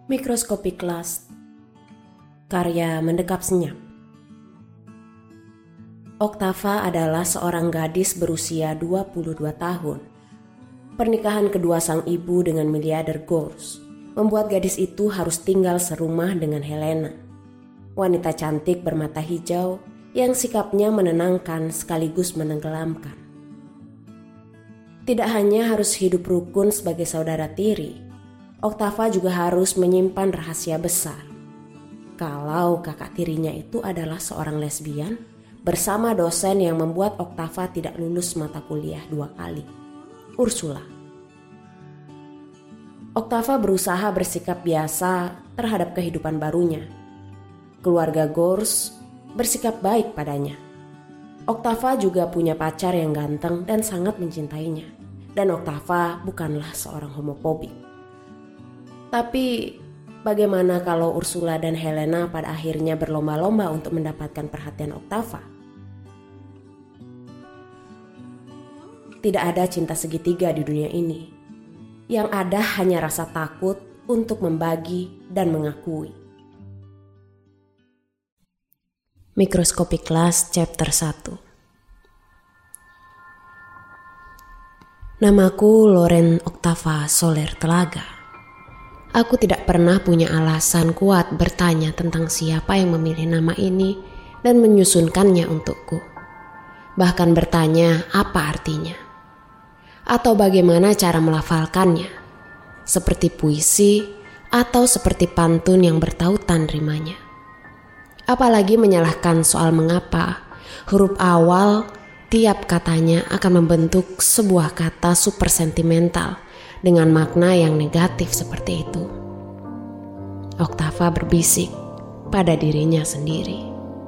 Mikroskopik Kelas, karya Mendekap Senyap. Oktava adalah seorang gadis berusia 22 tahun. Pernikahan kedua sang ibu dengan miliarder Gors membuat gadis itu harus tinggal serumah dengan Helena, wanita cantik bermata hijau yang sikapnya menenangkan sekaligus menenggelamkan. Tidak hanya harus hidup rukun sebagai saudara tiri, Oktava juga harus menyimpan rahasia besar. Kalau kakak tirinya itu adalah seorang lesbian bersama dosen yang membuat Oktava tidak lulus mata kuliah 2 kali, Ursula. Oktava berusaha bersikap biasa terhadap kehidupan barunya. Keluarga Gors bersikap baik padanya. Oktava juga punya pacar yang ganteng dan sangat mencintainya. Dan Oktava bukanlah seorang homofobik. Tapi bagaimana kalau Ursula dan Helena pada akhirnya berlomba-lomba untuk mendapatkan perhatian Oktava? Tidak ada cinta segitiga di dunia ini. Yang ada hanya rasa takut untuk membagi dan mengakui. Mikroskopik Kelas Chapter 1. Namaku Loren Oktava Soler Telaga. Aku tidak pernah punya alasan kuat bertanya tentang siapa yang memilih nama ini dan menyusunkannya untukku. Bahkan bertanya apa artinya. Atau bagaimana cara melafalkannya. Seperti puisi atau seperti pantun yang bertautan rimanya. Apalagi menyalahkan soal mengapa huruf awal tiap katanya akan membentuk sebuah kata super sentimental dengan makna yang negatif seperti itu. Oktava berbisik pada dirinya sendiri.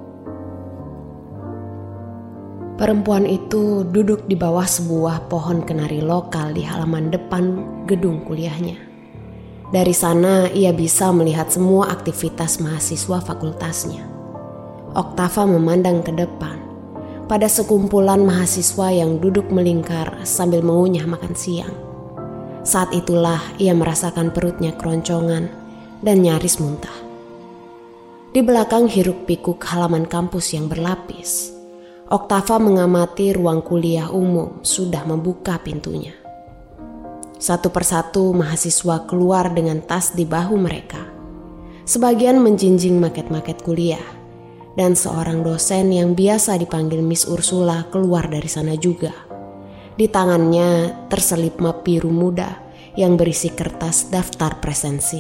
Perempuan itu duduk di bawah sebuah pohon kenari lokal di halaman depan gedung kuliahnya. Dari sana ia bisa melihat semua aktivitas mahasiswa fakultasnya. Oktava memandang ke depan pada sekumpulan mahasiswa yang duduk melingkar sambil mengunyah makan siang. Saat itulah ia merasakan perutnya keroncongan dan nyaris muntah. Di belakang hiruk-pikuk halaman kampus yang berlapis, Oktava mengamati ruang kuliah umum sudah membuka pintunya. Satu persatu mahasiswa keluar dengan tas di bahu mereka. Sebagian menjinjing maket-maket kuliah, dan seorang dosen yang biasa dipanggil Miss Ursula keluar dari sana juga. Di tangannya terselip map biru muda yang berisi kertas daftar presensi.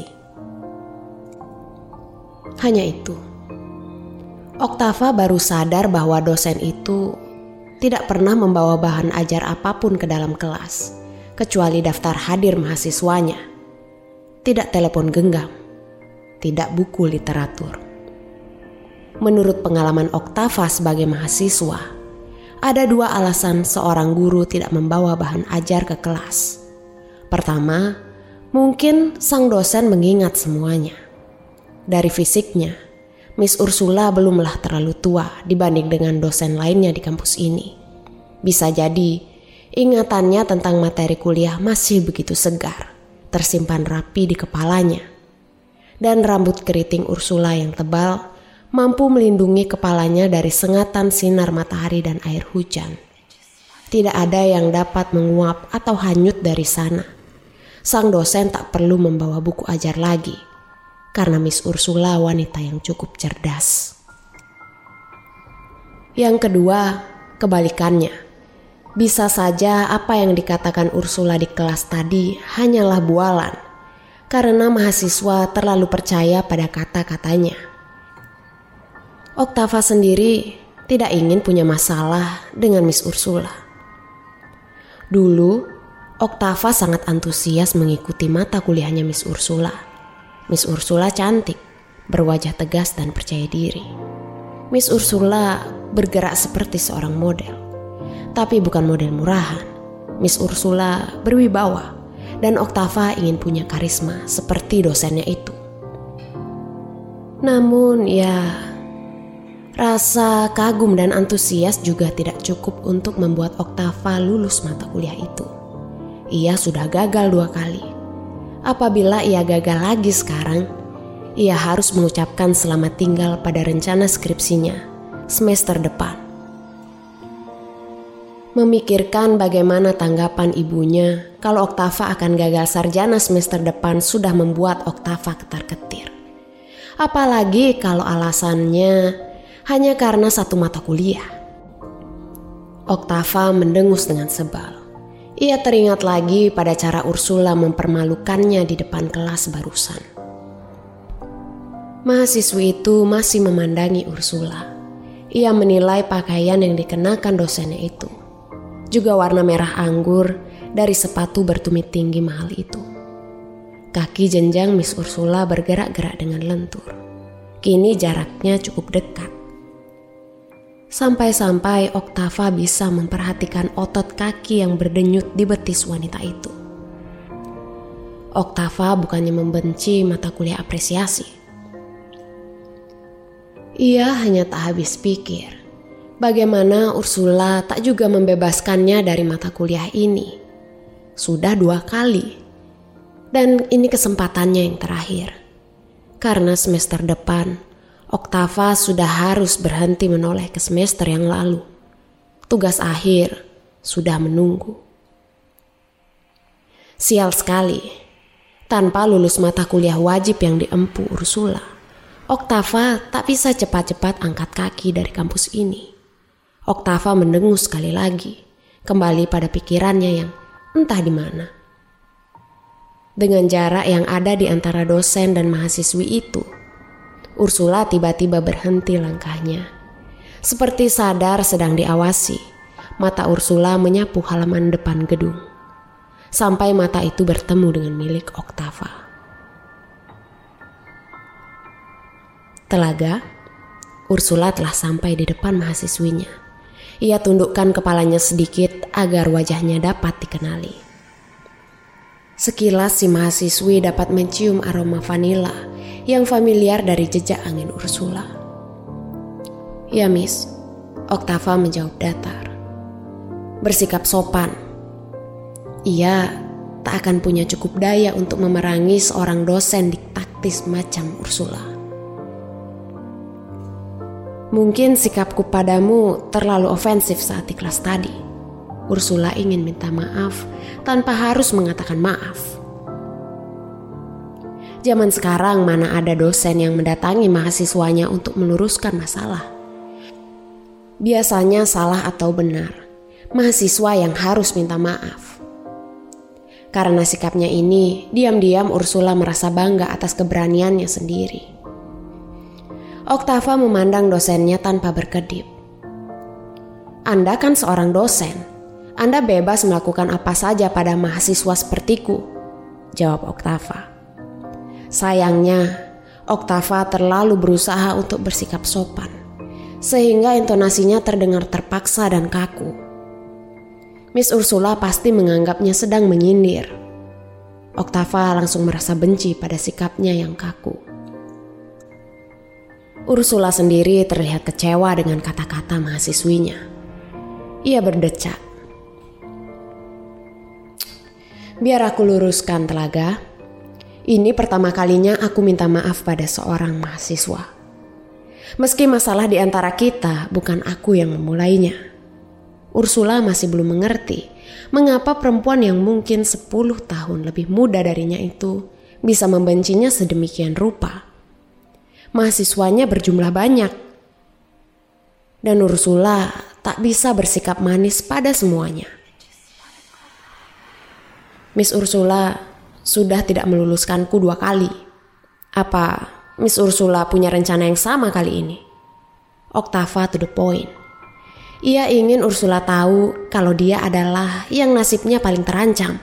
Hanya itu. Oktava baru sadar bahwa dosen itu tidak pernah membawa bahan ajar apapun ke dalam kelas, kecuali daftar hadir mahasiswanya. Tidak telepon genggam, tidak buku literatur. Menurut pengalaman Oktava sebagai mahasiswa, ada 2 alasan seorang guru tidak membawa bahan ajar ke kelas. Pertama, mungkin sang dosen mengingat semuanya. Dari fisiknya, Miss Ursula belumlah terlalu tua dibanding dengan dosen lainnya di kampus ini. Bisa jadi, ingatannya tentang materi kuliah masih begitu segar, tersimpan rapi di kepalanya. Dan rambut keriting Ursula yang tebal mampu melindungi kepalanya dari sengatan sinar matahari dan air hujan. Tidak ada yang dapat menguap atau hanyut dari sana. Sang dosen tak perlu membawa buku ajar lagi, karena Miss Ursula wanita yang cukup cerdas. Yang kedua, kebalikannya. Bisa saja apa yang dikatakan Ursula di kelas tadi hanyalah bualan, karena mahasiswa terlalu percaya pada kata-katanya. Oktava sendiri tidak ingin punya masalah dengan Miss Ursula. Dulu, Oktava sangat antusias mengikuti mata kuliahnya Miss Ursula. Miss Ursula cantik, berwajah tegas dan percaya diri. Miss Ursula bergerak seperti seorang model, tapi bukan model murahan. Miss Ursula berwibawa, dan Oktava ingin punya karisma seperti dosennya itu. Namun rasa kagum dan antusias juga tidak cukup untuk membuat Oktava lulus mata kuliah itu. Ia sudah gagal 2 kali. Apabila ia gagal lagi sekarang, ia harus mengucapkan selamat tinggal pada rencana skripsinya semester depan. Memikirkan bagaimana tanggapan ibunya kalau Oktava akan gagal sarjana semester depan sudah membuat Oktava ketar-ketir. Apalagi kalau alasannya hanya karena satu mata kuliah. Oktava mendengus dengan sebal. Ia teringat lagi pada cara Ursula mempermalukannya di depan kelas barusan. Mahasiswi itu masih memandangi Ursula. Ia menilai pakaian yang dikenakan dosennya itu, juga warna merah anggur dari sepatu bertumit tinggi mahal itu. Kaki jenjang Miss Ursula bergerak-gerak dengan lentur. Kini jaraknya cukup dekat. Sampai-sampai Oktava bisa memperhatikan otot kaki yang berdenyut di betis wanita itu. Oktava bukannya membenci mata kuliah apresiasi. Ia hanya tak habis pikir bagaimana Ursula tak juga membebaskannya dari mata kuliah ini. Sudah 2 kali. Dan ini kesempatannya yang terakhir. Karena semester depan, Oktava sudah harus berhenti menoleh ke semester yang lalu. Tugas akhir sudah menunggu. Sial sekali. Tanpa lulus mata kuliah wajib yang diempu Ursula, Oktava tak bisa cepat-cepat angkat kaki dari kampus ini. Oktava mendengus sekali lagi, kembali pada pikirannya yang entah di mana. Dengan jarak yang ada di antara dosen dan mahasiswi itu, Ursula tiba-tiba berhenti langkahnya. Seperti sadar sedang diawasi, mata Ursula menyapu halaman depan gedung. Sampai mata itu bertemu dengan milik Oktava. Telaga, Ursula telah sampai di depan mahasiswinya. Ia tundukkan kepalanya sedikit agar wajahnya dapat dikenali. Sekilas si mahasiswi dapat mencium aroma vanila yang familiar dari jejak angin Ursula. "Ya, Miss," Oktava menjawab datar. Bersikap sopan. Ia tak akan punya cukup daya untuk memerangi seorang dosen diktatis macam Ursula. "Mungkin sikapku padamu terlalu ofensif saat di kelas tadi." Ursula ingin minta maaf tanpa harus mengatakan maaf. Zaman sekarang mana ada dosen yang mendatangi mahasiswanya untuk meluruskan masalah. Biasanya salah atau benar, mahasiswa yang harus minta maaf. Karena sikapnya ini, diam-diam Ursula merasa bangga atas keberaniannya sendiri. Oktava memandang dosennya tanpa berkedip. "Anda kan seorang dosen. Anda bebas melakukan apa saja pada mahasiswa sepertiku," jawab Oktava. Sayangnya, Oktava terlalu berusaha untuk bersikap sopan, sehingga intonasinya terdengar terpaksa dan kaku. Miss Ursula pasti menganggapnya sedang menyindir. Oktava langsung merasa benci pada sikapnya yang kaku. Ursula sendiri terlihat kecewa dengan kata-kata mahasiswinya. Ia berdecak. "Biar aku luruskan, Telaga. Ini pertama kalinya aku minta maaf pada seorang mahasiswa. Meski masalah di antara kita bukan aku yang memulainya." Ursula masih belum mengerti mengapa perempuan yang mungkin 10 tahun lebih muda darinya itu bisa membencinya sedemikian rupa. Mahasiswanya berjumlah banyak, dan Ursula tak bisa bersikap manis pada semuanya. "Miss Ursula sudah tidak meluluskanku 2 kali. Apa Miss Ursula punya rencana yang sama kali ini?" Oktava to the point. Ia ingin Ursula tahu kalau dia adalah yang nasibnya paling terancam.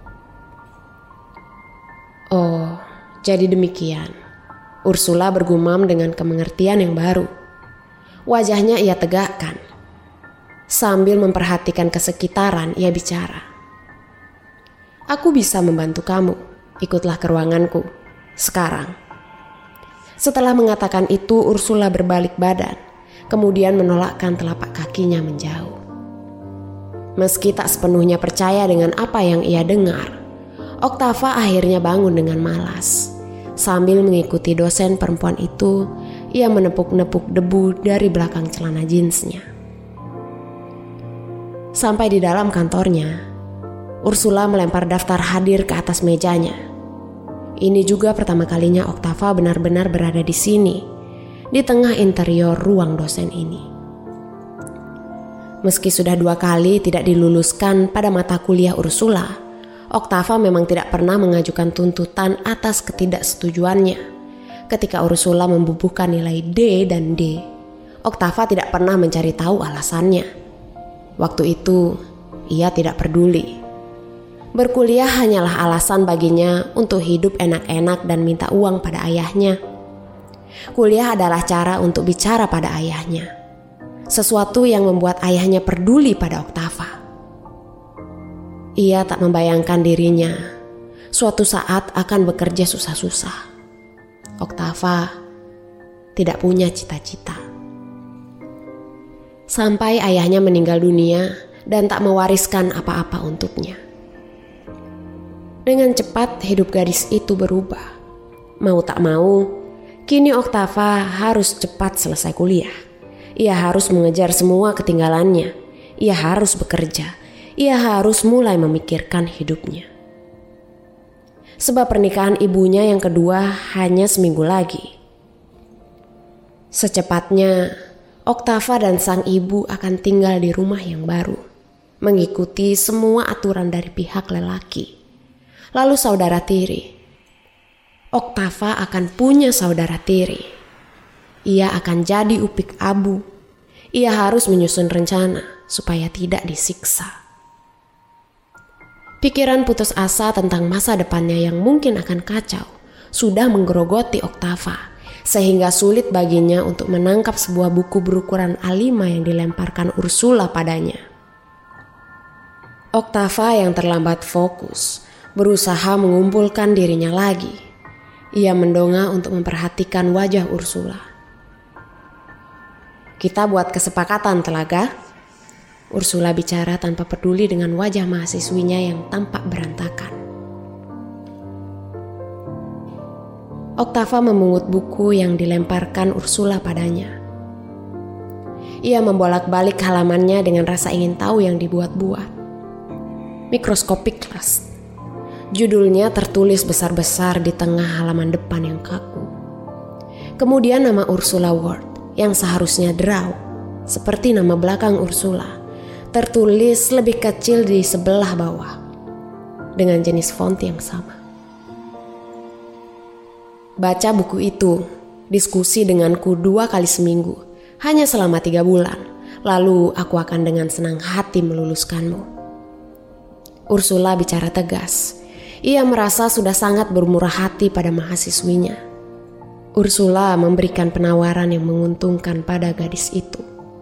"Oh, jadi demikian." Ursula bergumam dengan kemengertian yang baru. Wajahnya ia tegakkan. Sambil memperhatikan kesekitaran, ia bicara. "Aku bisa membantu kamu. Ikutlah ke ruanganku. Sekarang." Setelah mengatakan itu, Ursula berbalik badan, kemudian menolakkan telapak kakinya menjauh. Meski tak sepenuhnya percaya dengan apa yang ia dengar, Oktava akhirnya bangun dengan malas. Sambil mengikuti dosen perempuan itu, ia menepuk-nepuk debu dari belakang celana jeansnya. Sampai di dalam kantornya, Ursula melempar daftar hadir ke atas mejanya. Ini juga pertama kalinya Oktava benar-benar berada di sini, di tengah interior ruang dosen ini. Meski sudah 2 kali tidak diluluskan pada mata kuliah Ursula, Oktava memang tidak pernah mengajukan tuntutan atas ketidaksetujuannya. Ketika Ursula membubuhkan nilai D dan D, Oktava tidak pernah mencari tahu alasannya. Waktu itu, ia tidak peduli. Berkuliah hanyalah alasan baginya untuk hidup enak-enak dan minta uang pada ayahnya. Kuliah adalah cara untuk bicara pada ayahnya. Sesuatu yang membuat ayahnya peduli pada Oktava. Ia tak membayangkan dirinya suatu saat akan bekerja susah-susah. Oktava tidak punya cita-cita. Sampai ayahnya meninggal dunia dan tak mewariskan apa-apa untuknya. Dengan cepat hidup gadis itu berubah. Mau tak mau, kini Oktava harus cepat selesai kuliah. Ia harus mengejar semua ketinggalannya. Ia harus bekerja. Ia harus mulai memikirkan hidupnya. Sebab pernikahan ibunya yang kedua hanya seminggu lagi. Secepatnya, Oktava dan sang ibu akan tinggal di rumah yang baru, mengikuti semua aturan dari pihak lelaki. Lalu saudara tiri. Oktava akan punya saudara tiri. Ia akan jadi upik abu. Ia harus menyusun rencana supaya tidak disiksa. Pikiran putus asa tentang masa depannya yang mungkin akan kacau sudah menggerogoti Oktava, sehingga sulit baginya untuk menangkap sebuah buku berukuran A5 yang dilemparkan Ursula padanya. Oktava yang terlambat fokus, berusaha mengumpulkan dirinya lagi. Ia mendongak untuk memperhatikan wajah Ursula. "Kita buat kesepakatan, Telaga," Ursula bicara tanpa peduli dengan wajah mahasiswinya yang tampak berantakan. Oktava memungut buku yang dilemparkan Ursula padanya. Ia membolak-balik halamannya dengan rasa ingin tahu yang dibuat-buat. Microscopic Class. Judulnya tertulis besar-besar di tengah halaman depan yang kaku. Kemudian nama Ursula Ward yang seharusnya Draw, seperti nama belakang Ursula, tertulis lebih kecil di sebelah bawah dengan jenis font yang sama. Baca buku itu, diskusi denganku 2 kali seminggu, hanya selama 3 bulan. Lalu aku akan dengan senang hati meluluskanmu. Ursula bicara tegas. Ia merasa sudah sangat bermurah hati pada mahasiswinya. Ursula memberikan penawaran yang menguntungkan pada gadis itu.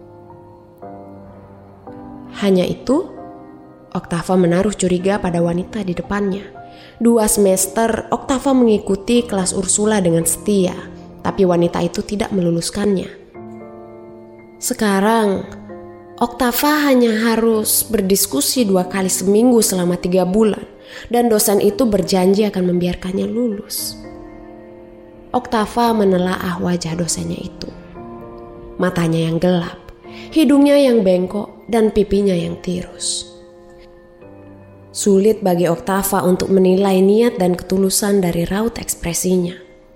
Hanya itu, Oktava menaruh curiga pada wanita di depannya. 2 semester Oktava mengikuti kelas Ursula dengan setia, tapi wanita itu tidak meluluskannya. Sekarang, Oktava hanya harus berdiskusi 2 kali seminggu selama 3 bulan, dan dosen itu berjanji akan membiarkannya lulus. Oktava menelaah wajah dosennya itu. Matanya yang gelap, hidungnya yang bengkok, dan pipinya yang tirus. Sulit bagi Oktava untuk menilai niat dan ketulusan dari raut ekspresinya.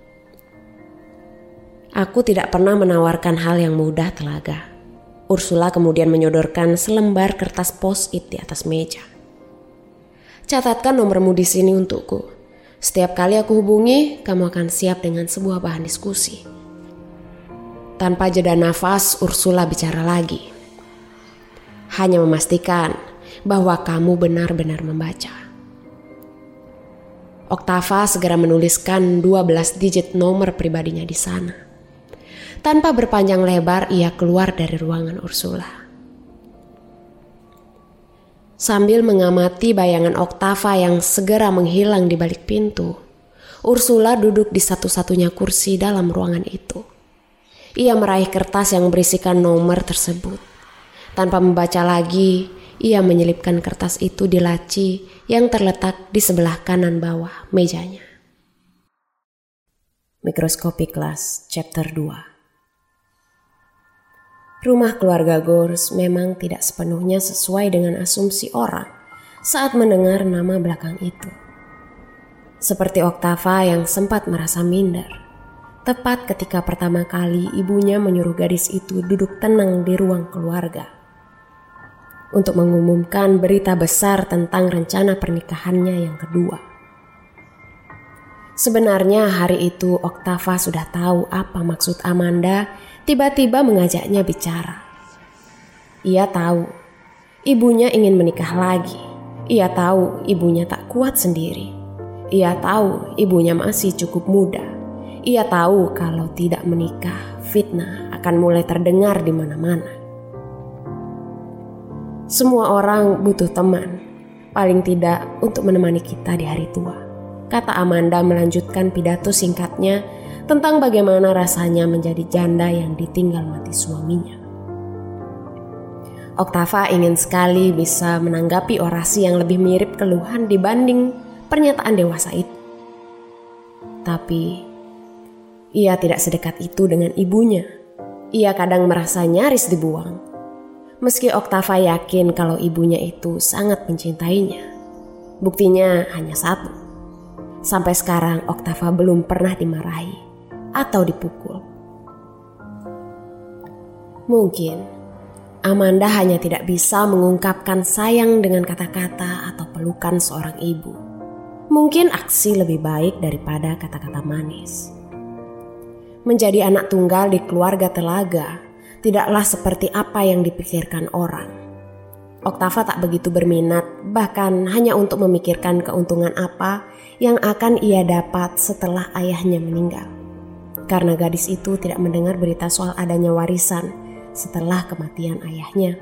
"Aku tidak pernah menawarkan hal yang mudah, Telaga." Ursula kemudian menyodorkan selembar kertas post-it di atas meja. "Catatkan nomormu di sini untukku. Setiap kali aku hubungi, kamu akan siap dengan sebuah bahan diskusi." Tanpa jeda nafas, Ursula bicara lagi. "Hanya memastikan bahwa kamu benar-benar membaca." Oktava segera menuliskan 12 digit nomor pribadinya di sana. Tanpa berpanjang lebar, ia keluar dari ruangan Ursula. Sambil mengamati bayangan Oktava yang segera menghilang di balik pintu, Ursula duduk di satu-satunya kursi dalam ruangan itu. Ia meraih kertas yang berisikan nomor tersebut. Tanpa membaca lagi, ia menyelipkan kertas itu di laci yang terletak di sebelah kanan bawah mejanya. Mikroskopi kelas chapter 2. Rumah keluarga Gors memang tidak sepenuhnya sesuai dengan asumsi orang saat mendengar nama belakang itu. Seperti Oktava yang sempat merasa minder, tepat ketika pertama kali ibunya menyuruh gadis itu duduk tenang di ruang keluarga untuk mengumumkan berita besar tentang rencana pernikahannya yang kedua. Sebenarnya hari itu Oktava sudah tahu apa maksud Amanda tiba-tiba mengajaknya bicara. Ia tahu ibunya ingin menikah lagi. Ia tahu ibunya tak kuat sendiri. Ia tahu ibunya masih cukup muda. Ia tahu kalau tidak menikah, fitnah akan mulai terdengar di mana-mana. Semua orang butuh teman, paling tidak untuk menemani kita di hari tua, kata Amanda melanjutkan pidato singkatnya tentang bagaimana rasanya menjadi janda yang ditinggal mati suaminya. Oktava ingin sekali bisa menanggapi orasi yang lebih mirip keluhan dibanding pernyataan dewasa itu. Tapi ia tidak sedekat itu dengan ibunya. Ia kadang merasa nyaris dibuang. Meski Oktava yakin kalau ibunya itu sangat mencintainya. Buktinya hanya satu. Sampai sekarang Oktava belum pernah dimarahi atau dipukul. Mungkin Amanda hanya tidak bisa mengungkapkan sayang dengan kata-kata atau pelukan seorang ibu. Mungkin aksi lebih baik daripada kata-kata manis. Menjadi anak tunggal di keluarga telaga tidaklah seperti apa yang dipikirkan orang. Oktava tak begitu berminat, bahkan hanya untuk memikirkan keuntungan apa yang akan ia dapat setelah ayahnya meninggal. Karena gadis itu tidak mendengar berita soal adanya warisan setelah kematian ayahnya.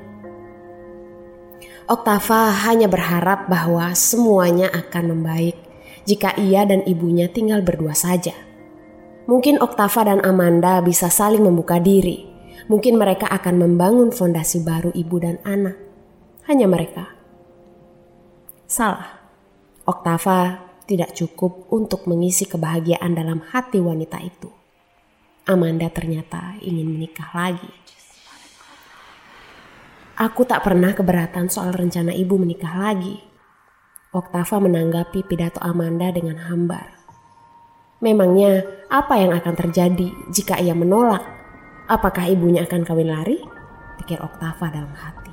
Oktava hanya berharap bahwa semuanya akan membaik jika ia dan ibunya tinggal berdua saja. Mungkin Oktava dan Amanda bisa saling membuka diri. Mungkin mereka akan membangun fondasi baru ibu dan anak. Hanya mereka. Salah. Oktava tidak cukup untuk mengisi kebahagiaan dalam hati wanita itu. Amanda ternyata ingin menikah lagi. Aku tak pernah keberatan soal rencana ibu menikah lagi. Oktava menanggapi pidato Amanda dengan hambar. Memangnya apa yang akan terjadi jika ia menolak? Apakah ibunya akan kawin lari? Pikir Oktava dalam hati.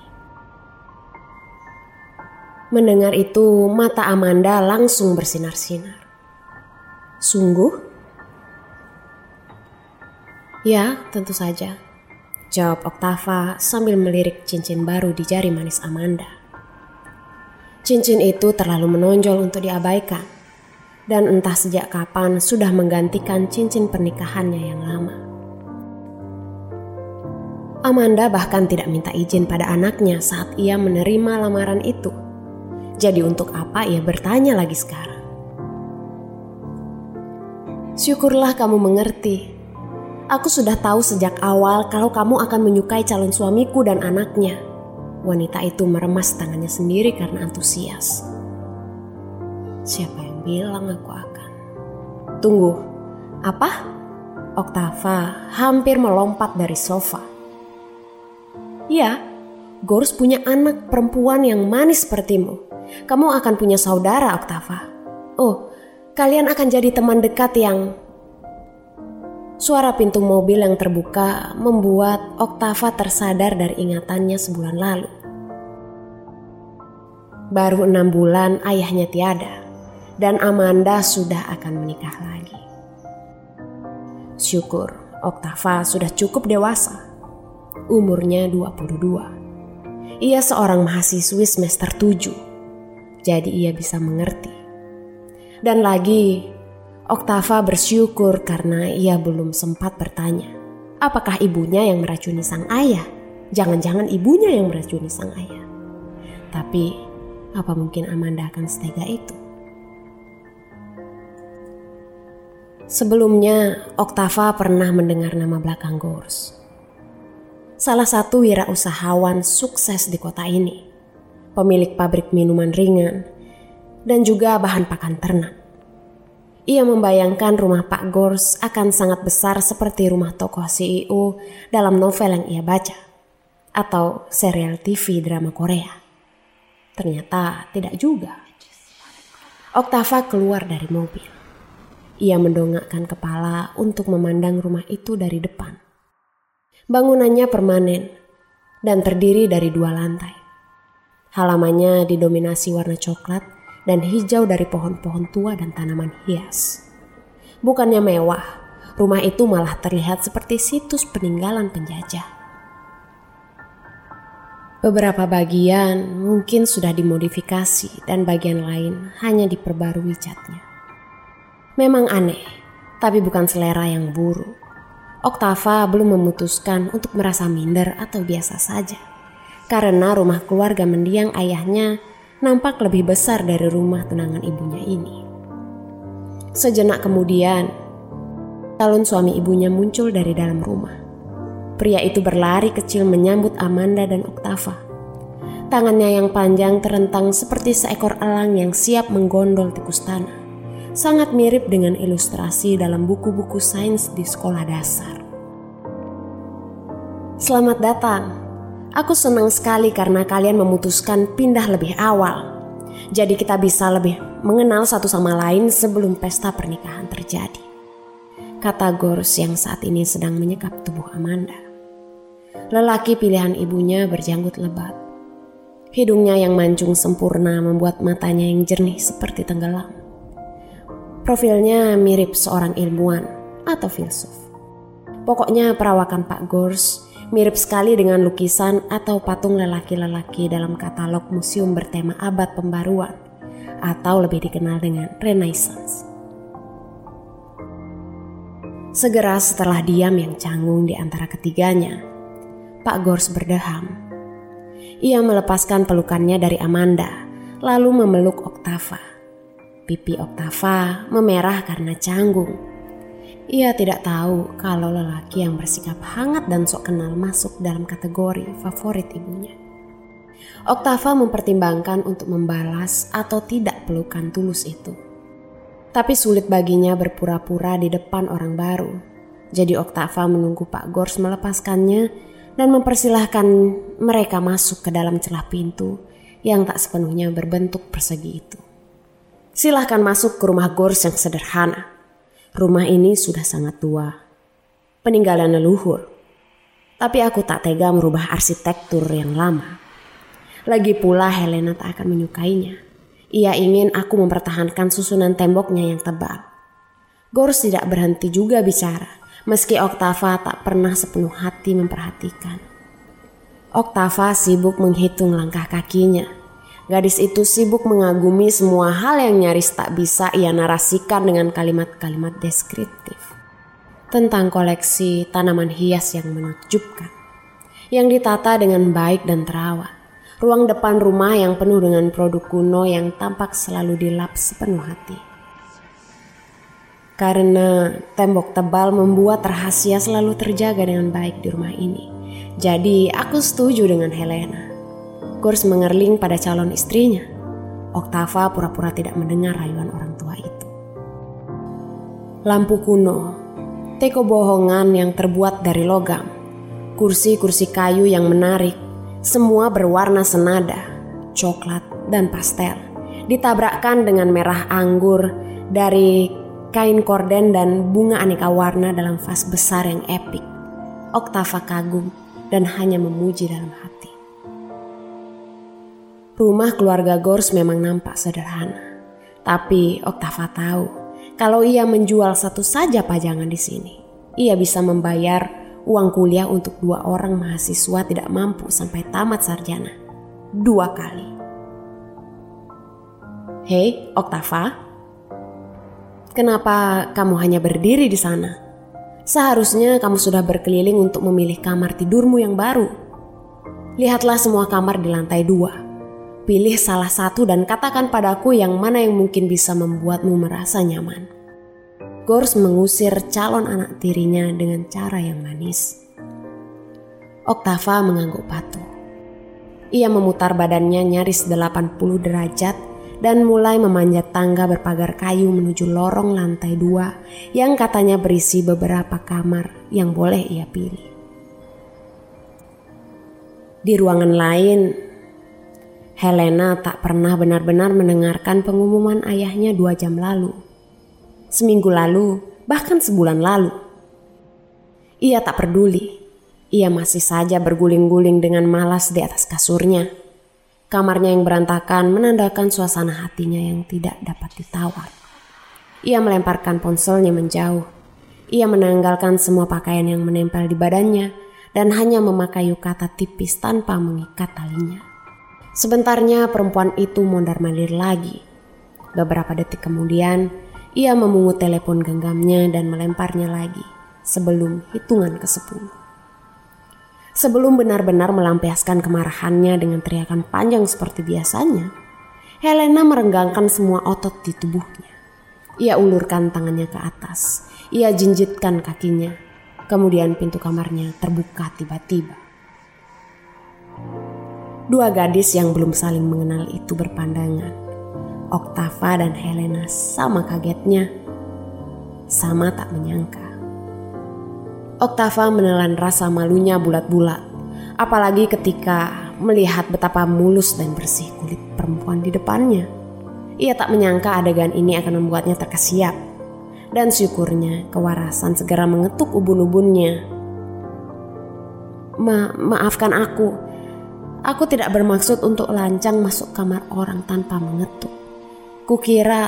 Mendengar itu, mata Amanda langsung bersinar-sinar. Sungguh? Ya, tentu saja, jawab Oktava sambil melirik cincin baru di jari manis Amanda. Cincin itu terlalu menonjol untuk diabaikan, dan entah sejak kapan sudah menggantikan cincin pernikahannya yang lama. Amanda bahkan tidak minta izin pada anaknya saat ia menerima lamaran itu. Jadi untuk apa ia bertanya lagi sekarang? Syukurlah kamu mengerti. Aku sudah tahu sejak awal kalau kamu akan menyukai calon suamiku dan anaknya. Wanita itu meremas tangannya sendiri karena antusias. Siapa yang bilang aku akan? Tunggu, apa? Oktava hampir melompat dari sofa. Ya, Gors punya anak perempuan yang manis sepertimu. Kamu akan punya saudara, Oktava. Oh, kalian akan jadi teman dekat yang... Suara pintu mobil yang terbuka membuat Oktava tersadar dari ingatannya sebulan lalu. Baru 6 bulan ayahnya tiada, dan Amanda sudah akan menikah lagi. Syukur, Oktava sudah cukup dewasa. Umurnya 22. Ia seorang mahasiswi semester 7. Jadi ia bisa mengerti. Dan lagi, Oktava bersyukur karena ia belum sempat bertanya, apakah ibunya yang meracuni sang ayah? Jangan-jangan ibunya yang meracuni sang ayah. Tapi, apa mungkin Amanda akan setega itu? Sebelumnya, Oktava pernah mendengar nama belakang Gors. Salah satu wirausahawan sukses di kota ini. pemilik pabrik minuman ringan, dan juga bahan pakan ternak. Ia membayangkan rumah Pak Gors akan sangat besar seperti rumah tokoh CEO dalam novel yang ia baca, atau serial TV drama Korea. Ternyata tidak juga. Oktava keluar dari mobil. Ia mendongakkan kepala untuk memandang rumah itu dari depan. Bangunannya permanen dan terdiri dari 2 lantai. Halamannya didominasi warna coklat dan hijau dari pohon-pohon tua dan tanaman hias. Bukannya mewah, rumah itu malah terlihat seperti situs peninggalan penjajah. Beberapa bagian mungkin sudah dimodifikasi dan bagian lain hanya diperbarui catnya. Memang aneh, tapi bukan selera yang buruk. Oktava belum memutuskan untuk merasa minder atau biasa saja. Karena rumah keluarga mendiang ayahnya nampak lebih besar dari rumah tunangan ibunya ini. Sejenak kemudian, calon suami ibunya muncul dari dalam rumah. Pria itu berlari kecil menyambut Amanda dan Oktava. Tangannya yang panjang terentang seperti seekor elang yang siap menggondol tikus tanah. Sangat mirip dengan ilustrasi dalam buku-buku sains di sekolah dasar. Selamat datang. Aku senang sekali karena kalian memutuskan pindah lebih awal. Jadi kita bisa lebih mengenal satu sama lain sebelum pesta pernikahan terjadi, kata Gors yang saat ini sedang menyekap tubuh Amanda. Lelaki pilihan ibunya berjanggut lebat. Hidungnya yang mancung sempurna membuat matanya yang jernih seperti tenggelam. Profilnya mirip seorang ilmuwan atau filsuf. Pokoknya perawakan Pak Gors mirip sekali dengan lukisan atau patung lelaki-lelaki dalam katalog museum bertema abad pembaruan atau lebih dikenal dengan Renaissance. Segera setelah diam yang canggung di antara ketiganya, Pak Gors berdeham. Ia melepaskan pelukannya dari Amanda, lalu memeluk Oktava. Pipi Oktava memerah karena canggung. Ia tidak tahu kalau lelaki yang bersikap hangat dan sok kenal masuk dalam kategori favorit ibunya. Oktava mempertimbangkan untuk membalas atau tidak pelukan tulus itu. Tapi sulit baginya berpura-pura di depan orang baru. Jadi Oktava menunggu Pak Gors melepaskannya dan mempersilahkan mereka masuk ke dalam celah pintu yang tak sepenuhnya berbentuk persegi itu. Silahkan masuk ke rumah Gors yang sederhana. Rumah ini sudah sangat tua, peninggalan leluhur. Tapi aku tak tega merubah arsitektur yang lama. Lagi pula Helena tak akan menyukainya. Ia ingin aku mempertahankan susunan temboknya yang tebal. Gors tidak berhenti juga bicara. Meski Oktava tak pernah sepenuh hati memperhatikan. Oktava sibuk menghitung langkah kakinya. Gadis itu sibuk mengagumi semua hal yang nyaris tak bisa ia narasikan dengan kalimat-kalimat deskriptif. Tentang koleksi tanaman hias yang menakjubkan, yang ditata dengan baik dan terawat. Ruang depan rumah yang penuh dengan produk kuno yang tampak selalu dilap sepenuh hati. Karena tembok tebal membuat rahasia selalu terjaga dengan baik di rumah ini. Jadi aku setuju dengan Helena. Gors mengerling pada calon istrinya. Oktava pura-pura tidak mendengar rayuan orang tua itu. Lampu kuno, teko bohongan yang terbuat dari logam, kursi-kursi kayu yang menarik, semua berwarna senada, coklat dan pastel, ditabrakkan dengan merah anggur dari kain korden dan bunga aneka warna dalam vas besar yang epik. Oktava kagum dan hanya memuji dalam hati. Rumah keluarga Gors memang nampak sederhana. Tapi Oktava tahu kalau ia menjual satu saja pajangan di sini, ia bisa membayar uang kuliah untuk 2 orang mahasiswa tidak mampu sampai tamat sarjana 2 kali. Hei, Oktava. Kenapa kamu hanya berdiri di sana? Seharusnya kamu sudah berkeliling untuk memilih kamar tidurmu yang baru. Lihatlah semua kamar di lantai 2. Pilih salah satu dan katakan padaku yang mana yang mungkin bisa membuatmu merasa nyaman. Gors mengusir calon anak tirinya dengan cara yang manis. Oktava mengangguk patuh. Ia memutar badannya nyaris 80 derajat dan mulai memanjat tangga berpagar kayu menuju lorong lantai 2 yang katanya berisi beberapa kamar yang boleh ia pilih. Di ruangan lain, Helena tak pernah benar-benar mendengarkan pengumuman ayahnya 2 jam lalu, seminggu lalu, bahkan sebulan lalu. Ia tak peduli. Ia masih saja berguling-guling dengan malas di atas kasurnya. Kamarnya yang berantakan menandakan suasana hatinya yang tidak dapat ditawar. Ia melemparkan ponselnya menjauh. Ia menanggalkan semua pakaian yang menempel di badannya dan hanya memakai yukata tipis tanpa mengikat talinya. Sebentarnya perempuan itu mondar-mandir lagi. Beberapa detik kemudian, ia memungut telepon genggamnya dan melemparnya lagi sebelum hitungan ke-10. Sebelum benar-benar melampiaskan kemarahannya dengan teriakan panjang seperti biasanya, Helena merenggangkan semua otot di tubuhnya. Ia ulurkan tangannya ke atas. Ia jinjitkan kakinya. Kemudian pintu kamarnya terbuka tiba-tiba. 2 gadis yang belum saling mengenal itu berpandangan. Oktava dan Helena sama kagetnya, sama tak menyangka. Oktava menelan rasa malunya bulat-bulat, apalagi ketika melihat betapa mulus dan bersih kulit perempuan di depannya. Ia tak menyangka adegan ini akan membuatnya terkesiap, dan syukurnya kewarasan segera mengetuk ubun-ubunnya. Maafkan aku tidak bermaksud untuk lancang masuk kamar orang tanpa mengetuk. Kukira.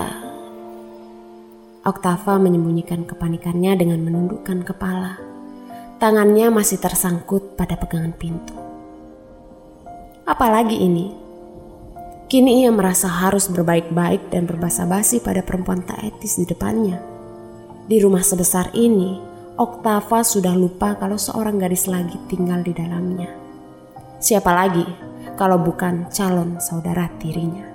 Oktava menyembunyikan kepanikannya dengan menundukkan kepala. Tangannya masih tersangkut pada pegangan pintu. Apalagi ini? Kini ia merasa harus berbaik-baik dan berbasa-basi pada perempuan tak etis di depannya. Di rumah sebesar ini, Oktava sudah lupa kalau seorang gadis lagi tinggal di dalamnya. Siapa lagi kalau bukan calon saudara tirinya?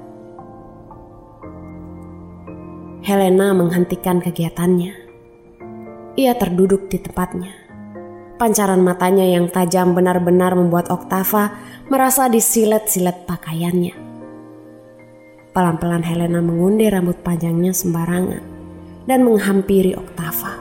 Helena menghentikan kegiatannya. Ia terduduk di tempatnya. Pancaran matanya yang tajam benar-benar membuat Oktava merasa disilet-silet pakaiannya. Pelan-pelan Helena mengunde rambut panjangnya sembarangan dan menghampiri Oktava.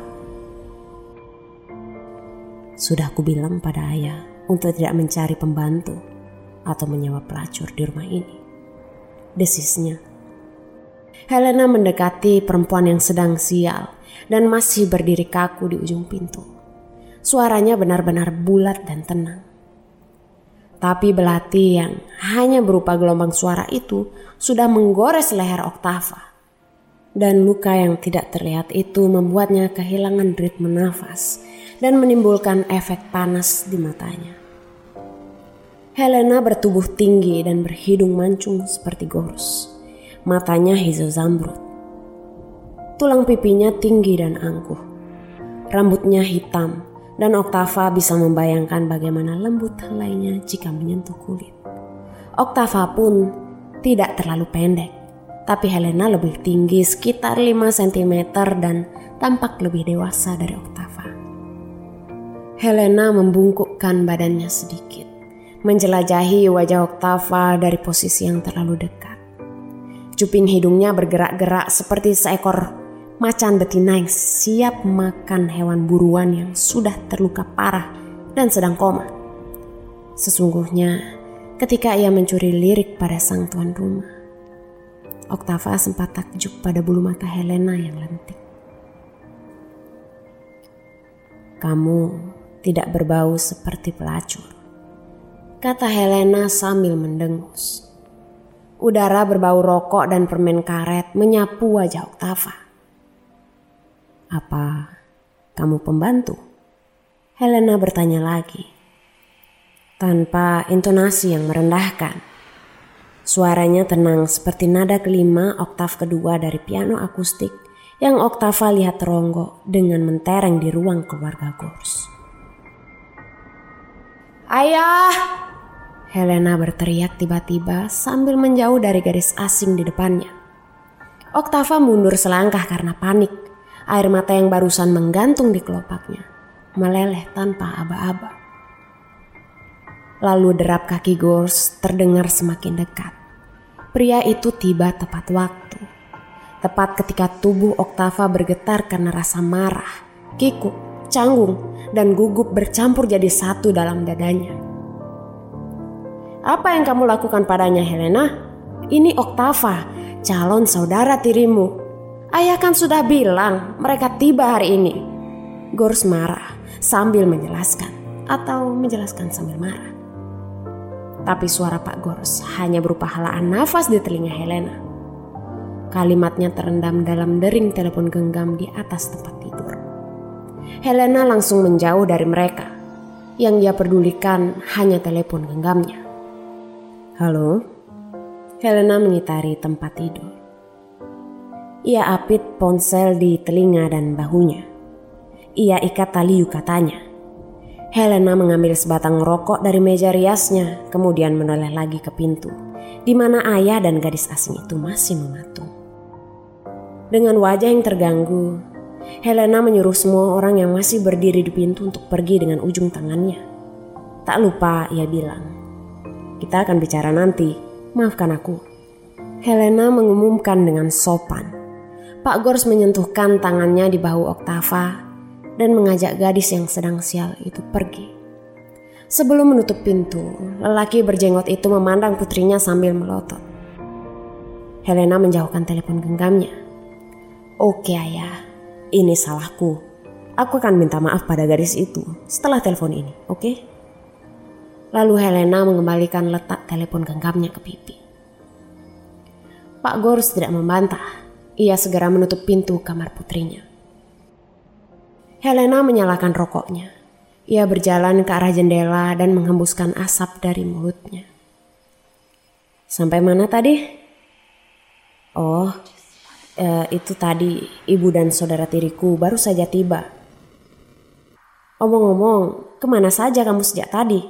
Sudah kubilang pada ayah untuk tidak mencari pembantu atau menyewa pelacur di rumah ini, desisnya. Helena mendekati perempuan yang sedang sial dan masih berdiri kaku di ujung pintu. Suaranya benar-benar bulat dan tenang. Tapi belati yang hanya berupa gelombang suara itu sudah menggores leher Oktava. Dan luka yang tidak terlihat itu membuatnya kehilangan ritme nafas dan menimbulkan efek panas di matanya. Helena bertubuh tinggi dan berhidung mancung seperti Gorus. Matanya hijau zamrud. Tulang pipinya tinggi dan angkuh. Rambutnya hitam. Dan Oktava bisa membayangkan bagaimana lembut helainya jika menyentuh kulit. Oktava pun tidak terlalu pendek, tapi Helena lebih tinggi sekitar 5 cm dan tampak lebih dewasa dari Oktava. Helena membungkukkan badannya sedikit, menjelajahi wajah Oktava dari posisi yang terlalu dekat. Cuping hidungnya bergerak-gerak seperti seekor macan betina yang siap makan hewan buruan yang sudah terluka parah dan sedang koma. Sesungguhnya ketika ia mencuri lirik pada sang tuan rumah, Oktava sempat takjub pada bulu mata Helena yang lentik. Kamu tidak berbau seperti pelacur, kata Helena sambil mendengus. Udara berbau rokok dan permen karet menyapu wajah Oktava. Apa kamu pembantu? Helena bertanya lagi. Tanpa intonasi yang merendahkan. Suaranya tenang seperti nada kelima oktav kedua dari piano akustik yang Oktava lihat ronggok dengan mentereng di ruang keluarga Gors. Ayah! Helena berteriak tiba-tiba sambil menjauh dari gadis asing di depannya. Oktava mundur selangkah karena panik. Air mata yang barusan menggantung di kelopaknya meleleh tanpa aba-aba. Lalu derap kaki Gors terdengar semakin dekat. Pria itu tiba tepat waktu. Tepat ketika tubuh Oktava bergetar karena rasa marah, kikuk, canggung, dan gugup bercampur jadi satu dalam dadanya. "Apa yang kamu lakukan padanya, Helena? Ini Oktava, calon saudara tirimu. Ayah kan sudah bilang mereka tiba hari ini." Gors marah sambil menjelaskan atau menjelaskan sambil marah. Tapi suara Pak Gors hanya berupa helaan nafas di telinga Helena. Kalimatnya terendam dalam dering telepon genggam di atas tempat tidur. Helena langsung menjauh dari mereka. Yang ia pedulikan hanya telepon genggamnya. "Halo?" Helena mengitari tempat tidur. Ia apit ponsel di telinga dan bahunya. Ia ikat tali yukatanya. Helena mengambil sebatang rokok dari meja riasnya, kemudian menoleh lagi ke pintu, di mana ayah dan gadis asing itu masih mematung. Dengan wajah yang terganggu, Helena menyuruh semua orang yang masih berdiri di pintu untuk pergi dengan ujung tangannya. Tak lupa ia bilang, "Kita akan bicara nanti, maafkan aku." Helena mengumumkan dengan sopan. Pak Gors menyentuhkan tangannya di bahu Oktava dan mengajak gadis yang sedang sial itu pergi. Sebelum menutup pintu, lelaki berjenggot itu memandang putrinya sambil melotot. Helena menjauhkan telepon genggamnya. "Oke ayah, ini salahku. Aku akan minta maaf pada gadis itu setelah telepon ini, oke?" Lalu Helena mengembalikan letak telepon genggamnya ke pipi. Pak Gors tidak membantah. Ia segera menutup pintu kamar putrinya. Helena menyalakan rokoknya. Ia berjalan ke arah jendela dan menghembuskan asap dari mulutnya. "Sampai mana tadi?" "Oh, itu tadi ibu dan saudara tiriku baru saja tiba." "Omong-omong, kemana saja kamu sejak tadi?"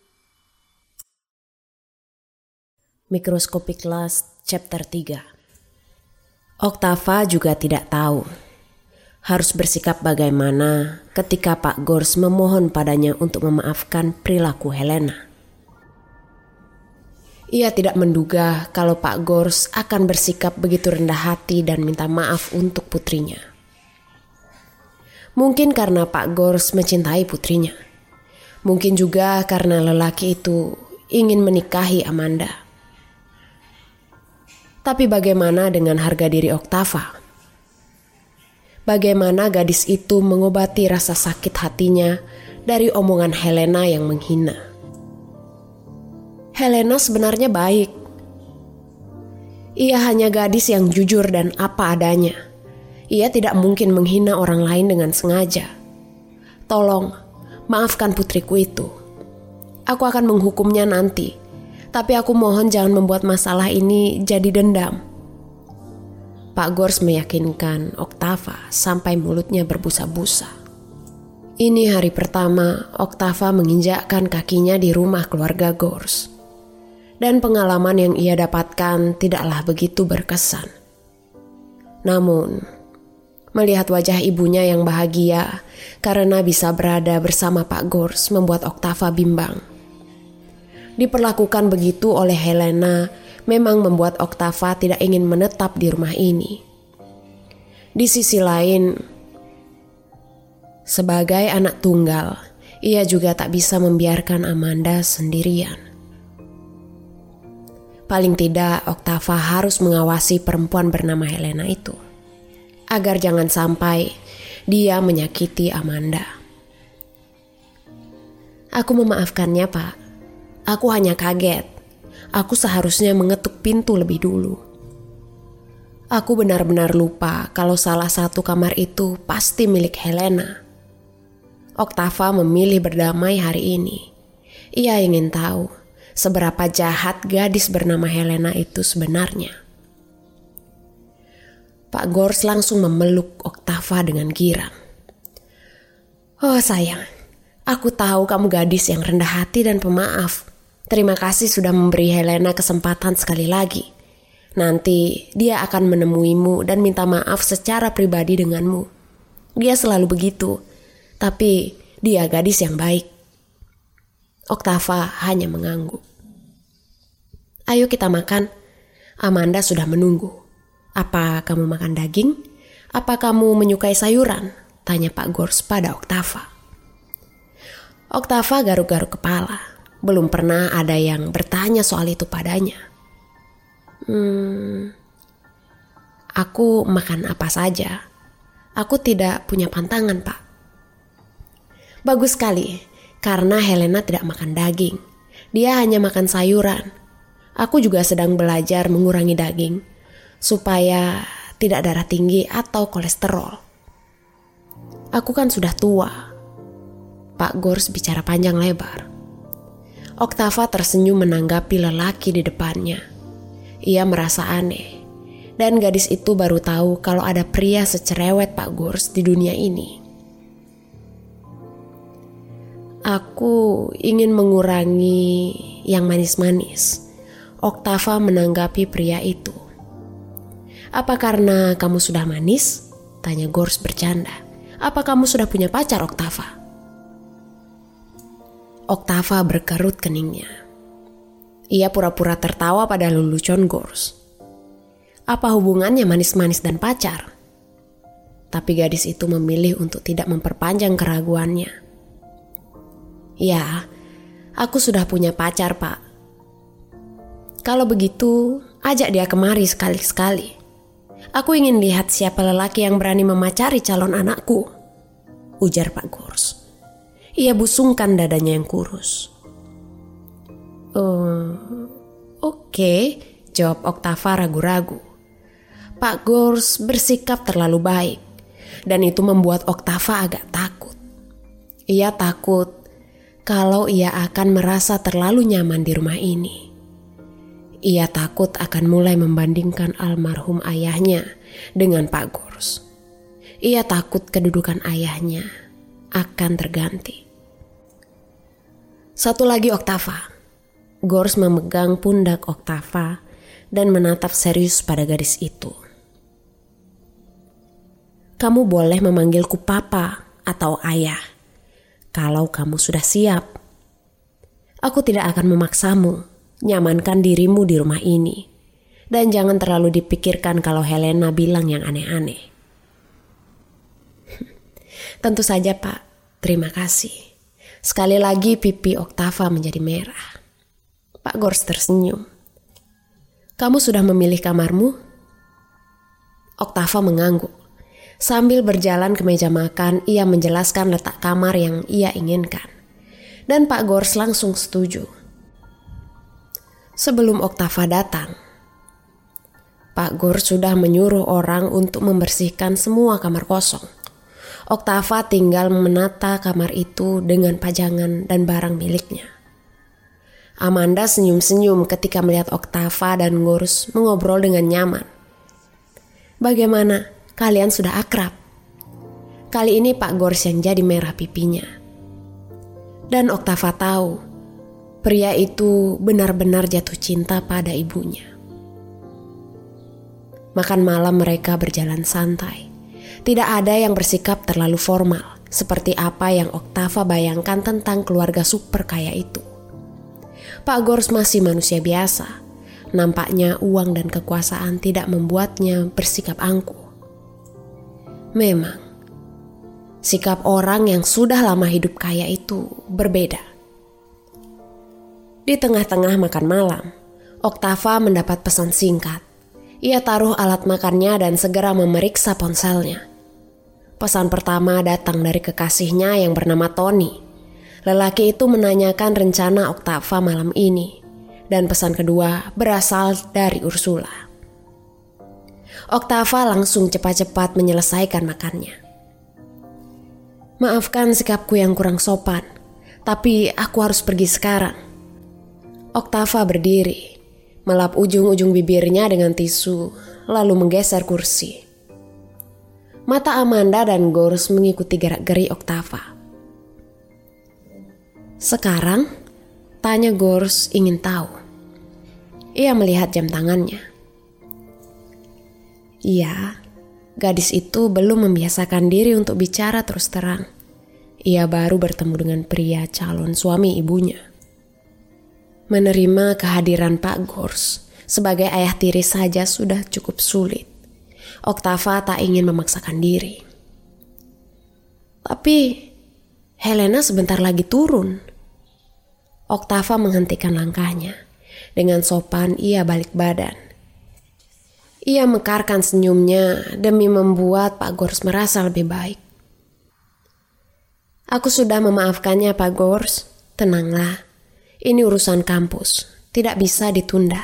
Mikroskopik Last Chapter 3. Oktava juga tidak tahu harus bersikap bagaimana ketika Pak Gors memohon padanya untuk memaafkan perilaku Helena. Ia tidak menduga kalau Pak Gors akan bersikap begitu rendah hati dan minta maaf untuk putrinya. Mungkin karena Pak Gors mencintai putrinya. Mungkin juga karena lelaki itu ingin menikahi Amanda. Tapi bagaimana dengan harga diri Oktava? Bagaimana gadis itu mengobati rasa sakit hatinya dari omongan Helena yang menghina? Helena sebenarnya baik. Ia hanya gadis yang jujur dan apa adanya. Ia tidak mungkin menghina orang lain dengan sengaja. Tolong, maafkan putriku itu. Aku akan menghukumnya nanti, tapi aku mohon jangan membuat masalah ini jadi dendam. Pak Gors meyakinkan Oktava sampai mulutnya berbusa-busa. Ini hari pertama Oktava menginjakkan kakinya di rumah keluarga Gors. Dan pengalaman yang ia dapatkan tidaklah begitu berkesan. Namun, melihat wajah ibunya yang bahagia karena bisa berada bersama Pak Gors membuat Oktava bimbang. Diperlakukan begitu oleh Helena memang membuat Oktava tidak ingin menetap di rumah ini. Di sisi lain, sebagai anak tunggal, ia juga tak bisa membiarkan Amanda sendirian. Paling tidak, Oktava harus mengawasi perempuan bernama Helena itu, agar jangan sampai dia menyakiti Amanda. "Aku memaafkannya, Pak. Aku hanya kaget. Aku seharusnya mengetuk pintu lebih dulu. Aku benar-benar lupa kalau salah satu kamar itu pasti milik Helena." Oktava memilih berdamai hari ini. Ia ingin tahu seberapa jahat gadis bernama Helena itu sebenarnya. Pak Gors langsung memeluk Oktava dengan girang. "Oh sayang, aku tahu kamu gadis yang rendah hati dan pemaaf. Terima kasih sudah memberi Helena kesempatan sekali lagi. Nanti dia akan menemuimu dan minta maaf secara pribadi denganmu. Dia selalu begitu, tapi dia gadis yang baik." Oktava hanya mengangguk. Ayo kita makan. Amanda sudah menunggu. Apa kamu makan daging? Apa kamu menyukai sayuran? Tanya Pak Gors pada Oktava. Oktava garuk-garuk kepala. Belum pernah ada yang bertanya soal itu padanya. Aku makan apa saja. Aku tidak punya pantangan, Pak. Bagus sekali, karena Helena tidak makan daging. Dia hanya makan sayuran. Aku juga sedang belajar mengurangi daging, supaya tidak darah tinggi atau kolesterol. Aku kan sudah tua. Pak Gors bicara panjang lebar. Oktava tersenyum menanggapi lelaki di depannya. Ia merasa aneh, dan gadis itu baru tahu kalau ada pria secerewet Pak Gors di dunia ini. Aku ingin mengurangi yang manis-manis. Oktava menanggapi pria itu. Apa karena kamu sudah manis? Tanya Gors bercanda. Apa kamu sudah punya pacar, Oktava? Oktava berkerut keningnya. Ia pura-pura tertawa pada lelucon Gors. Apa hubungannya manis-manis dan pacar? Tapi gadis itu memilih untuk tidak memperpanjang keraguannya. Ya, aku sudah punya pacar, Pak. Kalau begitu, ajak dia kemari sekali-sekali. Aku ingin lihat siapa lelaki yang berani memacari calon anakku, ujar Pak Gors. Ia busungkan dadanya yang kurus. Oke, jawab Oktava ragu-ragu. Pak Gors bersikap terlalu baik, dan itu membuat Oktava agak takut. Ia takut kalau ia akan merasa terlalu nyaman di rumah ini. Ia takut akan mulai membandingkan almarhum ayahnya dengan Pak Gors. Ia takut kedudukan ayahnya akan terganti. Satu lagi, Oktava. Gors memegang pundak Oktava dan menatap serius pada gadis itu. Kamu boleh memanggilku papa atau ayah kalau kamu sudah siap. Aku tidak akan memaksamu. Nyamankan dirimu di rumah ini. Dan jangan terlalu dipikirkan kalau Helena bilang yang aneh-aneh. Tentu saja, Pak. Terima kasih. Sekali lagi pipi Oktava menjadi merah. Pak Gors tersenyum. Kamu sudah memilih kamarmu? Oktava mengangguk. Sambil berjalan ke meja makan, ia menjelaskan letak kamar yang ia inginkan. Dan Pak Gors langsung setuju. Sebelum Oktava datang, Pak Gors sudah menyuruh orang untuk membersihkan semua kamar kosong. Oktava tinggal menata kamar itu dengan pajangan dan barang miliknya. Amanda senyum-senyum ketika melihat Oktava dan Gors mengobrol dengan nyaman. Bagaimana? Kalian sudah akrab? Kali ini Pak Gors yang jadi merah pipinya. Dan Oktava tahu, pria itu benar-benar jatuh cinta pada ibunya. Makan malam mereka berjalan santai. Tidak ada yang bersikap terlalu formal, seperti apa yang Oktava bayangkan tentang keluarga super kaya itu. Pak Gors masih manusia biasa. Nampaknya uang dan kekuasaan tidak membuatnya bersikap angkuh. Memang, sikap orang yang sudah lama hidup kaya itu berbeda. Di tengah-tengah makan malam, Oktava mendapat pesan singkat. Ia taruh alat makannya dan segera memeriksa ponselnya. Pesan pertama datang dari kekasihnya yang bernama Tony. Lelaki itu menanyakan rencana Oktava malam ini. Dan pesan kedua berasal dari Ursula. Oktava langsung cepat-cepat menyelesaikan makannya. Maafkan sikapku yang kurang sopan, tapi aku harus pergi sekarang. Oktava berdiri, melap ujung-ujung bibirnya dengan tisu, lalu menggeser kursi. Mata Amanda dan Gors mengikuti gerak-geri Oktava. Sekarang, tanya Gors ingin tahu. Ia melihat jam tangannya. Iya, gadis itu belum membiasakan diri untuk bicara terus terang. Ia baru bertemu dengan pria calon suami ibunya. Menerima kehadiran Pak Gors sebagai ayah tiri saja sudah cukup sulit. Oktava tak ingin memaksakan diri. Tapi Helena sebentar lagi turun. Oktava menghentikan langkahnya. Dengan sopan ia balik badan. Ia mekarkan senyumnya demi membuat Pak Gors merasa lebih baik. Aku sudah memaafkannya, Pak Gors. Tenanglah, ini urusan kampus, tidak bisa ditunda.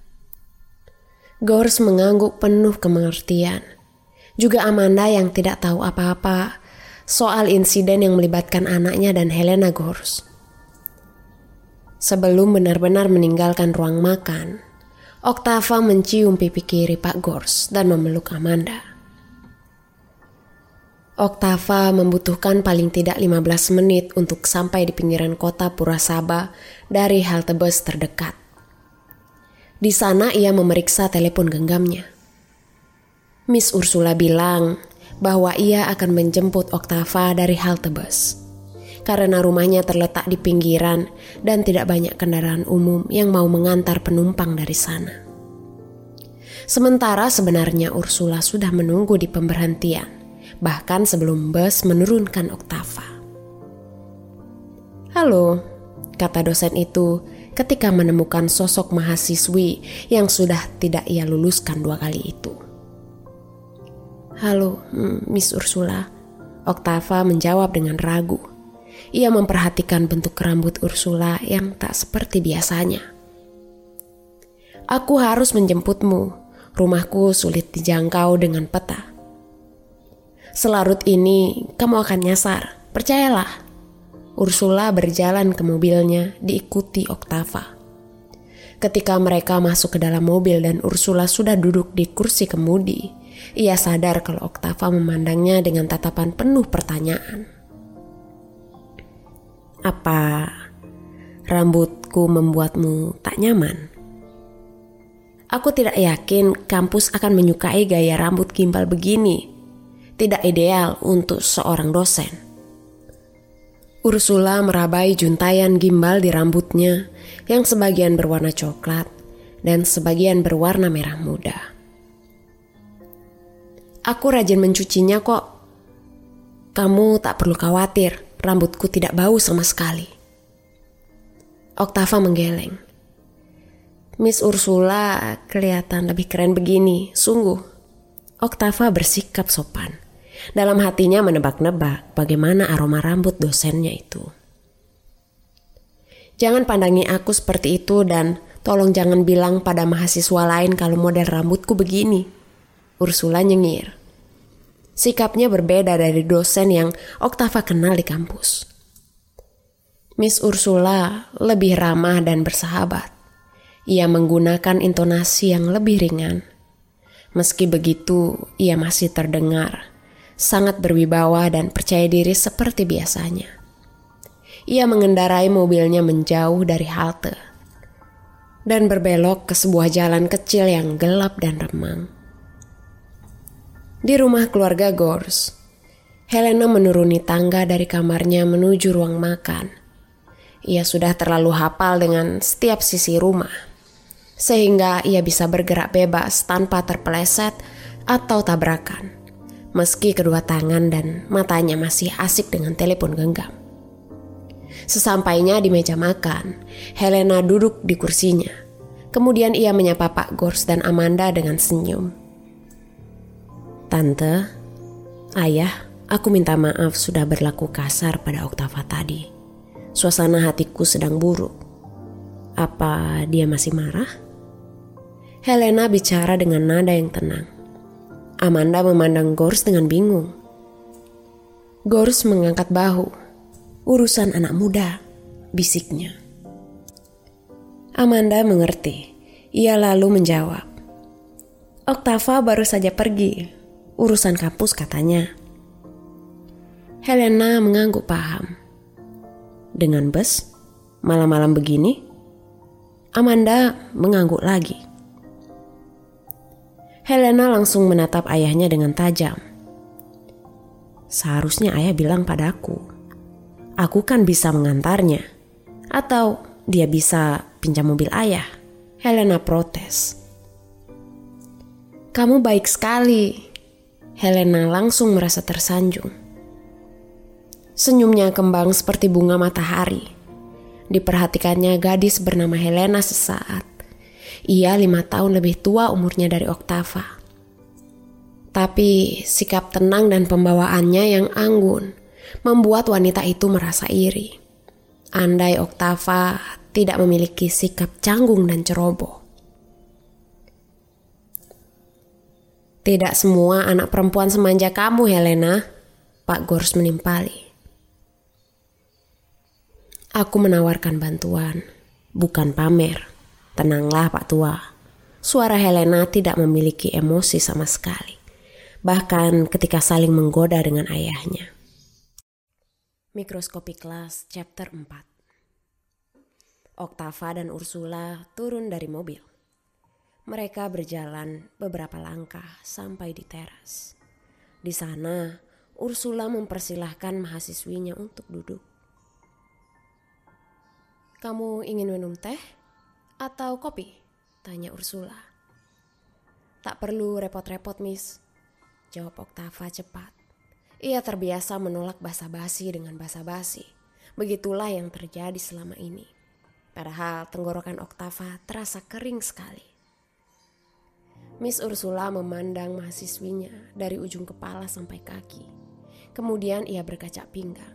Gors mengangguk penuh pengertian. Juga Amanda yang tidak tahu apa-apa soal insiden yang melibatkan anaknya dan Helena Gors. Sebelum benar-benar meninggalkan ruang makan, Oktava mencium pipi kiri Pak Gors dan memeluk Amanda. Oktava membutuhkan paling tidak 15 menit untuk sampai di pinggiran kota Purasaba dari halte bus terdekat. Di sana ia memeriksa telepon genggamnya. Miss Ursula bilang bahwa ia akan menjemput Oktava dari halte bus. Karena rumahnya terletak di pinggiran dan tidak banyak kendaraan umum yang mau mengantar penumpang dari sana. Sementara sebenarnya Ursula sudah menunggu di pemberhentian, bahkan sebelum bus menurunkan Oktava. "Halo," kata dosen itu ketika menemukan sosok mahasiswi yang sudah tidak ia luluskan 2 kali itu. "Halo, Miss Ursula," Oktava menjawab dengan ragu. Ia memperhatikan bentuk rambut Ursula yang tak seperti biasanya. "Aku harus menjemputmu. Rumahku sulit dijangkau dengan peta. Selarut ini kamu akan nyasar, percayalah." Ursula berjalan ke mobilnya diikuti Oktava. Ketika mereka masuk ke dalam mobil dan Ursula sudah duduk di kursi kemudi, ia sadar kalau Oktava memandangnya dengan tatapan penuh pertanyaan. "Apa rambutku membuatmu tak nyaman?" "Aku tidak yakin kampus akan menyukai gaya rambut gimbal begini. Tidak ideal untuk seorang dosen." Ursula merabai juntayan gimbal di rambutnya yang sebagian berwarna coklat dan sebagian berwarna merah muda. "Aku rajin mencucinya kok. Kamu tak perlu khawatir, rambutku tidak bau sama sekali." Oktava menggeleng. "Miss Ursula kelihatan lebih keren begini, sungguh." Oktava bersikap sopan. Dalam hatinya menebak-nebak bagaimana aroma rambut dosennya itu. "Jangan pandangi aku seperti itu dan tolong jangan bilang pada mahasiswa lain kalau model rambutku begini," Ursula nyengir. Sikapnya berbeda dari dosen yang Oktava kenal di kampus. Miss Ursula lebih ramah dan bersahabat. Ia menggunakan intonasi yang lebih ringan. Meski begitu, ia masih terdengar sangat berwibawa dan percaya diri seperti biasanya. Ia mengendarai mobilnya menjauh dari halte dan berbelok ke sebuah jalan kecil yang gelap dan remang. Di rumah keluarga Gors, Helena menuruni tangga dari kamarnya menuju ruang makan. Ia sudah terlalu hafal dengan setiap sisi rumah, sehingga ia bisa bergerak bebas tanpa terpeleset atau tabrakan. Meski kedua tangan dan matanya masih asik dengan telepon genggam. Sesampainya di meja makan, Helena duduk di kursinya. Kemudian ia menyapa Pak Gors dan Amanda dengan senyum. "Tante, Ayah, aku minta maaf sudah berlaku kasar pada Oktava tadi. Suasana hatiku sedang buruk. Apa dia masih marah?" Helena bicara dengan nada yang tenang. Amanda memandang Gors dengan bingung. Gors mengangkat bahu. "Urusan anak muda," bisiknya. Amanda mengerti. Ia lalu menjawab, "Oktava baru saja pergi. Urusan kampus katanya." Helena mengangguk paham. "Dengan bus? Malam-malam begini?" Amanda mengangguk lagi. Helena langsung menatap ayahnya dengan tajam. "Seharusnya ayah bilang padaku. Aku kan bisa mengantarnya. Atau dia bisa pinjam mobil ayah, Helena protes. Kamu baik sekali. Helena langsung merasa tersanjung. Senyumnya kembang seperti bunga matahari. Diperhatikannya gadis bernama Helena sesaat. Ia 5 tahun lebih tua umurnya dari Oktava. Tapi sikap tenang dan pembawaannya yang anggun membuat wanita itu merasa iri. Andai Oktava tidak memiliki sikap canggung dan ceroboh. Tidak semua anak perempuan semanja kamu, Helena, Pak Gors menimpali. Aku menawarkan bantuan, bukan pamer. Tenanglah Pak Tua. Suara Helena tidak memiliki emosi sama sekali. Bahkan ketika saling menggoda dengan ayahnya. Mikroskopi kelas chapter 4. Oktava dan Ursula turun dari mobil. Mereka berjalan beberapa langkah sampai di teras. Di sana, Ursula mempersilahkan mahasiswinya untuk duduk. Kamu ingin minum teh atau kopi? Tanya Ursula. Tak perlu repot-repot, Miss, jawab Oktava cepat. Ia terbiasa menolak basa-basi dengan basa-basi. Begitulah yang terjadi selama ini. Padahal tenggorokan Oktava terasa kering sekali. Miss Ursula memandang mahasiswinya dari ujung kepala sampai kaki. Kemudian ia berkaca pinggang.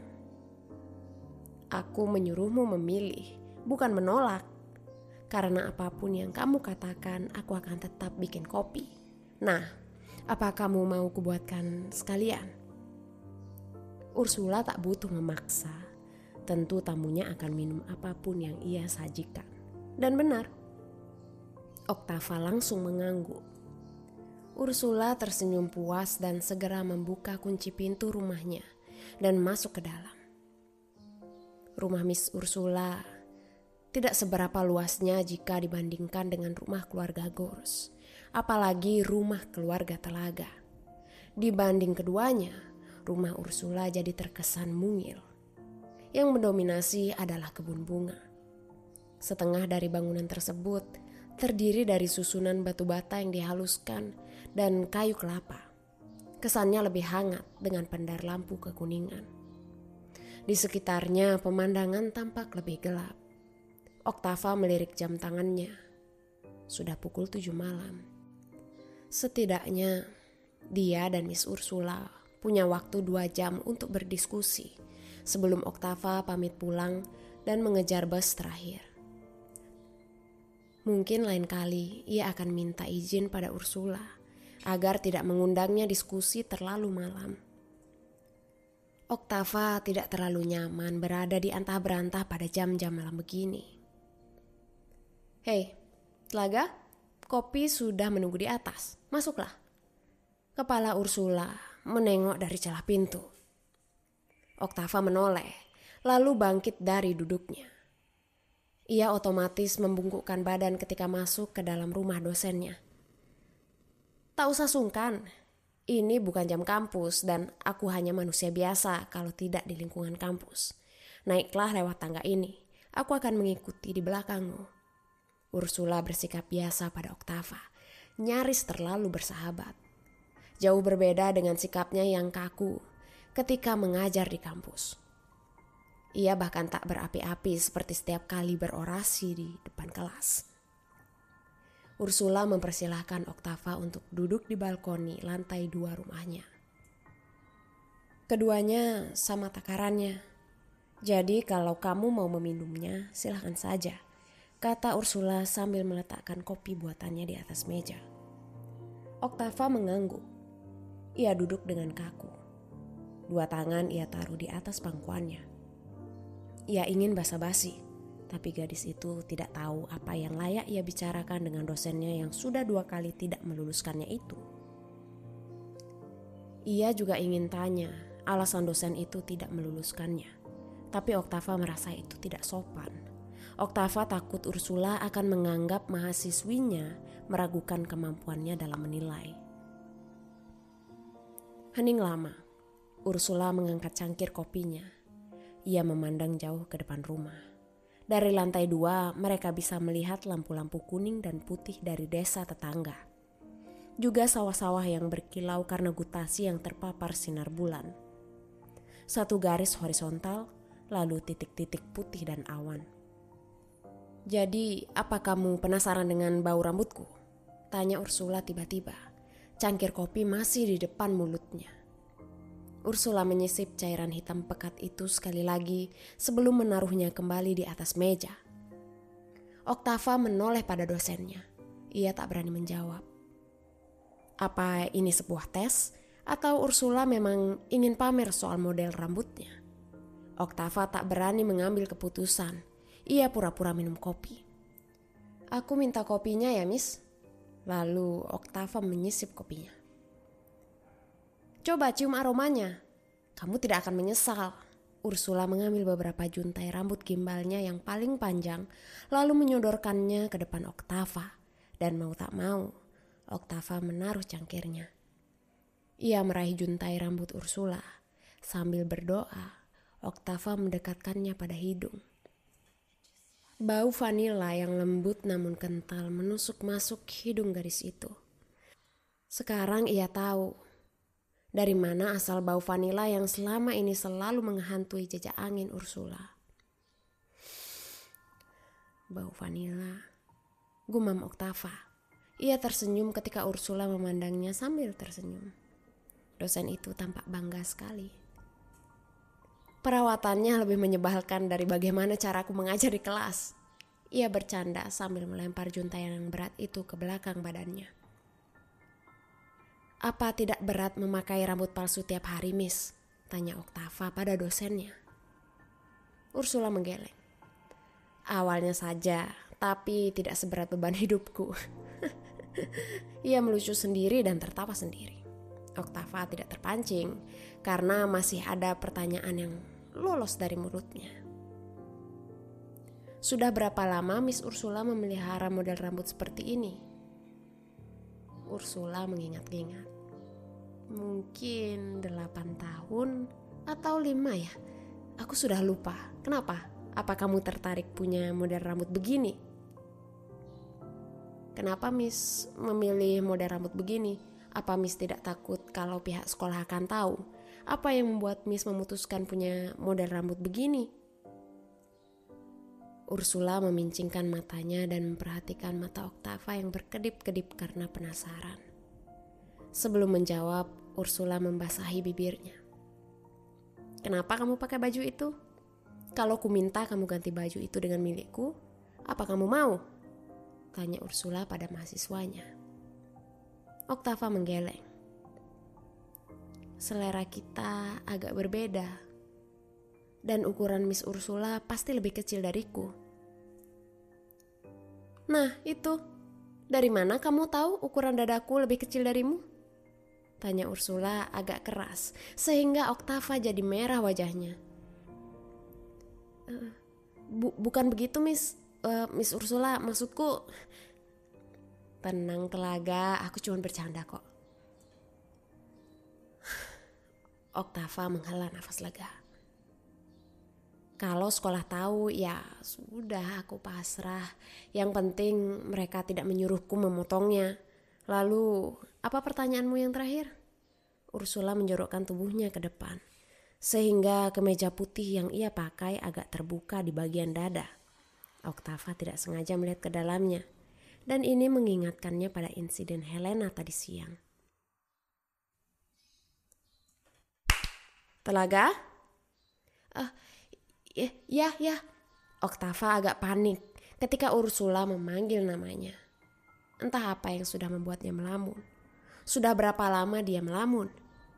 Aku menyuruhmu memilih, bukan menolak. Karena apapun yang kamu katakan, aku akan tetap bikin kopi. Nah, apa kamu mau kubuatkan sekalian? Ursula tak butuh memaksa. Tentu tamunya akan minum apapun yang ia sajikan. Dan benar, Oktava langsung mengangguk. Ursula tersenyum puas dan segera membuka kunci pintu rumahnya dan masuk ke dalam. Rumah Miss Ursula tidak seberapa luasnya jika dibandingkan dengan rumah keluarga Gors, apalagi rumah keluarga Telaga. Dibanding keduanya, rumah Ursula jadi terkesan mungil. Yang mendominasi adalah kebun bunga. Setengah dari bangunan tersebut terdiri dari susunan batu bata yang dihaluskan dan kayu kelapa. Kesannya lebih hangat dengan pendar lampu kekuningan. Di sekitarnya pemandangan tampak lebih gelap. Oktava melirik jam tangannya. Sudah pukul 7 malam. Setidaknya dia dan Miss Ursula punya waktu 2 jam untuk berdiskusi sebelum Oktava pamit pulang dan mengejar bus terakhir. Mungkin lain kali ia akan minta izin pada Ursula agar tidak mengundangnya diskusi terlalu malam. Oktava tidak terlalu nyaman berada di antah berantah pada jam-jam malam begini. Hei, Telaga, kopi sudah menunggu di atas. Masuklah. Kepala Ursula menengok dari celah pintu. Oktava menoleh, lalu bangkit dari duduknya. Ia otomatis membungkukkan badan ketika masuk ke dalam rumah dosennya. Tak usah sungkan, ini bukan jam kampus dan aku hanya manusia biasa kalau tidak di lingkungan kampus. Naiklah lewat tangga ini, aku akan mengikuti di belakangmu. Ursula bersikap biasa pada Oktava, nyaris terlalu bersahabat. Jauh berbeda dengan sikapnya yang kaku ketika mengajar di kampus. Ia bahkan tak berapi-api seperti setiap kali berorasi di depan kelas. Ursula mempersilahkan Oktava untuk duduk di balkoni lantai 2 rumahnya. Keduanya sama takarannya. Jadi kalau kamu mau meminumnya, silahkan saja, kata Ursula sambil meletakkan kopi buatannya di atas meja. Oktava mengangguk. Ia duduk dengan kaku. 2 tangan ia taruh di atas pangkuannya. Ia ingin basa-basi, tapi gadis itu tidak tahu apa yang layak ia bicarakan dengan dosennya yang sudah 2 kali tidak meluluskannya itu. Ia juga ingin tanya alasan dosen itu tidak meluluskannya, tapi Oktava merasa itu tidak sopan. Oktava takut Ursula akan menganggap mahasiswinya meragukan kemampuannya dalam menilai. Hening lama, Ursula mengangkat cangkir kopinya. Ia memandang jauh ke depan rumah. Dari lantai 2 mereka bisa melihat lampu-lampu kuning dan putih dari desa tetangga. Juga sawah-sawah yang berkilau karena gutasi yang terpapar sinar bulan. Satu garis horizontal, lalu titik-titik putih dan awan. "Jadi, apa kamu penasaran dengan bau rambutku?" tanya Ursula tiba-tiba. Cangkir kopi masih di depan mulutnya. Ursula menyisip cairan hitam pekat itu sekali lagi sebelum menaruhnya kembali di atas meja. Oktava menoleh pada dosennya. Ia tak berani menjawab. Apa ini sebuah tes atau Ursula memang ingin pamer soal model rambutnya? Oktava tak berani mengambil keputusan. Ia pura-pura minum kopi. "Aku minta kopinya ya, Miss." Lalu Oktava menyisip kopinya. "Coba cium aromanya. Kamu tidak akan menyesal." Ursula mengambil beberapa juntai rambut gimbalnya yang paling panjang, lalu menyodorkannya ke depan Oktava. Dan mau tak mau, Oktava menaruh cangkirnya. Ia meraih juntai rambut Ursula. Sambil berdoa, Oktava mendekatkannya pada hidung. Bau vanila yang lembut namun kental menusuk masuk hidung gadis itu. Sekarang ia tahu dari mana asal bau vanila yang selama ini selalu menghantui jejak angin Ursula. Bau vanila, gumam Oktava. Ia tersenyum ketika Ursula memandangnya sambil tersenyum. Dosen itu tampak bangga sekali. "Perawatannya lebih menyebalkan dari bagaimana caraku mengajar di kelas." Ia bercanda sambil melempar juntai yang berat itu ke belakang badannya. "Apa tidak berat memakai rambut palsu tiap hari, Miss?" tanya Oktava pada dosennya. Ursula menggeleng. "Awalnya saja, tapi tidak seberat beban hidupku." Ia melucu sendiri dan tertawa sendiri. Oktava tidak terpancing karena masih ada pertanyaan yang lolos dari mulutnya. "Sudah berapa lama Miss Ursula memelihara model rambut seperti ini?" Ursula mengingat-ingat. "Mungkin 8 tahun atau 5 ya. Aku sudah lupa. Kenapa? Apa kamu tertarik punya model rambut begini?" "Kenapa Miss memilih model rambut begini? Apa Miss tidak takut kalau pihak sekolah akan tahu? Apa yang membuat Miss memutuskan punya model rambut begini?" Ursula memincingkan matanya dan memperhatikan mata Oktava yang berkedip-kedip karena penasaran. Sebelum menjawab, Ursula membasahi bibirnya. "Kenapa kamu pakai baju itu? Kalau ku minta kamu ganti baju itu dengan milikku, apa kamu mau?" tanya Ursula pada mahasiswanya. Oktava menggeleng. "Selera kita agak berbeda. Dan ukuran Miss Ursula pasti lebih kecil dariku." "Nah itu, dari mana kamu tahu ukuran dadaku lebih kecil darimu?" tanya Ursula agak keras, sehingga Oktava jadi merah wajahnya. Bukan begitu Miss Ursula, maksudku..." "Tenang Telaga, aku cuma bercanda kok." Oktava menghela nafas lega. "Kalau sekolah tahu, ya sudah, aku pasrah. Yang penting mereka tidak menyuruhku memotongnya. Lalu, apa pertanyaanmu yang terakhir?" Ursula menjorokkan tubuhnya ke depan, sehingga kemeja putih yang ia pakai agak terbuka di bagian dada. Oktava tidak sengaja melihat ke dalamnya, dan ini mengingatkannya pada insiden Helena tadi siang. "Telaga?" Ya. Oktava agak panik ketika Ursula memanggil namanya. Entah apa yang sudah membuatnya melamun. Sudah berapa lama dia melamun?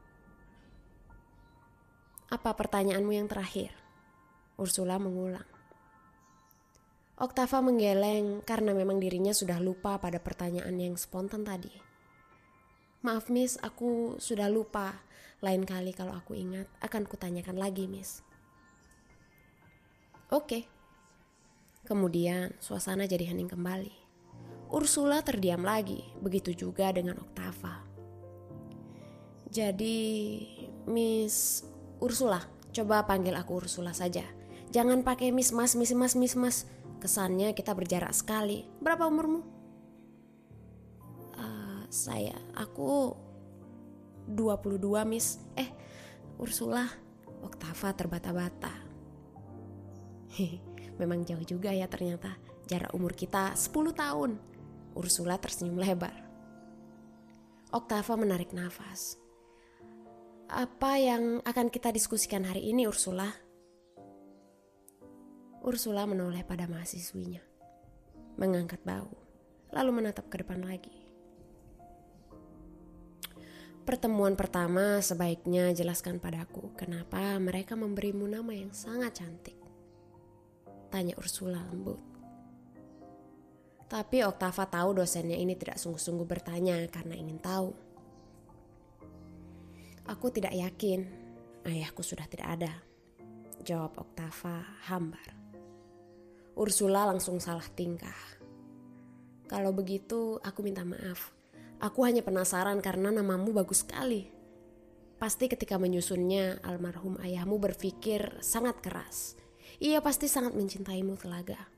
"Apa pertanyaanmu yang terakhir?" Ursula mengulang. Oktava menggeleng karena memang dirinya sudah lupa pada pertanyaan yang spontan tadi. "Maaf Miss, aku sudah lupa. Lain kali kalau aku ingat akan kutanyakan lagi Miss." "Oke." Kemudian suasana jadi hening kembali. Ursula terdiam lagi, begitu juga dengan Oktava. "Jadi Miss Ursula, coba panggil aku Ursula saja. Jangan pakai Miss Mas. Kesannya kita berjarak sekali. Berapa umurmu? Aku 22, Miss. Ursula, Oktava terbata-bata. Memang jauh juga ya ternyata. Jarak umur kita 10 tahun. Ursula tersenyum lebar. Oktava menarik nafas. Apa yang akan kita diskusikan hari ini, Ursula? Ursula menoleh pada mahasiswinya, mengangkat bahu, lalu menatap ke depan lagi. Pertemuan pertama sebaiknya jelaskan padaku kenapa mereka memberimu nama yang sangat cantik, tanya Ursula lembut. Tapi Oktava tahu dosennya ini tidak sungguh-sungguh bertanya karena ingin tahu. Aku tidak yakin, ayahku sudah tidak ada, jawab Oktava hambar. Ursula langsung salah tingkah. Kalau begitu aku minta maaf. Aku hanya penasaran karena namamu bagus sekali. Pasti ketika menyusunnya almarhum ayahmu berpikir sangat keras. Ia pasti sangat mencintaimu, Telaga.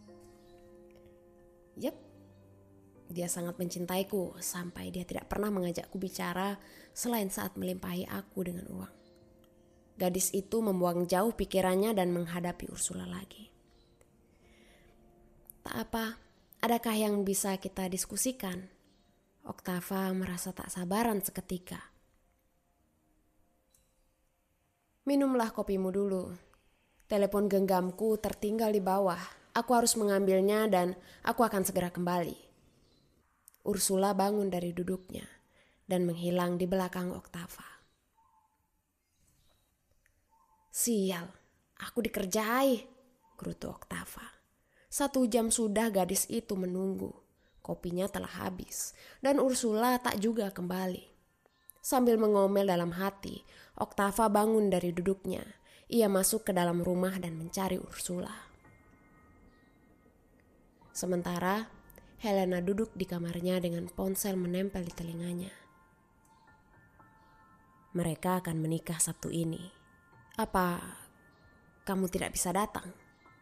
Yep, dia sangat mencintaiku sampai dia tidak pernah mengajakku bicara selain saat melimpahi aku dengan uang. Gadis itu membuang jauh pikirannya dan menghadapi Ursula lagi. Tak apa, adakah yang bisa kita diskusikan? Oktava merasa tak sabaran seketika. Minumlah kopimu dulu. Telepon genggamku tertinggal di bawah. Aku harus mengambilnya dan aku akan segera kembali. Ursula bangun dari duduknya dan menghilang di belakang Oktava. Sial, aku dikerjai, gerutu Oktava. 1 jam sudah gadis itu menunggu. Kopinya telah habis dan Ursula tak juga kembali. Sambil mengomel dalam hati, Oktava bangun dari duduknya. Ia masuk ke dalam rumah dan mencari Ursula. Sementara Helena duduk di kamarnya dengan ponsel menempel di telinganya. Mereka akan menikah Sabtu ini. Apa kamu tidak bisa datang?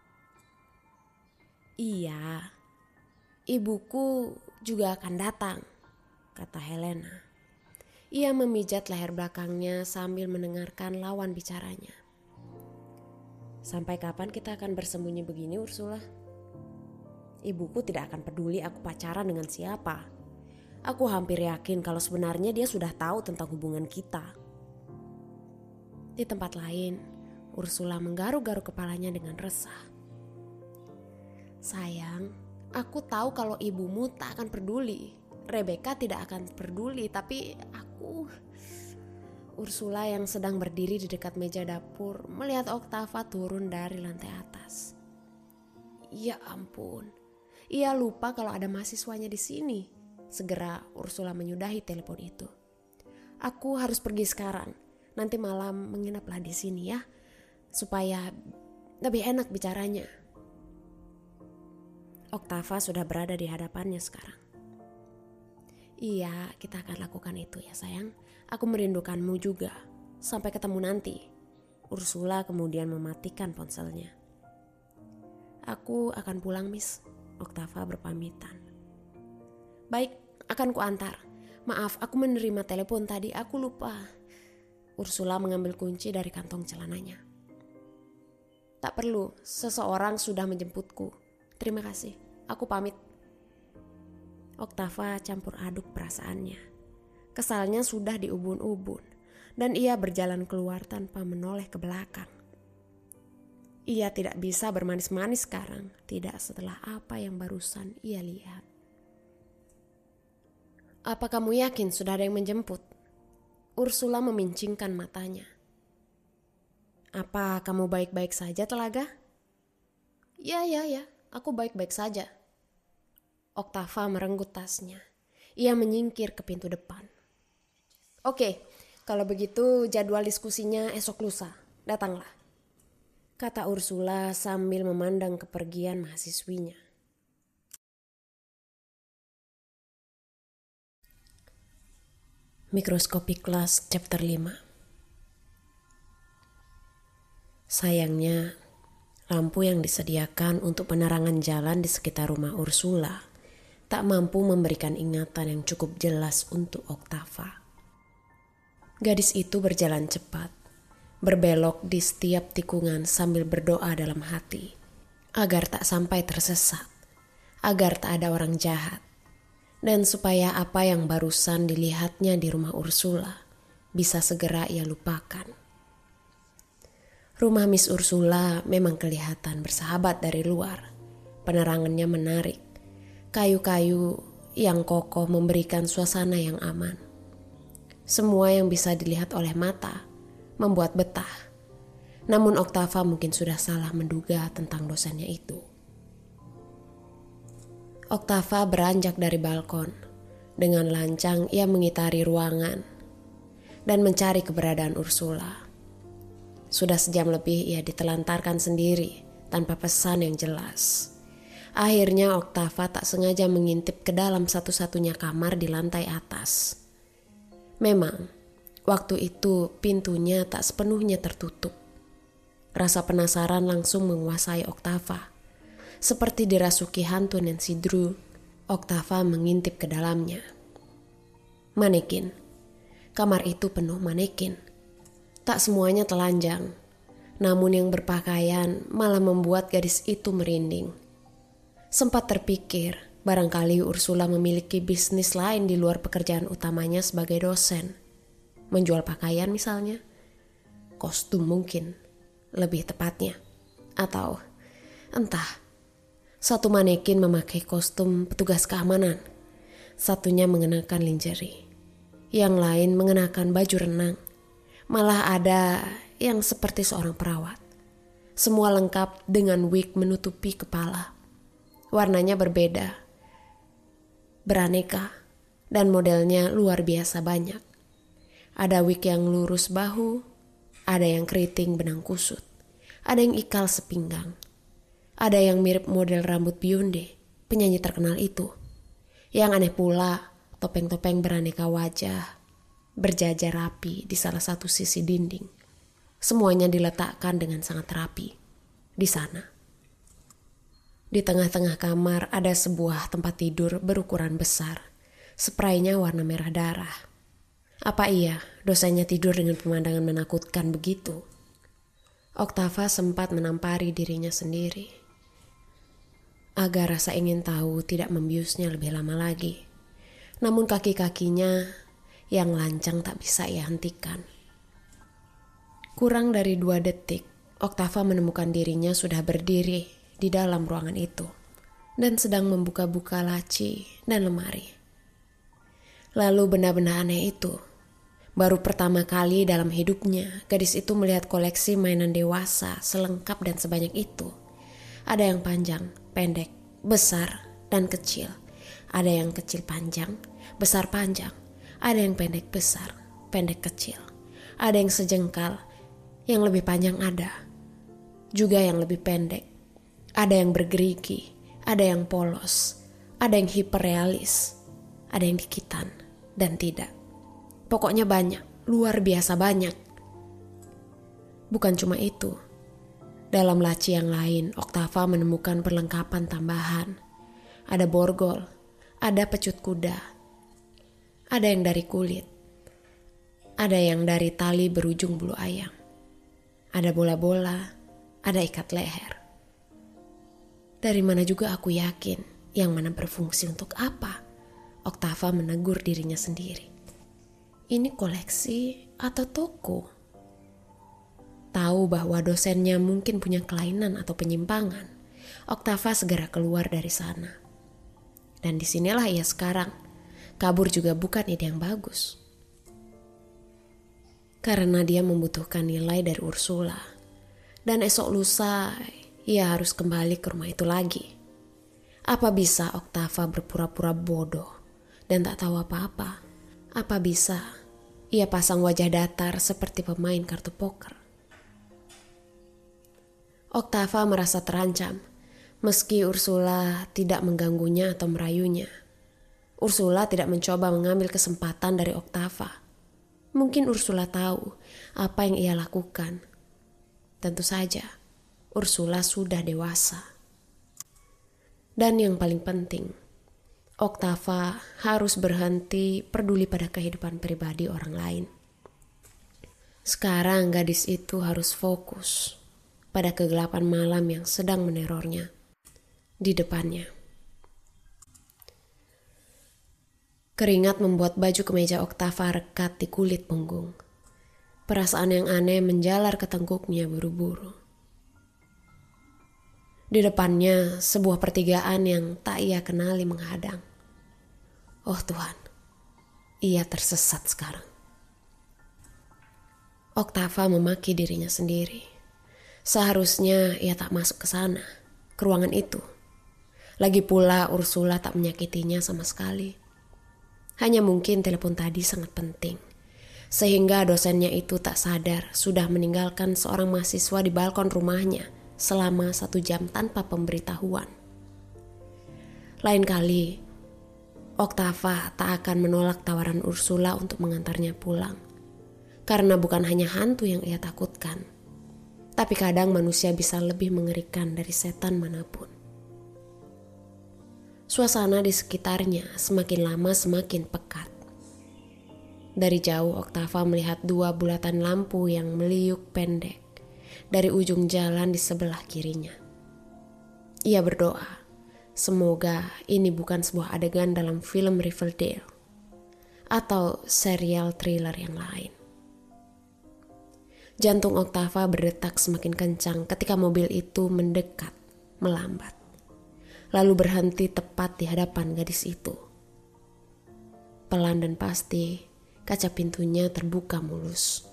Iya, ibuku juga akan datang, kata Helena. Ia memijat leher belakangnya sambil mendengarkan lawan bicaranya. Sampai kapan kita akan bersembunyi begini, Ursula? Ibuku tidak akan peduli aku pacaran dengan siapa. Aku hampir yakin kalau sebenarnya dia sudah tahu tentang hubungan kita. Di tempat lain, Ursula menggaruk-garuk kepalanya dengan resah. Sayang, aku tahu kalau ibumu tak akan peduli. Rebecca tidak akan peduli, tapi aku... Ursula yang sedang berdiri di dekat meja dapur melihat Oktava turun dari lantai atas. Ya ampun, ia lupa kalau ada mahasiswanya di sini. Segera Ursula menyudahi telepon itu. Aku harus pergi sekarang. Nanti malam menginaplah di sini ya, supaya lebih enak bicaranya. Oktava sudah berada di hadapannya sekarang. Iya, kita akan lakukan itu ya sayang. Aku merindukanmu juga. Sampai ketemu nanti. Ursula kemudian mematikan ponselnya. Aku akan pulang, Miss. Oktava berpamitan. Baik, akan kuantar. Maaf, aku menerima telepon tadi. Aku lupa. Ursula mengambil kunci dari kantong celananya. Tak perlu, seseorang sudah menjemputku. Terima kasih, aku pamit. Oktava campur aduk perasaannya. Kesalnya sudah diubun-ubun dan ia berjalan keluar tanpa menoleh ke belakang. Ia tidak bisa bermanis-manis sekarang, tidak setelah apa yang barusan ia lihat. Apa kamu yakin sudah ada yang menjemput? Ursula memincingkan matanya. Apa kamu baik-baik saja, Telaga? Ya. Aku baik-baik saja. Oktava merenggut tasnya. Ia menyingkir ke pintu depan. Oke, kalau begitu jadwal diskusinya esok lusa. Datanglah, kata Ursula sambil memandang kepergian mahasiswinya. Mikroskopi kelas chapter 5. Sayangnya, Lampu yang disediakan untuk penerangan jalan di sekitar rumah Ursula tak mampu memberikan ingatan yang cukup jelas untuk Oktava. Gadis itu berjalan cepat, berbelok di setiap tikungan sambil berdoa dalam hati, agar tak sampai tersesat, agar tak ada orang jahat, dan supaya apa yang barusan dilihatnya di rumah Ursula bisa segera ia lupakan. Rumah Miss Ursula memang kelihatan bersahabat dari luar. Penerangannya menarik. Kayu-kayu yang kokoh memberikan suasana yang aman. Semua yang bisa dilihat oleh mata membuat betah. Namun Oktava mungkin sudah salah menduga tentang dosennya itu. Oktava beranjak dari balkon. Dengan lancang ia mengitari ruangan dan mencari keberadaan Ursula. Sudah sejam lebih ia ditelantarkan sendiri tanpa pesan yang jelas. Akhirnya Oktava tak sengaja mengintip ke dalam satu-satunya kamar di lantai atas. Memang, waktu itu pintunya tak sepenuhnya tertutup. Rasa penasaran langsung menguasai Oktava. Seperti dirasuki hantu Nancy Drew, Oktava mengintip ke dalamnya. Manekin. Kamar itu penuh manekin. Tak semuanya telanjang, namun yang berpakaian malah membuat gadis itu merinding. Sempat terpikir, barangkali Ursula memiliki bisnis lain di luar pekerjaan utamanya sebagai dosen. Menjual pakaian misalnya, kostum mungkin, lebih tepatnya. Atau, entah, satu manekin memakai kostum petugas keamanan, satunya mengenakan lingerie, yang lain mengenakan baju renang. Malah ada yang seperti seorang perawat. Semua lengkap dengan wig menutupi kepala. Warnanya berbeda, beraneka, dan modelnya luar biasa banyak. Ada wig yang lurus bahu, ada yang keriting benang kusut, ada yang ikal sepinggang, ada yang mirip model rambut Beyonce, penyanyi terkenal itu. Yang aneh pula, topeng-topeng beraneka wajah berjajar rapi di salah satu sisi dinding. Semuanya diletakkan dengan sangat rapi di sana. Di tengah-tengah kamar ada sebuah tempat tidur berukuran besar. Spraynya warna merah darah. Apa iya dosennya tidur dengan pemandangan menakutkan begitu? Oktava sempat menampari dirinya sendiri, agar rasa ingin tahu tidak membiusnya lebih lama lagi. Namun kaki-kakinya yang lancang tak bisa ia hentikan. Kurang dari 2 detik, Oktava menemukan dirinya sudah berdiri di dalam ruangan itu dan sedang membuka-buka laci dan lemari. Lalu benda-benda aneh itu. Baru pertama kali dalam hidupnya, gadis itu melihat koleksi mainan dewasa selengkap dan sebanyak itu. Ada yang panjang, pendek, besar, dan kecil. Ada yang kecil panjang, besar panjang. Ada yang pendek besar, pendek kecil. Ada yang sejengkal, yang lebih panjang ada. Juga yang lebih pendek. Ada yang bergerigi, ada yang polos, ada yang hiperrealis, ada yang dikitan, dan tidak. Pokoknya banyak, luar biasa banyak. Bukan cuma itu. Dalam laci yang lain, Oktava menemukan perlengkapan tambahan. Ada borgol, ada pecut kuda. Ada yang dari kulit, ada yang dari tali berujung bulu ayam, ada bola-bola, ada ikat leher. Dari mana juga aku yakin yang mana berfungsi untuk apa? Oktava menegur dirinya sendiri. Ini koleksi atau toko? Tahu bahwa dosennya mungkin punya kelainan atau penyimpangan, Oktava segera keluar dari sana. Dan disinilah ia sekarang. Kabur juga bukan ide yang bagus. Karena dia membutuhkan nilai dari Ursula. Dan esok lusa ia harus kembali ke rumah itu lagi. Apa bisa Oktava berpura-pura bodoh dan tak tahu apa-apa? Apa bisa ia pasang wajah datar seperti pemain kartu poker? Oktava merasa terancam meski Ursula tidak mengganggunya atau merayunya. Ursula tidak mencoba mengambil kesempatan dari Oktava. Mungkin Ursula tahu apa yang ia lakukan. Tentu saja, Ursula sudah dewasa. Dan yang paling penting, Oktava harus berhenti peduli pada kehidupan pribadi orang lain. Sekarang gadis itu harus fokus pada kegelapan malam yang sedang menerornya di depannya. Keringat membuat baju kemeja Oktava rekat di kulit punggung. Perasaan yang aneh menjalar ke tengkuknya buru-buru. Di depannya sebuah pertigaan yang tak ia kenali menghadang. Oh Tuhan, ia tersesat sekarang. Oktava memaki dirinya sendiri. Seharusnya ia tak masuk ke sana, ke ruangan itu. Lagi pula Ursula tak menyakitinya sama sekali. Hanya mungkin telepon tadi sangat penting, sehingga dosennya itu tak sadar sudah meninggalkan seorang mahasiswa di balkon rumahnya selama 1 jam tanpa pemberitahuan. Lain kali, Oktava tak akan menolak tawaran Ursula untuk mengantarnya pulang. Karena bukan hanya hantu yang ia takutkan, tapi kadang manusia bisa lebih mengerikan dari setan manapun. Suasana di sekitarnya semakin lama semakin pekat. Dari jauh Oktava melihat 2 bulatan lampu yang meliuk pendek dari ujung jalan di sebelah kirinya. Ia berdoa, semoga ini bukan sebuah adegan dalam film Riverdale atau serial thriller yang lain. Jantung Oktava berdetak semakin kencang ketika mobil itu mendekat, melambat. Lalu berhenti tepat di hadapan gadis itu. Pelan dan pasti, kaca pintunya terbuka mulus.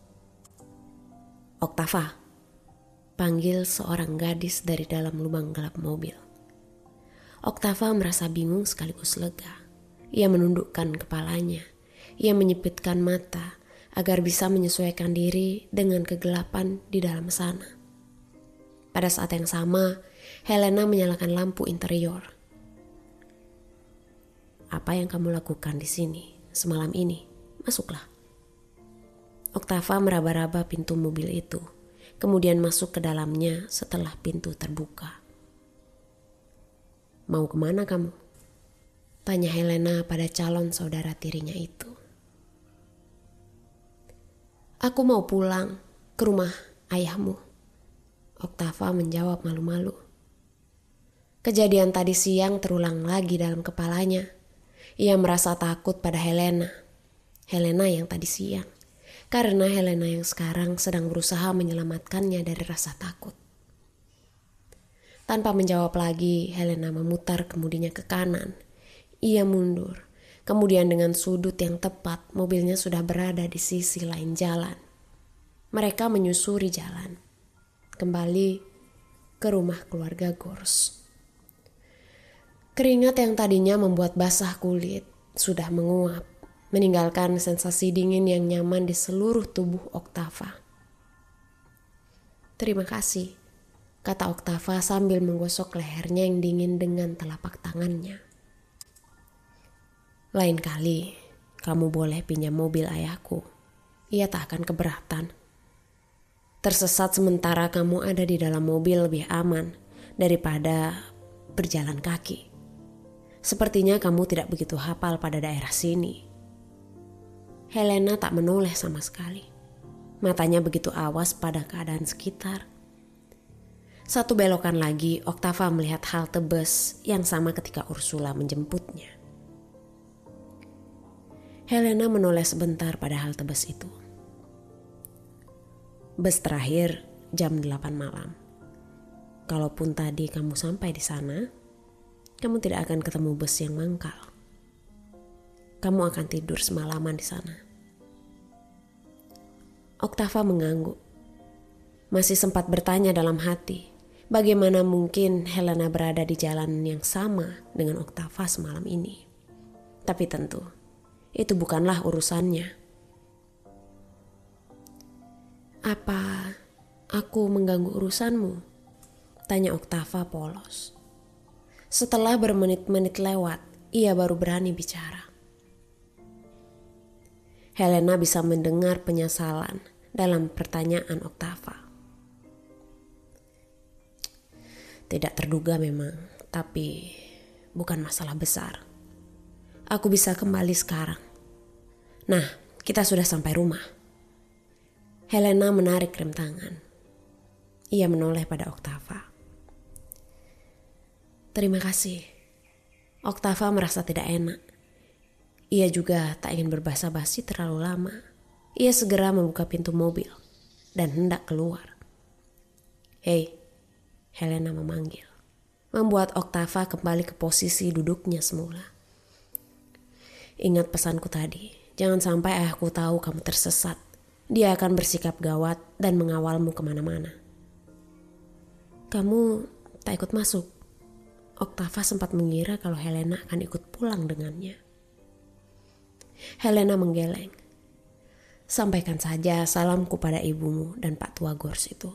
Oktava, panggil seorang gadis dari dalam lubang gelap mobil. Oktava merasa bingung sekaligus lega. Ia menundukkan kepalanya. Ia menyipitkan mata agar bisa menyesuaikan diri dengan kegelapan di dalam sana. Pada saat yang sama, Helena menyalakan lampu interior. Apa yang kamu lakukan di sini semalam ini? Masuklah. Oktava meraba-raba pintu mobil itu, kemudian masuk ke dalamnya setelah pintu terbuka. Mau kemana kamu? Tanya Helena pada calon saudara tirinya itu. Aku mau pulang ke rumah ayahmu. Oktava menjawab malu-malu. Kejadian tadi siang terulang lagi dalam kepalanya. Ia merasa takut pada Helena. Helena yang tadi siang. Karena Helena yang sekarang sedang berusaha menyelamatkannya dari rasa takut. Tanpa menjawab lagi, Helena memutar kemudinya ke kanan. Ia mundur. Kemudian dengan sudut yang tepat, mobilnya sudah berada di sisi lain jalan. Mereka menyusuri jalan. Kembali ke rumah keluarga Gors. Keringat yang tadinya membuat basah kulit sudah menguap, meninggalkan sensasi dingin yang nyaman di seluruh tubuh Oktava. Terima kasih, kata Oktava sambil menggosok lehernya yang dingin dengan telapak tangannya. Lain kali, kamu boleh pinjam mobil ayahku. Ia tak akan keberatan. Tersesat sementara kamu ada di dalam mobil lebih aman daripada berjalan kaki. Sepertinya kamu tidak begitu hafal pada daerah sini. Helena tak menoleh sama sekali. Matanya begitu awas pada keadaan sekitar. Satu belokan lagi, Oktava melihat halte bus yang sama ketika Ursula menjemputnya. Helena menoleh sebentar pada halte bus itu. Bus terakhir jam 8 malam. Kalaupun tadi kamu sampai di sana, kamu tidak akan ketemu bus yang mangkal. Kamu akan tidur semalaman di sana. Oktava mengangguk. Masih sempat bertanya dalam hati, bagaimana mungkin Helena berada di jalan yang sama dengan Oktava semalam ini. Tapi tentu, itu bukanlah urusannya. Apa aku mengganggu urusanmu? Tanya Oktava polos. Setelah bermenit-menit lewat, ia baru berani bicara. Helena bisa mendengar penyesalan dalam pertanyaan Oktava. tidak terduga memang, tapi bukan masalah besar. Aku bisa kembali sekarang. Nah, kita sudah sampai rumah. Helena menarik rem tangan. Ia menoleh pada Oktava. Terima kasih. Oktava merasa tidak enak. Ia juga tak ingin berbasa-basi terlalu lama. Ia segera membuka pintu mobil dan hendak keluar. Hei, Helena memanggil, membuat Oktava kembali ke posisi duduknya semula. Ingat pesanku tadi, jangan sampai ayahku tahu kamu tersesat. Dia akan bersikap gawat dan mengawalmu kemana-mana. Kamu tak ikut masuk? Oktava sempat mengira kalau Helena akan ikut pulang dengannya. Helena menggeleng. Sampaikan saja salamku pada ibumu dan Pak Tua Gors itu.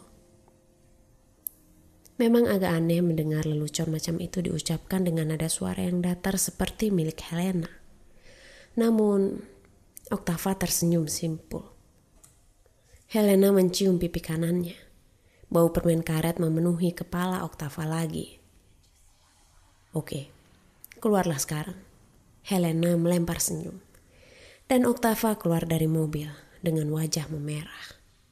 Memang agak aneh mendengar lelucon macam itu diucapkan dengan nada suara yang datar seperti milik Helena. Namun, Oktava tersenyum simpul. Helena mencium pipi kanannya. Bau permen karet memenuhi kepala Oktava lagi. Oke, keluarlah sekarang. Helena melempar senyum. Dan Oktava keluar dari mobil dengan wajah memerah.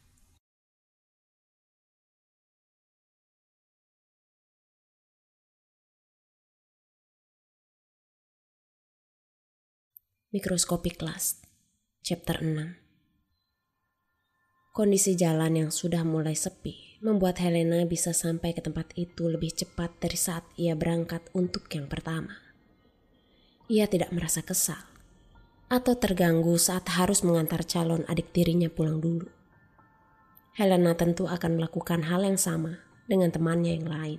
Mikroskopik kelas, chapter 6. Kondisi jalan yang sudah mulai sepi membuat Helena bisa sampai ke tempat itu lebih cepat dari saat ia berangkat untuk yang pertama. Ia tidak merasa kesal atau terganggu saat harus mengantar calon adik tirinya pulang dulu. Helena tentu akan melakukan hal yang sama dengan temannya yang lain.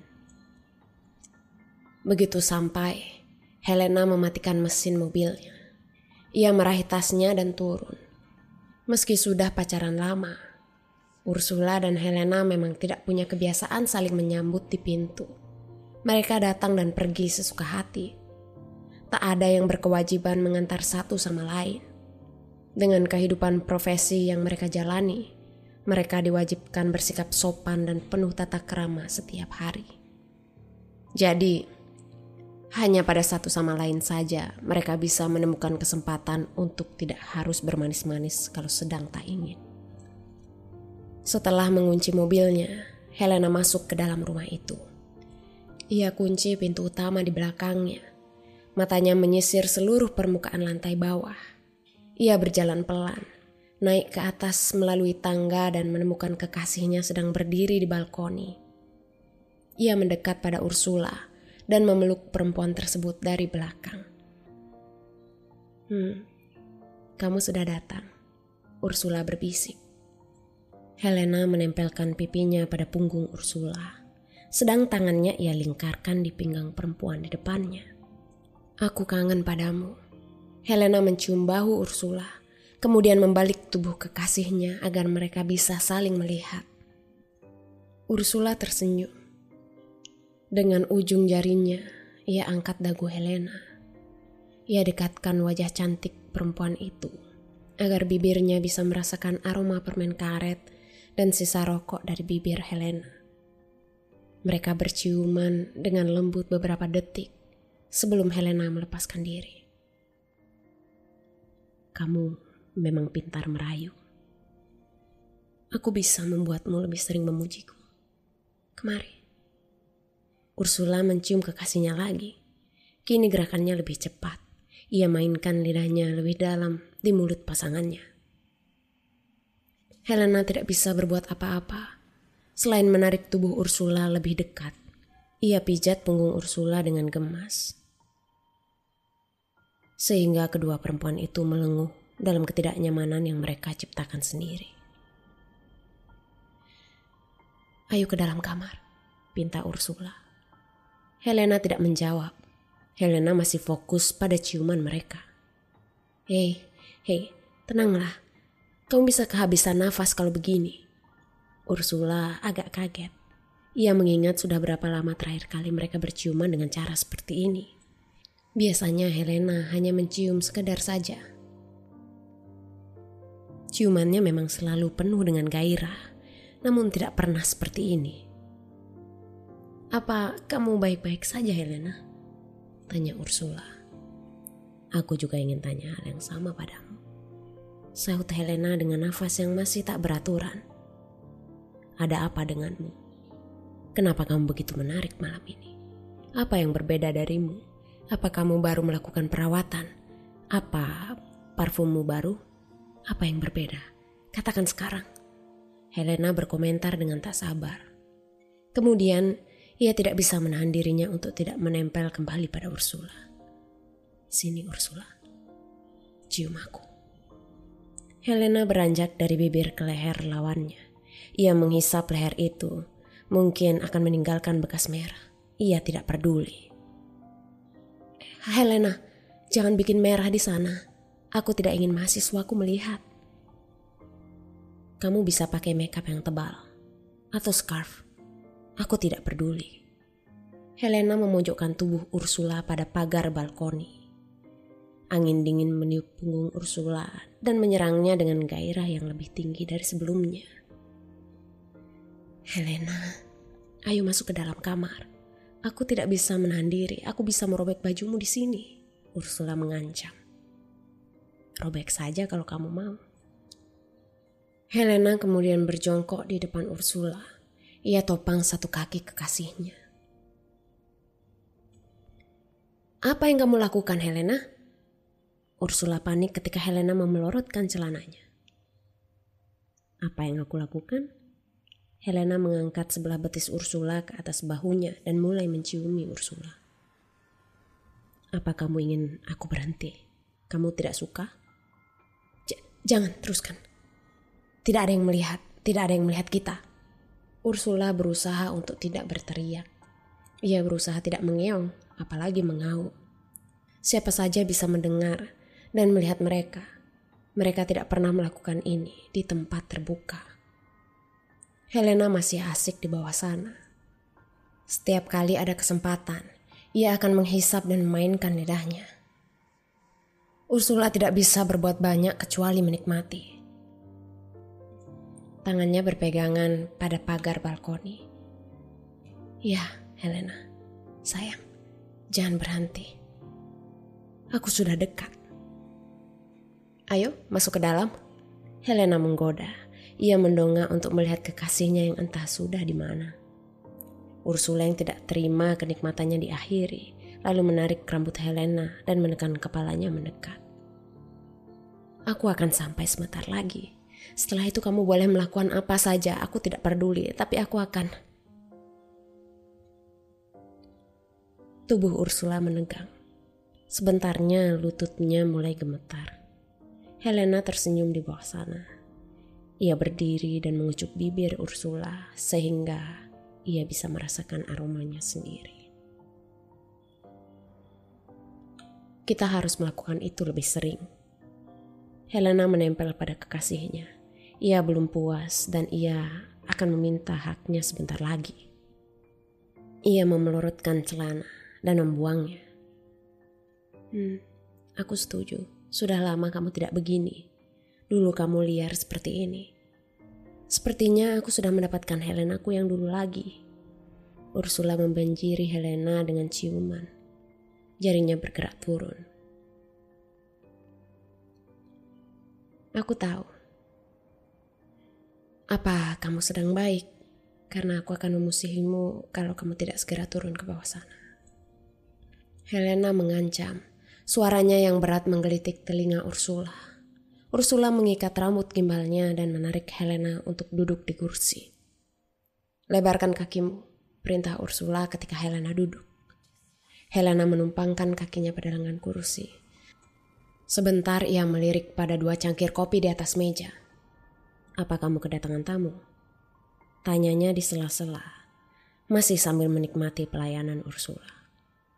Begitu sampai, Helena mematikan mesin mobilnya. Ia meraih tasnya dan turun. Meski sudah pacaran lama, Ursula dan Helena memang tidak punya kebiasaan saling menyambut di pintu. Mereka datang dan pergi sesuka hati. Tak ada yang berkewajiban mengantar satu sama lain. Dengan kehidupan profesi yang mereka jalani, mereka diwajibkan bersikap sopan dan penuh tata krama setiap hari. Jadi, hanya pada satu sama lain saja mereka bisa menemukan kesempatan untuk tidak harus bermanis-manis kalau sedang tak ingin. Setelah mengunci mobilnya, Helena masuk ke dalam rumah itu. Ia kunci pintu utama di belakangnya. Matanya menyisir seluruh permukaan lantai bawah. Ia berjalan pelan, naik ke atas melalui tangga dan menemukan kekasihnya sedang berdiri di balkoni. Ia mendekat pada Ursula dan memeluk perempuan tersebut dari belakang. Kamu sudah datang, Ursula berbisik. Helena menempelkan pipinya pada punggung Ursula, sedang tangannya ia lingkarkan di pinggang perempuan di depannya. Aku kangen padamu. Helena mencium bahu Ursula, kemudian membalik tubuh kekasihnya agar mereka bisa saling melihat. Ursula tersenyum. Dengan ujung jarinya, ia angkat dagu Helena. Ia dekatkan wajah cantik perempuan itu, agar bibirnya bisa merasakan aroma permen karet dan sisa rokok dari bibir Helena. Mereka berciuman dengan lembut beberapa detik sebelum Helena melepaskan diri. Kamu memang pintar merayu. Aku bisa membuatmu lebih sering memujiku. Kemari. Ursula mencium kekasihnya lagi. Kini gerakannya lebih cepat. Ia mainkan lidahnya lebih dalam di mulut pasangannya. Helena tidak bisa berbuat apa-apa selain menarik tubuh Ursula lebih dekat. Ia pijat punggung Ursula dengan gemas. Sehingga kedua perempuan itu melenguh dalam ketidaknyamanan yang mereka ciptakan sendiri. Ayo ke dalam kamar, pinta Ursula. Helena tidak menjawab. Helena masih fokus pada ciuman mereka. Hei, tenanglah. Kamu bisa kehabisan nafas kalau begini. Ursula agak kaget. Ia mengingat sudah berapa lama terakhir kali mereka berciuman dengan cara seperti ini. Biasanya Helena hanya mencium sekedar saja. Ciumannya memang selalu penuh dengan gairah, namun tidak pernah seperti ini. Apa kamu baik-baik saja, Helena? Tanya Ursula. Aku juga ingin tanya hal yang sama padamu, sahut Helena dengan nafas yang masih tak beraturan. Ada apa denganmu? Kenapa kamu begitu menarik malam ini? Apa yang berbeda darimu? Apa kamu baru melakukan perawatan? Apa parfummu baru? Apa yang berbeda? Katakan sekarang. Helena berkomentar dengan tak sabar. Kemudian ia tidak bisa menahan dirinya untuk tidak menempel kembali pada Ursula. Sini Ursula, cium aku. Helena beranjak dari bibir ke leher lawannya. Ia menghisap leher itu, mungkin akan meninggalkan bekas merah. Ia tidak peduli. Helena, jangan bikin merah di sana. Aku tidak ingin mahasiswaku melihat. Kamu bisa pakai makeup yang tebal atau scarf. Aku tidak peduli. Helena memojokkan tubuh Ursula pada pagar balkoni. Angin dingin meniup punggung Ursula dan menyerangnya dengan gairah yang lebih tinggi dari sebelumnya. Helena, ayo masuk ke dalam kamar. Aku tidak bisa menahan diri. Aku bisa merobek bajumu di sini. Ursula mengancam. Robek saja kalau kamu mau. Helena kemudian berjongkok di depan Ursula. Ia topang satu kaki kekasihnya. Apa yang kamu lakukan, Helena? Ursula panik ketika Helena memelorotkan celananya. Apa yang aku lakukan? Helena mengangkat sebelah betis Ursula ke atas bahunya dan mulai menciumi Ursula. Apa kamu ingin aku berhenti? Kamu tidak suka? Jangan, teruskan. Tidak ada yang melihat kita. Ursula berusaha untuk tidak berteriak. Ia berusaha tidak mengeong, apalagi mengaum. Siapa saja bisa mendengar dan melihat mereka. Mereka tidak pernah melakukan ini di tempat terbuka. Helena masih asik di bawah sana. Setiap kali ada kesempatan, ia akan menghisap dan memainkan lidahnya. Ursula tidak bisa berbuat banyak kecuali menikmati. Tangannya berpegangan pada pagar balkoni. Ya, Helena, sayang, jangan berhenti. Aku sudah dekat. Ayo, masuk ke dalam. Helena menggoda. Ia mendongak untuk melihat kekasihnya yang entah sudah di mana. Ursula yang tidak terima kenikmatannya diakhiri, lalu menarik rambut Helena dan menekan kepalanya mendekat. Aku akan sampai sebentar lagi. Setelah itu kamu boleh melakukan apa saja, aku tidak peduli, tapi aku akan. Tubuh Ursula menegang. Sebentarnya lututnya mulai gemetar. Helena tersenyum di bawah sana. Ia berdiri dan mengucuk bibir Ursula sehingga ia bisa merasakan aromanya sendiri. Kita harus melakukan itu lebih sering. Helena menempel pada kekasihnya. Ia belum puas dan ia akan meminta haknya sebentar lagi. Ia memelorotkan celana dan membuangnya. Aku setuju. Sudah lama kamu tidak begini. Dulu kamu liar seperti ini. Sepertinya aku sudah mendapatkan Helenaku yang dulu lagi. Ursula membanjiri Helena dengan ciuman. Jarinya bergerak turun. Aku tahu. Apa kamu sedang baik? Karena aku akan memusuhimu kalau kamu tidak segera turun ke bawah sana. Helena mengancam. Suaranya yang berat menggelitik telinga Ursula. Ursula mengikat rambut gimbalnya dan menarik Helena untuk duduk di kursi. Lebarkan kakimu, perintah Ursula ketika Helena duduk. Helena menumpangkan kakinya pada lengan kursi. Sebentar ia melirik pada 2 cangkir kopi di atas meja. Apa kamu kedatangan tamu? Tanyanya di sela-sela, masih sambil menikmati pelayanan Ursula.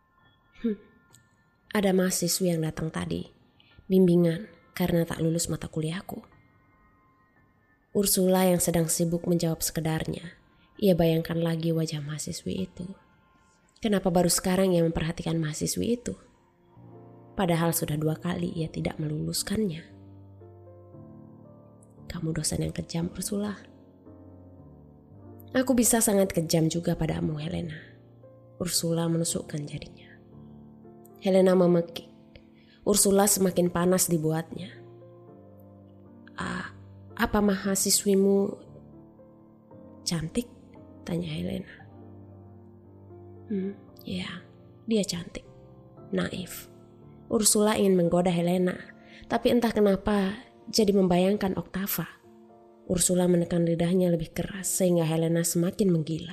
Ada mahasiswi yang datang tadi, bimbingan karena tak lulus mata kuliahku. Ursula yang sedang sibuk menjawab sekedarnya, ia bayangkan lagi wajah mahasiswi itu. Kenapa baru sekarang ia memperhatikan mahasiswi itu? Padahal sudah 2 kali ia tidak meluluskannya. Kamu dosen yang kejam, Ursula. Aku bisa sangat kejam juga padamu, Helena. Ursula menusukkan jarinya. Helena memekik. Ursula semakin panas dibuatnya. Apa mahasiswimu cantik? Tanya Helena. Ya, dia cantik. Naif. Ursula ingin menggoda Helena, tapi entah kenapa jadi membayangkan Octava. Ursula menekan lidahnya lebih keras sehingga Helena semakin menggila.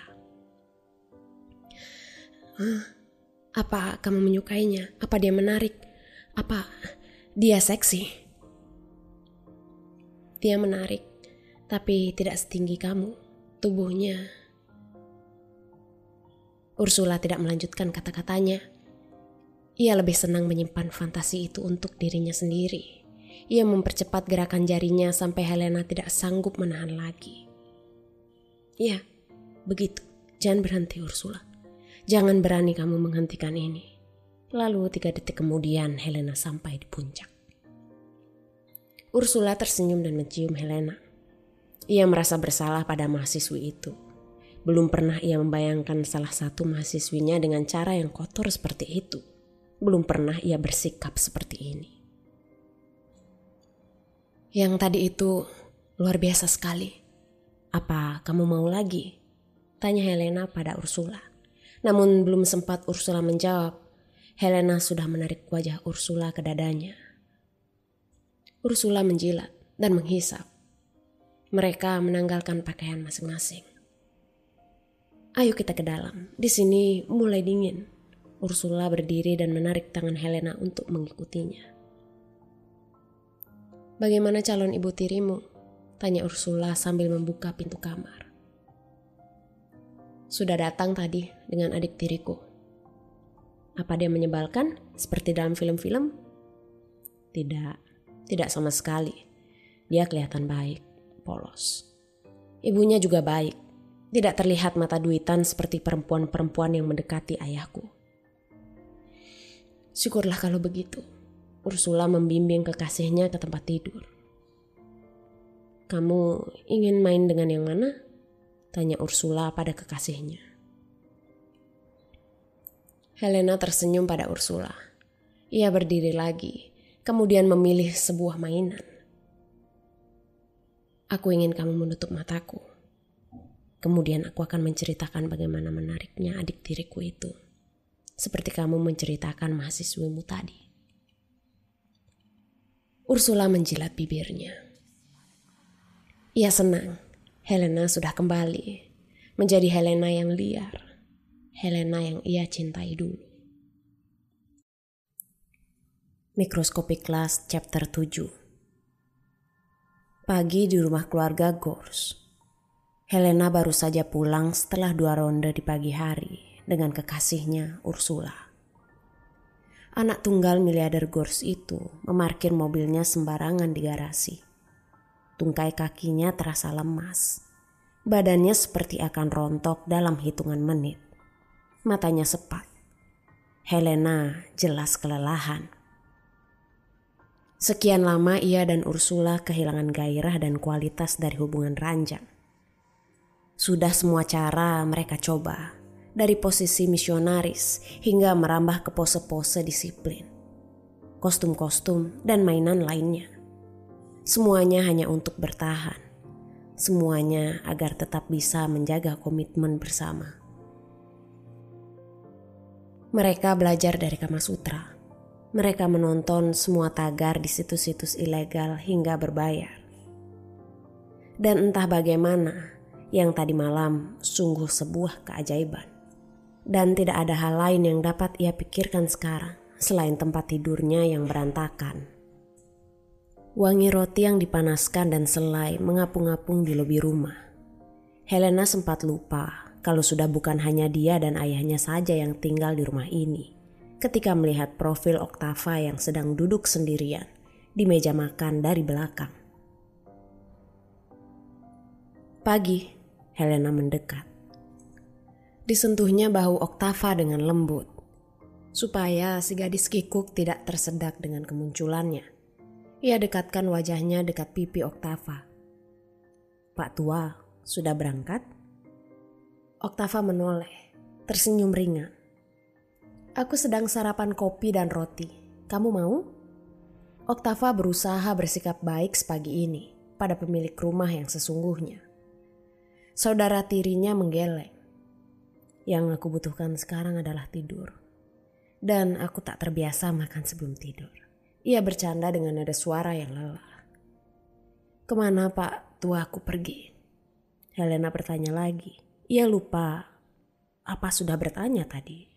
Apa kamu menyukainya? Apa dia menarik? Apa dia seksi? Dia menarik, tapi tidak setinggi kamu. Tubuhnya. Ursula tidak melanjutkan kata-katanya. Ia lebih senang menyimpan fantasi itu untuk dirinya sendiri. Ia mempercepat gerakan jarinya sampai Helena tidak sanggup menahan lagi. Ya, begitu. Jangan berhenti, Ursula. Jangan berani kamu menghentikan ini. Lalu 3 detik kemudian Helena sampai di puncak. Ursula tersenyum dan mencium Helena. Ia merasa bersalah pada mahasiswi itu. Belum pernah ia membayangkan salah satu mahasiswinya dengan cara yang kotor seperti itu. Belum pernah ia bersikap seperti ini. Yang tadi itu luar biasa sekali. Apa kamu mau lagi? Tanya Helena pada Ursula. Namun belum sempat Ursula menjawab, Helena sudah menarik wajah Ursula ke dadanya. Ursula menjilat dan menghisap. Mereka menanggalkan pakaian masing-masing. Ayo kita ke dalam, di sini mulai dingin. Ursula berdiri dan menarik tangan Helena untuk mengikutinya. Bagaimana calon ibu tirimu? Tanya Ursula sambil membuka pintu kamar. Sudah datang tadi dengan adik tiriku. Apa dia menyebalkan seperti dalam film-film? Tidak sama sekali. Dia kelihatan baik, polos. Ibunya juga baik. Tidak terlihat mata duitan seperti perempuan-perempuan yang mendekati ayahku. Syukurlah kalau begitu. Ursula membimbing kekasihnya ke tempat tidur. Kamu ingin main dengan yang mana? Tanya Ursula pada kekasihnya. Helena tersenyum pada Ursula. Ia berdiri lagi, kemudian memilih sebuah mainan. Aku ingin kamu menutup mataku. Kemudian aku akan menceritakan bagaimana menariknya adik tiriku itu. Seperti kamu menceritakan mahasiswimu tadi. Ursula menjilat bibirnya. Ia senang. Helena sudah kembali. Menjadi Helena yang liar. Helena yang ia cintai dulu. Mikroskopik Kelas Chapter 7. Pagi di rumah keluarga Gors. Helena baru saja pulang setelah 2 ronde di pagi hari dengan kekasihnya Ursula. Anak tunggal miliarder Gors itu memarkir mobilnya sembarangan di garasi. Tungkai kakinya terasa lemas. Badannya seperti akan rontok dalam hitungan menit. Matanya sepat. Helena jelas kelelahan. Sekian lama ia dan Ursula kehilangan gairah dan kualitas dari hubungan ranjang. Sudah semua cara mereka coba, dari posisi misionaris hingga merambah ke pose-pose disiplin, kostum-kostum dan mainan lainnya. Semuanya hanya untuk bertahan, semuanya agar tetap bisa menjaga komitmen bersama. Mereka belajar dari Kama Sutra. Mereka menonton semua tagar di situs-situs ilegal hingga berbayar. Dan entah bagaimana, yang tadi malam sungguh sebuah keajaiban. Dan tidak ada hal lain yang dapat ia pikirkan sekarang selain tempat tidurnya yang berantakan. Wangi roti yang dipanaskan dan selai mengapung-apung di lobi rumah. Helena sempat lupa kalau sudah bukan hanya dia dan ayahnya saja yang tinggal di rumah ini. Ketika melihat profil Octava yang sedang duduk sendirian di meja makan dari belakang. Pagi, Helena mendekat. Disentuhnya bahu Octava dengan lembut, supaya si gadis kikuk tidak tersedak dengan kemunculannya. Ia dekatkan wajahnya dekat pipi Octava. Pak tua, sudah berangkat? Octava menoleh, tersenyum ringan. Aku sedang sarapan kopi dan roti. Kamu mau? Oktava berusaha bersikap baik sepagi ini pada pemilik rumah yang sesungguhnya. Saudara tirinya menggeleng. Yang aku butuhkan sekarang adalah tidur. Dan aku tak terbiasa makan sebelum tidur. Ia bercanda dengan nada suara yang lelah. Kemana Pak tuaku pergi? Helena bertanya lagi. Ia lupa apa sudah bertanya tadi.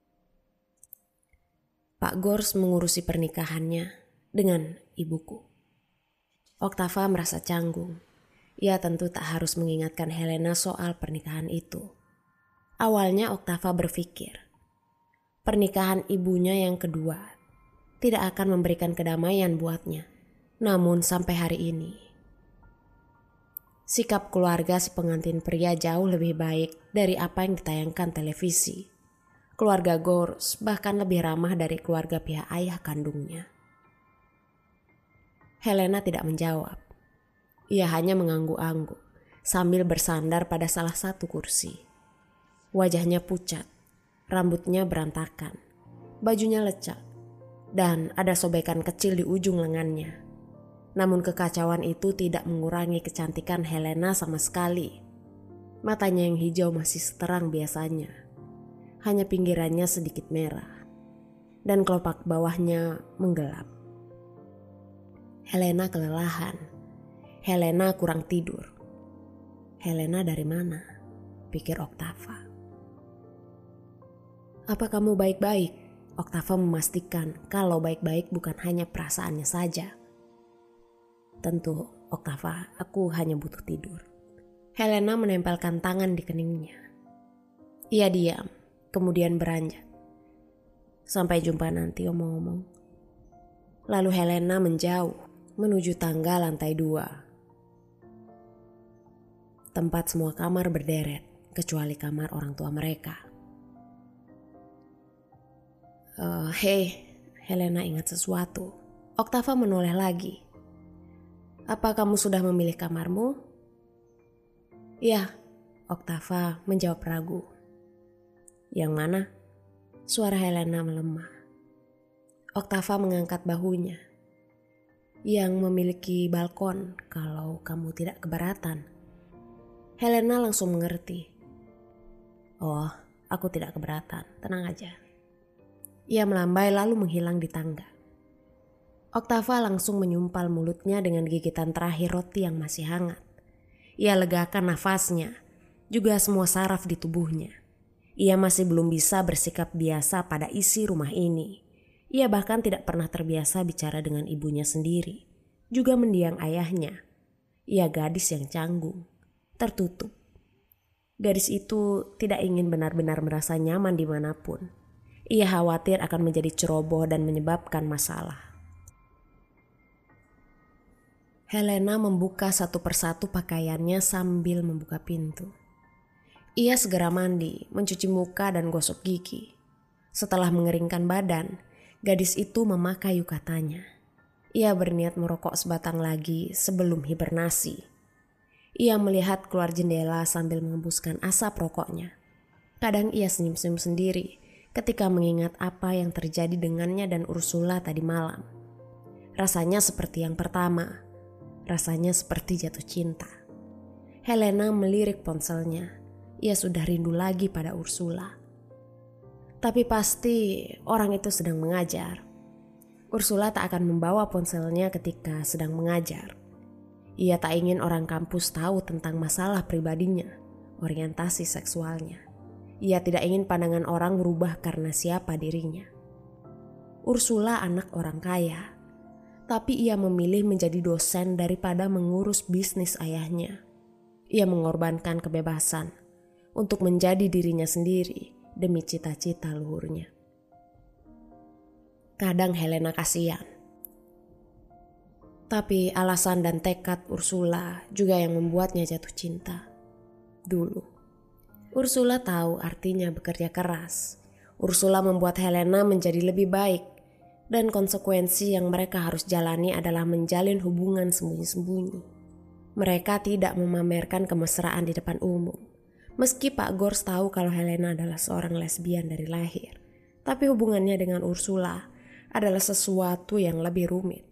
Pak Gors mengurusi pernikahannya dengan ibuku. Oktava merasa canggung. Ia tentu tak harus mengingatkan Helena soal pernikahan itu. Awalnya Oktava berpikir, pernikahan ibunya yang kedua tidak akan memberikan kedamaian buatnya. Namun sampai hari ini, sikap keluarga si pengantin pria jauh lebih baik dari apa yang ditayangkan televisi. Keluarga Gors bahkan lebih ramah dari keluarga pihak ayah kandungnya. Helena tidak menjawab. Ia hanya mengangguk-angguk sambil bersandar pada salah satu kursi. Wajahnya pucat, rambutnya berantakan, bajunya lecak, dan ada sobekan kecil di ujung lengannya. Namun kekacauan itu tidak mengurangi kecantikan Helena sama sekali. Matanya yang hijau masih seterang biasanya, hanya pinggirannya sedikit merah, dan kelopak bawahnya menggelap. Helena kelelahan, Helena kurang tidur. Helena dari mana? Pikir Oktava. Apa kamu baik-baik? Oktava memastikan kalau baik-baik bukan hanya perasaannya saja. Tentu, Oktava, aku hanya butuh tidur. Helena menempelkan tangan di keningnya. Ia diam, kemudian beranjak. Sampai jumpa nanti omong-omong. Lalu Helena menjauh menuju tangga lantai 2. Tempat semua kamar berderet, kecuali kamar orang tua mereka. Hei, Helena ingat sesuatu. Oktava menoleh lagi. Apa kamu sudah memilih kamarmu? Ya, Oktava menjawab ragu. Yang mana? Suara Helena melemah. Oktava mengangkat bahunya. Yang memiliki balkon kalau kamu tidak keberatan. Helena langsung mengerti. Oh, aku tidak keberatan, tenang aja. Ia melambai lalu menghilang di tangga. Oktava langsung menyumpal mulutnya dengan gigitan terakhir roti yang masih hangat. Ia legakan nafasnya, juga semua saraf di tubuhnya. Ia masih belum bisa bersikap biasa pada isi rumah ini. Ia bahkan tidak pernah terbiasa bicara dengan ibunya sendiri, juga mendiang ayahnya. Ia gadis yang canggung, tertutup. Gadis itu tidak ingin benar-benar merasa nyaman dimanapun. Ia khawatir akan menjadi ceroboh dan menyebabkan masalah. Helena membuka satu persatu pakaiannya sambil membuka pintu. Ia segera mandi, mencuci muka dan gosok gigi. Setelah mengeringkan badan, gadis itu memakai yukatanya. Ia berniat merokok sebatang lagi sebelum hibernasi. Ia melihat keluar jendela sambil mengembuskan asap rokoknya. Kadang ia senyum-senyum sendiri ketika mengingat apa yang terjadi dengannya dan Ursula tadi malam. Rasanya seperti yang pertama. Rasanya seperti jatuh cinta. Helena melirik ponselnya. Ia sudah rindu lagi pada Ursula. Tapi pasti orang itu sedang mengajar. Ursula tak akan membawa ponselnya ketika sedang mengajar. Ia tak ingin orang kampus tahu tentang masalah pribadinya, orientasi seksualnya. Ia tidak ingin pandangan orang berubah karena siapa dirinya. Ursula anak orang kaya, tapi ia memilih menjadi dosen daripada mengurus bisnis ayahnya. Ia mengorbankan kebebasan untuk menjadi dirinya sendiri demi cita-cita luhurnya. Kadang Helena kasihan. Tapi alasan dan tekad Ursula juga yang membuatnya jatuh cinta. Dulu. Ursula tahu artinya bekerja keras. Ursula membuat Helena menjadi lebih baik. Dan konsekuensi yang mereka harus jalani adalah menjalin hubungan sembunyi-sembunyi. Mereka tidak memamerkan kemesraan di depan umum. Meski Pak Gors tahu kalau Helena adalah seorang lesbian dari lahir. Tapi hubungannya dengan Ursula adalah sesuatu yang lebih rumit.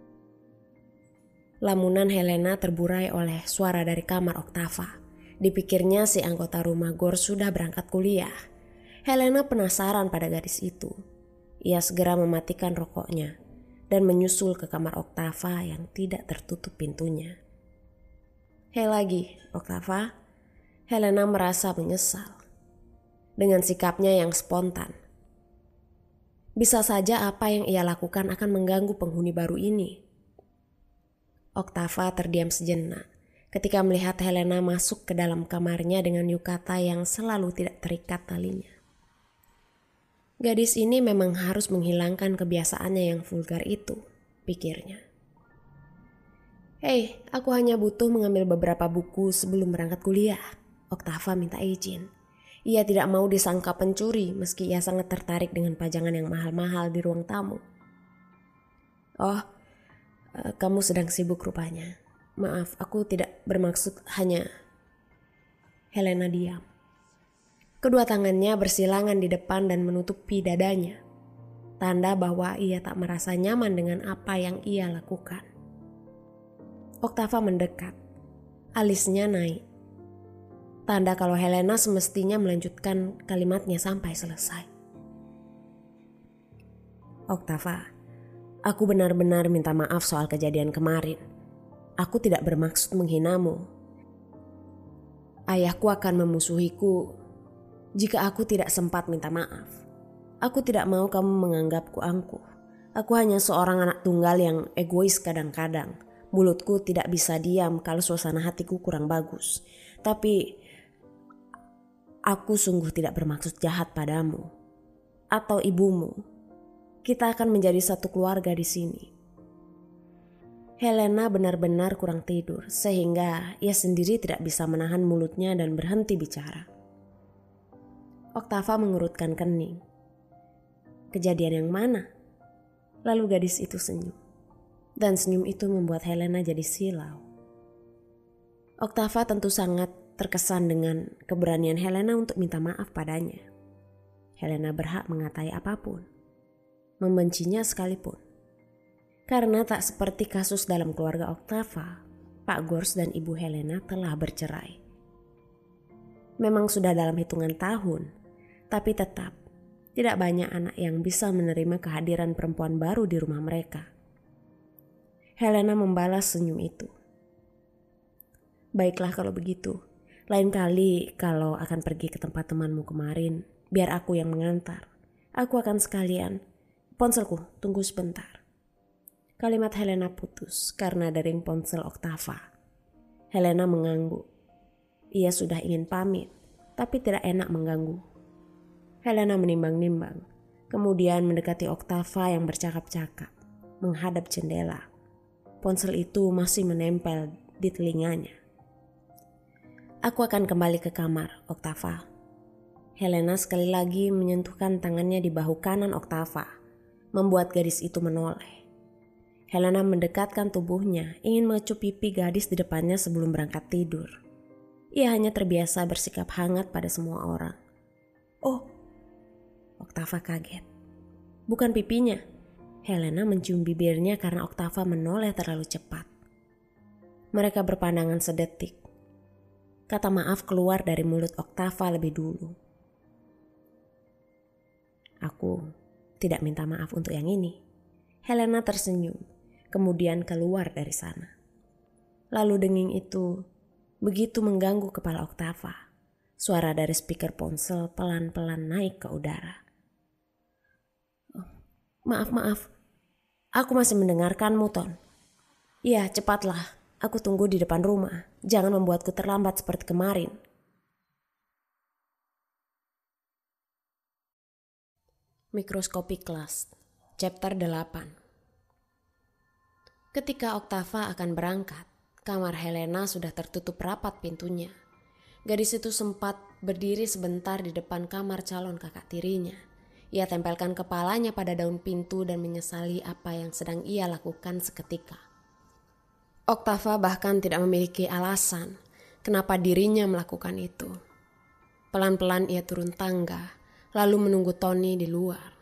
Lamunan Helena terburai oleh suara dari kamar Oktava. Dipikirnya si anggota rumah GOR sudah berangkat kuliah. Helena penasaran pada gadis itu. Ia segera mematikan rokoknya dan menyusul ke kamar Oktava yang tidak tertutup pintunya. "Hei lagi, Oktava." Helena merasa menyesal dengan sikapnya yang spontan. Bisa saja apa yang ia lakukan akan mengganggu penghuni baru ini. Oktava terdiam sejenak ketika melihat Helena masuk ke dalam kamarnya dengan yukata yang selalu tidak terikat talinya. Gadis ini memang harus menghilangkan kebiasaannya yang vulgar itu, pikirnya. "Hei, aku hanya butuh mengambil beberapa buku sebelum berangkat kuliah." Oktava minta izin. Ia tidak mau disangka pencuri meski ia sangat tertarik dengan pajangan yang mahal-mahal di ruang tamu. "Oh, kamu sedang sibuk rupanya. Maaf, aku tidak bermaksud hanya..." Helena diam. Kedua tangannya bersilangan di depan dan menutupi dadanya. Tanda bahwa ia tak merasa nyaman dengan apa yang ia lakukan. Oktava mendekat. Alisnya naik. Tanda kalau Helena semestinya melanjutkan kalimatnya sampai selesai. "Oktava, aku benar-benar minta maaf soal kejadian kemarin. Aku tidak bermaksud menghinamu. Ayahku akan memusuhiku jika aku tidak sempat minta maaf. Aku tidak mau kamu menganggapku angkuh. Aku hanya seorang anak tunggal yang egois kadang-kadang. Mulutku tidak bisa diam kalau suasana hatiku kurang bagus. Tapi aku sungguh tidak bermaksud jahat padamu atau ibumu. Kita akan menjadi satu keluarga di sini." Helena benar-benar kurang tidur sehingga ia sendiri tidak bisa menahan mulutnya dan berhenti bicara. Oktava mengerutkan kening. Kejadian yang mana? Lalu gadis itu senyum. Dan senyum itu membuat Helena jadi silau. Oktava tentu sangat terkesan dengan keberanian Helena untuk minta maaf padanya. Helena berhak mengatai apapun, membencinya sekalipun. Karena tak seperti kasus dalam keluarga Oktava, Pak Gors dan Ibu Helena telah bercerai. Memang sudah dalam hitungan tahun, tapi tetap tidak banyak anak yang bisa menerima kehadiran perempuan baru di rumah mereka. Helena membalas senyum itu. "Baiklah kalau begitu. Lain kali kalau akan pergi ke tempat temanmu kemarin, biar aku yang mengantar. Aku akan sekalian. Ponselku, tunggu sebentar." Kalimat Helena putus karena dering ponsel Oktava. Helena mengangguk. Ia sudah ingin pamit, tapi tidak enak mengganggu. Helena menimbang-nimbang, kemudian mendekati Oktava yang bercakap-cakap, menghadap jendela. Ponsel itu masih menempel di telinganya. "Aku akan kembali ke kamar, Oktava." Helena sekali lagi menyentuhkan tangannya di bahu kanan Oktava, membuat gadis itu menoleh. Helena mendekatkan tubuhnya, ingin mengecup pipi gadis di depannya sebelum berangkat tidur. Ia hanya terbiasa bersikap hangat pada semua orang. "Oh," Oktava kaget. "Bukan pipinya." Helena mencium bibirnya karena Oktava menoleh terlalu cepat. Mereka berpandangan sedetik. Kata maaf keluar dari mulut Oktava lebih dulu. "Aku tidak minta maaf untuk yang ini." Helena tersenyum, kemudian keluar dari sana. Lalu denging itu begitu mengganggu kepala Oktava. Suara dari speaker ponsel pelan-pelan naik ke udara. Maaf. Aku masih mendengarkanmu, Ton." "Iya, cepatlah. Aku tunggu di depan rumah. Jangan membuatku terlambat seperti kemarin." Mikroskopik kelas, chapter 8. Ketika Oktava akan berangkat, kamar Helena sudah tertutup rapat pintunya. Gadis itu sempat berdiri sebentar di depan kamar calon kakak tirinya. Ia tempelkan kepalanya pada daun pintu dan menyesali apa yang sedang ia lakukan seketika. Oktava bahkan tidak memiliki alasan kenapa dirinya melakukan itu. Pelan-pelan ia turun tangga, lalu menunggu Tony di luar.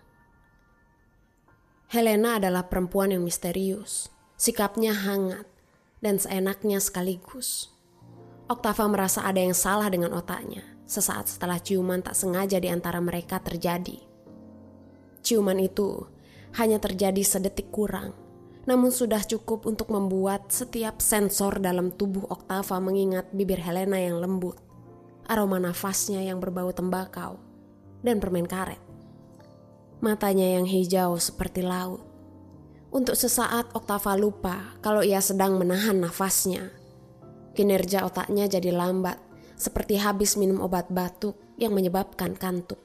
Helena adalah perempuan yang misterius, sikapnya hangat, dan seenaknya sekaligus. Oktava merasa ada yang salah dengan otaknya sesaat setelah ciuman tak sengaja di antara mereka terjadi. Ciuman itu hanya terjadi sedetik kurang, namun sudah cukup untuk membuat setiap sensor dalam tubuh Oktava mengingat bibir Helena yang lembut, aroma nafasnya yang berbau tembakau, dan permen karet. Matanya yang hijau seperti laut. Untuk sesaat Oktava lupa kalau ia sedang menahan nafasnya. Kinerja otaknya jadi lambat, seperti habis minum obat batuk yang menyebabkan kantuk.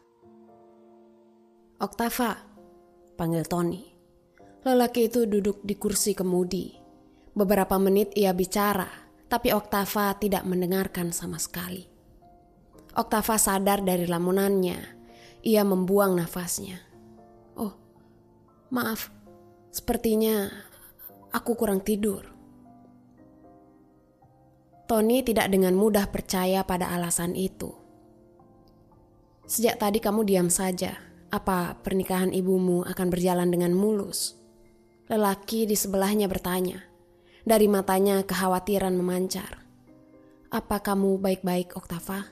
"Oktava," panggil Tony. Lelaki itu duduk di kursi kemudi. Beberapa menit ia bicara, tapi Oktava tidak mendengarkan sama sekali. Oktava sadar dari lamunannya. Ia membuang nafasnya. "Oh, maaf. Sepertinya aku kurang tidur." Tony tidak dengan mudah percaya pada alasan itu. "Sejak tadi kamu diam saja. Apa pernikahan ibumu akan berjalan dengan mulus?" Lelaki di sebelahnya bertanya. Dari matanya kekhawatiran memancar. "Apa kamu baik-baik, Oktava?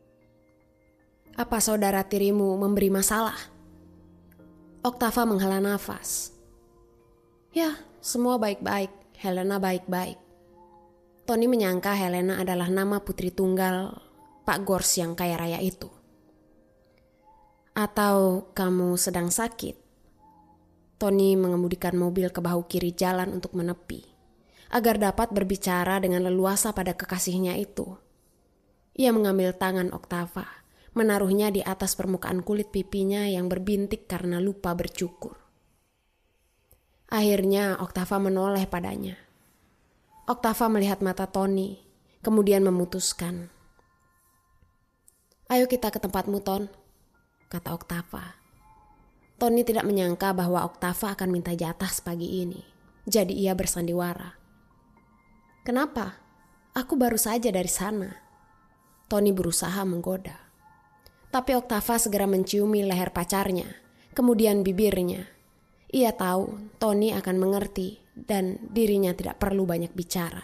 Apa saudara tirimu memberi masalah?" Oktava menghela nafas. "Ya, semua baik-baik. Helena baik-baik." Tony menyangka Helena adalah nama putri tunggal Pak Gors yang kaya raya itu. "Atau kamu sedang sakit?" Tony mengemudikan mobil ke bahu kiri jalan untuk menepi, agar dapat berbicara dengan leluasa pada kekasihnya itu. Ia mengambil tangan Oktava, menaruhnya di atas permukaan kulit pipinya yang berbintik karena lupa bercukur. Akhirnya Oktava menoleh padanya. Oktava melihat mata Tony, kemudian memutuskan. "Ayo kita ke tempatmu, Ton," kata Oktava. Tony tidak menyangka bahwa Oktava akan minta jatah pagi ini, jadi ia bersandiwara. "Kenapa? Aku baru saja dari sana." Tony berusaha menggoda. Tapi Oktava segera menciumi leher pacarnya, kemudian bibirnya. Ia tahu Tony akan mengerti dan dirinya tidak perlu banyak bicara.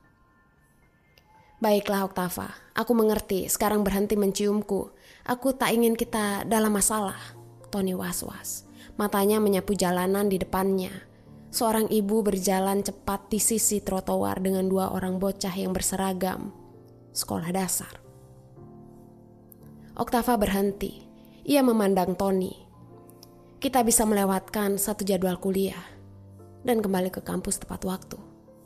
"Baiklah Oktava, aku mengerti. Sekarang berhenti menciumku. Aku tak ingin kita dalam masalah." Tony was-was. Matanya menyapu jalanan di depannya. Seorang ibu berjalan cepat di sisi trotoar dengan dua orang bocah yang berseragam sekolah dasar. Oktava berhenti. Ia memandang Tony. Kita bisa melewatkan satu jadwal kuliah dan kembali ke kampus tepat waktu.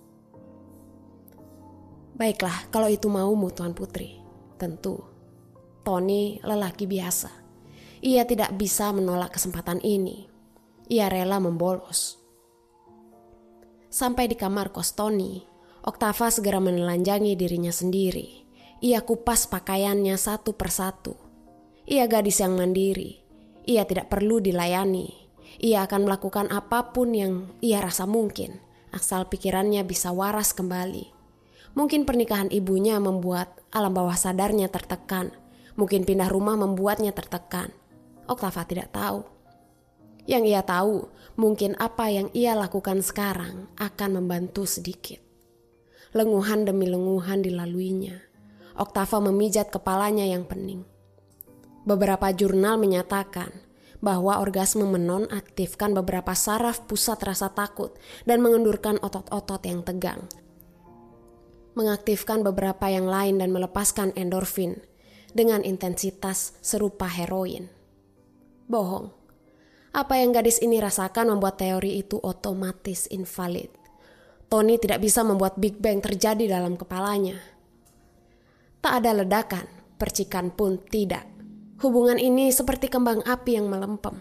"Baiklah, kalau itu maumu, Tuan Putri." Tentu. Tony lelaki biasa. Ia tidak bisa menolak kesempatan ini. Ia rela membolos. Sampai di kamar kos Tony, Oktava segera menelanjangi dirinya sendiri. Ia kupas pakaiannya satu persatu. Ia gadis yang mandiri. Ia tidak perlu dilayani. Ia akan melakukan apapun yang ia rasa mungkin, asal pikirannya bisa waras kembali. Mungkin pernikahan ibunya membuat alam bawah sadarnya tertekan. Mungkin pindah rumah membuatnya tertekan. Oktava tidak tahu. Yang ia tahu, mungkin apa yang ia lakukan sekarang akan membantu sedikit. Lenguhan demi lenguhan dilaluinya. Oktava memijat kepalanya yang pening. Beberapa jurnal menyatakan bahwa orgasme menonaktifkan beberapa saraf pusat rasa takut dan mengendurkan otot-otot yang tegang. Mengaktifkan beberapa yang lain dan melepaskan endorfin dengan intensitas serupa heroin. Bohong. Apa yang gadis ini rasakan membuat teori itu otomatis invalid. Tony tidak bisa membuat Big Bang terjadi dalam kepalanya. Tak ada ledakan, percikan pun tidak. Hubungan ini seperti kembang api yang melempem.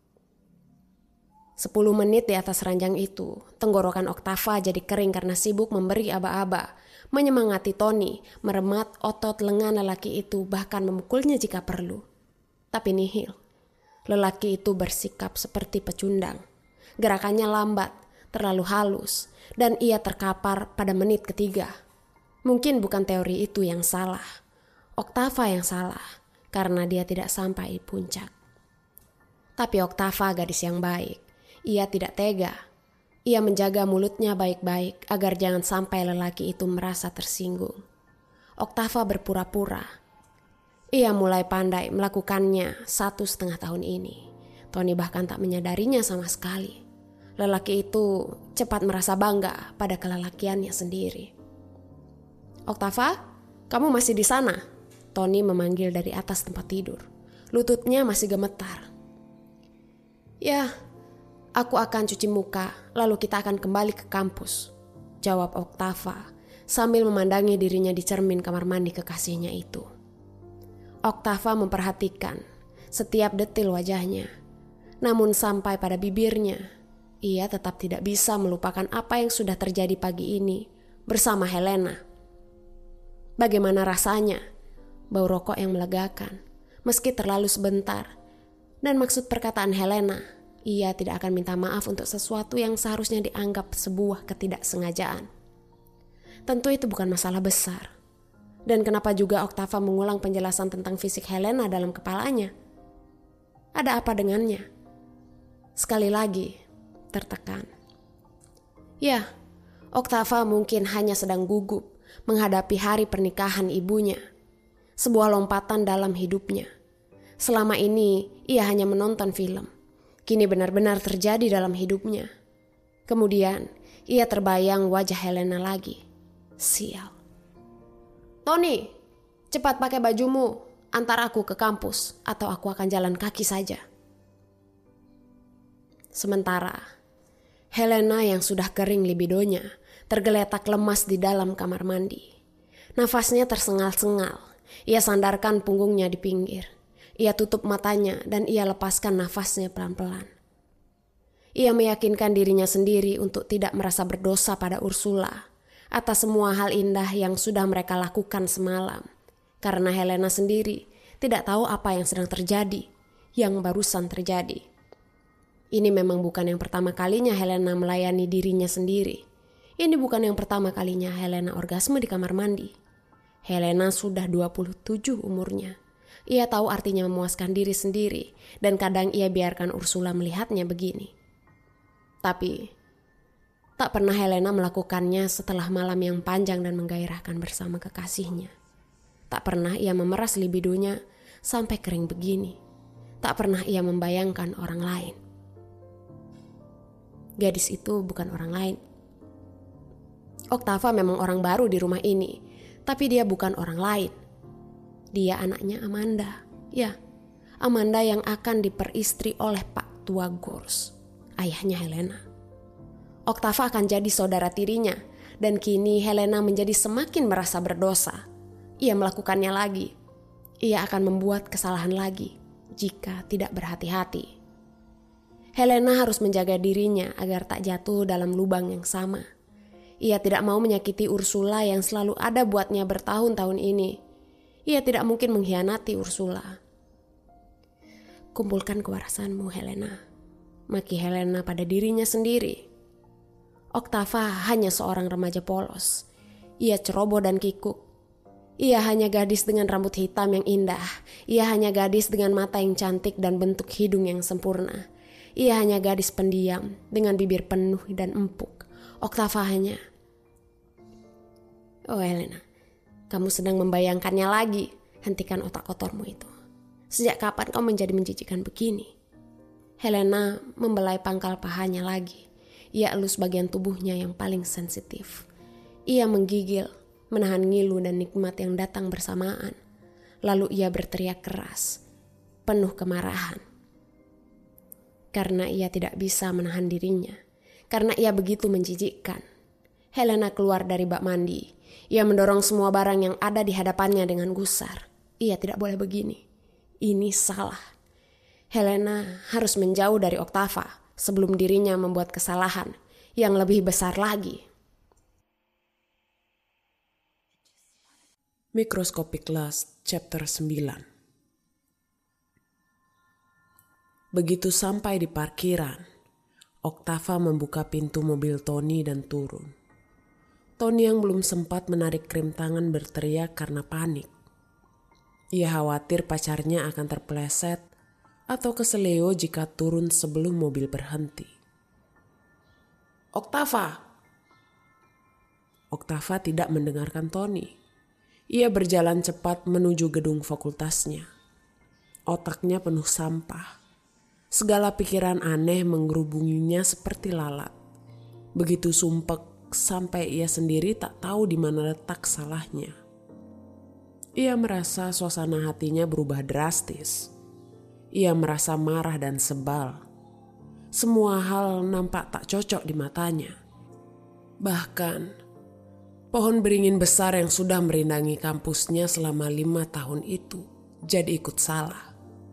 10 menit di atas ranjang itu, tenggorokan Oktava jadi kering karena sibuk memberi aba-aba, menyemangati Tony, meremat otot lengan lelaki itu, bahkan memukulnya jika perlu. Tapi nihil. Lelaki itu bersikap seperti pecundang. Gerakannya lambat, terlalu halus, dan ia terkapar pada menit ketiga. Mungkin bukan teori itu yang salah. Oktava yang salah. karena dia tidak sampai di puncak. Tapi Oktava gadis yang baik. Ia tidak tega. Ia menjaga mulutnya baik-baik agar jangan sampai lelaki itu merasa tersinggung. Oktava berpura-pura. Ia mulai pandai melakukannya 1,5 tahun ini. Tony bahkan tak menyadarinya sama sekali. Lelaki itu cepat merasa bangga pada kelelakiannya sendiri. "Oktava, kamu masih di sana?" Tony memanggil dari atas tempat tidur. Lututnya masih gemetar. "Ya, aku akan cuci muka, lalu kita akan kembali ke kampus," jawab Oktava sambil memandangi dirinya di cermin kamar mandi kekasihnya itu. Oktava memperhatikan setiap detil wajahnya, namun sampai pada bibirnya, ia tetap tidak bisa melupakan apa yang sudah terjadi pagi ini bersama Helena. Bagaimana rasanya? Bau rokok yang melegakan, meski terlalu sebentar. Dan maksud perkataan Helena, ia tidak akan minta maaf untuk sesuatu yang seharusnya dianggap sebuah ketidaksengajaan. Tentu itu bukan masalah besar. Dan kenapa juga Oktava mengulang penjelasan tentang fisik Helena dalam kepalanya? Ada apa dengannya? Sekali lagi, tertekan. Ya, Oktava mungkin hanya sedang gugup menghadapi hari pernikahan ibunya. Sebuah lompatan dalam hidupnya. Selama ini, ia hanya menonton film. Kini benar-benar terjadi dalam hidupnya. Kemudian, ia terbayang wajah Helena lagi. Sial. "Tony, cepat pakai bajumu. Antar aku ke kampus, atau aku akan jalan kaki saja." Sementara, Helena yang sudah kering libidonya tergeletak lemas di dalam kamar mandi. Nafasnya tersengal-sengal. Ia sandarkan punggungnya di pinggir. Ia tutup matanya dan ia lepaskan nafasnya pelan-pelan. Ia meyakinkan dirinya sendiri untuk tidak merasa berdosa pada Ursula atas semua hal indah yang sudah mereka lakukan semalam. Karena Helena sendiri tidak tahu apa yang sedang terjadi, yang barusan terjadi. Ini memang bukan yang pertama kalinya Helena melayani dirinya sendiri. Ini bukan yang pertama kalinya Helena orgasme di kamar mandi. Helena sudah 27 umurnya. Ia tahu artinya memuaskan diri sendiri dan kadang ia biarkan Ursula melihatnya begini. Tapi tak pernah Helena melakukannya setelah malam yang panjang dan menggairahkan bersama kekasihnya. Tak pernah ia memeras libidonya sampai kering begini. Tak pernah ia membayangkan orang lain. Gadis itu bukan orang lain. Oktava memang orang baru di rumah ini, tapi dia bukan orang lain. Dia anaknya Amanda. Ya, Amanda yang akan diperistri oleh Pak Tua Gors, ayahnya Helena. Oktava akan jadi saudara tirinya, dan kini Helena menjadi semakin merasa berdosa. Ia melakukannya lagi. Ia akan membuat kesalahan lagi jika tidak berhati-hati. Helena harus menjaga dirinya agar tak jatuh dalam lubang yang sama. Ia tidak mau menyakiti Ursula yang selalu ada buatnya bertahun-tahun ini. Ia tidak mungkin mengkhianati Ursula. "Kumpulkan kewarasanmu, Helena," maki Helena pada dirinya sendiri. Oktava hanya seorang remaja polos. Ia ceroboh dan kikuk. Ia hanya gadis dengan rambut hitam yang indah. Ia hanya gadis dengan mata yang cantik dan bentuk hidung yang sempurna. Ia hanya gadis pendiam dengan bibir penuh dan empuk. Oktava hanya... Oh Helena, kamu sedang membayangkannya lagi. Hentikan otak kotormu itu. Sejak kapan kau menjadi menjijikan begini? Helena membelai pangkal pahanya lagi. Ia elus bagian tubuhnya yang paling sensitif. Ia menggigil, menahan ngilu dan nikmat yang datang bersamaan. Lalu ia berteriak keras, penuh kemarahan. Karena ia tidak bisa menahan dirinya. Karena ia begitu menjijikkan. Helena keluar dari bak mandi. Ia mendorong semua barang yang ada di hadapannya dengan gusar. Ia tidak boleh begini. Ini salah. Helena harus menjauh dari Oktava sebelum dirinya membuat kesalahan yang lebih besar lagi. Microscopic Lust Chapter 9. Begitu sampai di parkiran, Oktava membuka pintu mobil Tony dan turun. Tony yang belum sempat menarik rem tangan berteriak karena panik. Ia khawatir pacarnya akan terpeleset atau keseleo jika turun sebelum mobil berhenti. "Oktava!" Oktava tidak mendengarkan Tony. Ia berjalan cepat menuju gedung fakultasnya. Otaknya penuh sampah. Segala pikiran aneh menggerubunginya seperti lalat. Begitu sumpek sampai ia sendiri tak tahu di mana letak salahnya. Ia merasa suasana hatinya berubah drastis. Ia merasa marah dan sebal. Semua hal nampak tak cocok di matanya. Bahkan, pohon beringin besar yang sudah merindangi kampusnya selama 5 tahun itu jadi ikut salah.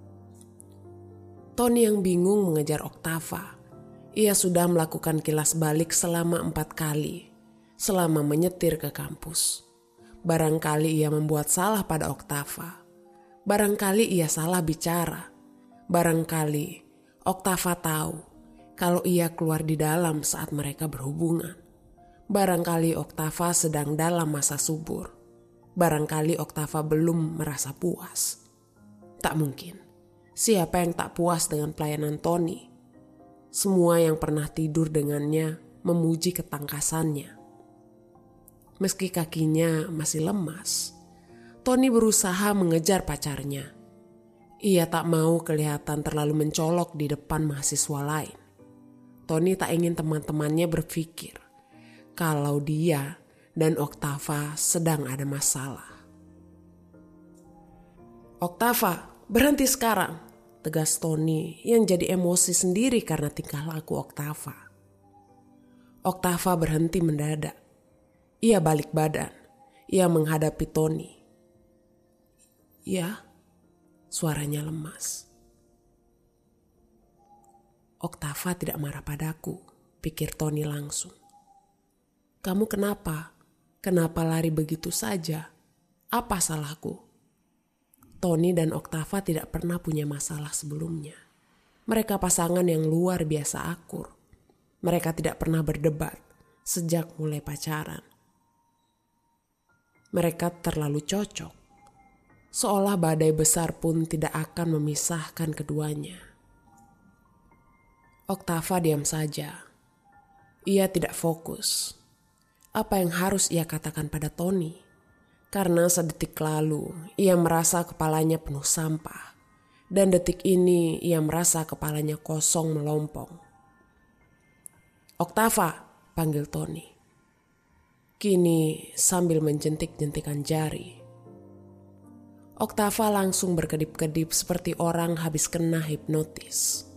Tony yang bingung mengejar Oktava. Ia sudah melakukan kilas balik selama 4 kali selama menyetir ke kampus. Barangkali ia membuat salah pada Oktava. Barangkali ia salah bicara. Barangkali Oktava tahu kalau ia keluar di dalam saat mereka berhubungan. Barangkali Oktava sedang dalam masa subur. Barangkali Oktava belum merasa puas. Tak mungkin. Siapa yang tak puas dengan pelayanan Tony? Semua yang pernah tidur dengannya memuji ketangkasannya. Meski kakinya masih lemas, Tony berusaha mengejar pacarnya. Ia tak mau kelihatan terlalu mencolok di depan mahasiswa lain. Tony tak ingin teman-temannya berpikir kalau dia dan Oktava sedang ada masalah. "Oktava, berhenti sekarang," tegas Tony yang jadi emosi sendiri karena tingkah laku Oktava. Oktava berhenti mendadak. Ia balik badan. Ia menghadapi Tony. "Ya," suaranya lemas. "Oktava tidak marah padaku," pikir Tony langsung. "Kamu kenapa? Kenapa lari begitu saja? Apa salahku?" Tony dan Oktava tidak pernah punya masalah sebelumnya. Mereka pasangan yang luar biasa akur. Mereka tidak pernah berdebat sejak mulai pacaran. Mereka terlalu cocok. Seolah badai besar pun tidak akan memisahkan keduanya. Oktava diam saja. Ia tidak fokus. Apa yang harus ia katakan pada Tony? Karena sedetik lalu ia merasa kepalanya penuh sampah. Dan detik ini ia merasa kepalanya kosong melompong. "Oktava," panggil Tony. Kini sambil menjentik-jentikan jari. Oktava langsung berkedip-kedip seperti orang habis kena hipnotis.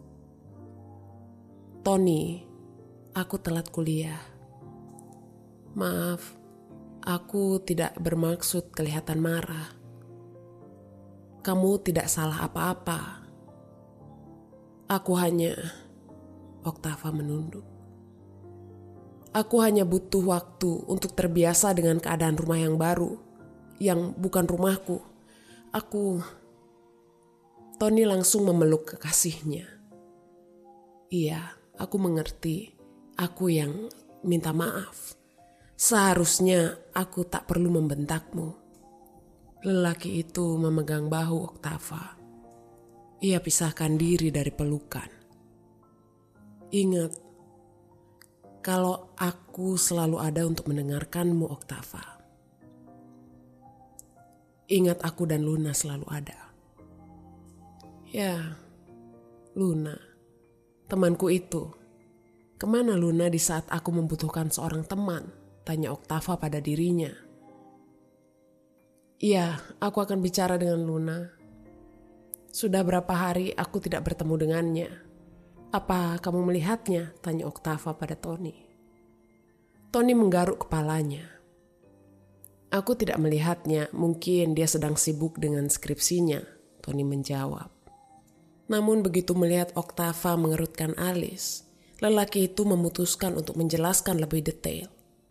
"Tony, aku telat kuliah. Maaf, aku tidak bermaksud kelihatan marah. Kamu tidak salah apa-apa. Aku hanya..." Oktava menunduk. "Aku hanya butuh waktu untuk terbiasa dengan keadaan rumah yang baru, yang bukan rumahku. Tony langsung memeluk kekasihnya. "Iya, aku mengerti. Aku yang minta maaf. Seharusnya aku tak perlu membentakmu." Lelaki itu memegang bahu Oktava. Ia pisahkan diri dari pelukan. "Ingat, kalau aku selalu ada untuk mendengarkanmu, Oktava. Ingat aku dan Luna selalu ada." "Ya, Luna, temanku itu. Kemana Luna di saat aku membutuhkan seorang teman?" tanya Oktava pada dirinya. "Iya, aku akan bicara dengan Luna. Sudah berapa hari aku tidak bertemu dengannya. Apa kamu melihatnya?" tanya Oktava pada Tony. Tony menggaruk kepalanya. "Aku tidak melihatnya, mungkin dia sedang sibuk dengan skripsinya," Tony menjawab. Namun begitu melihat Oktava mengerutkan alis, lelaki itu memutuskan untuk menjelaskan lebih detail.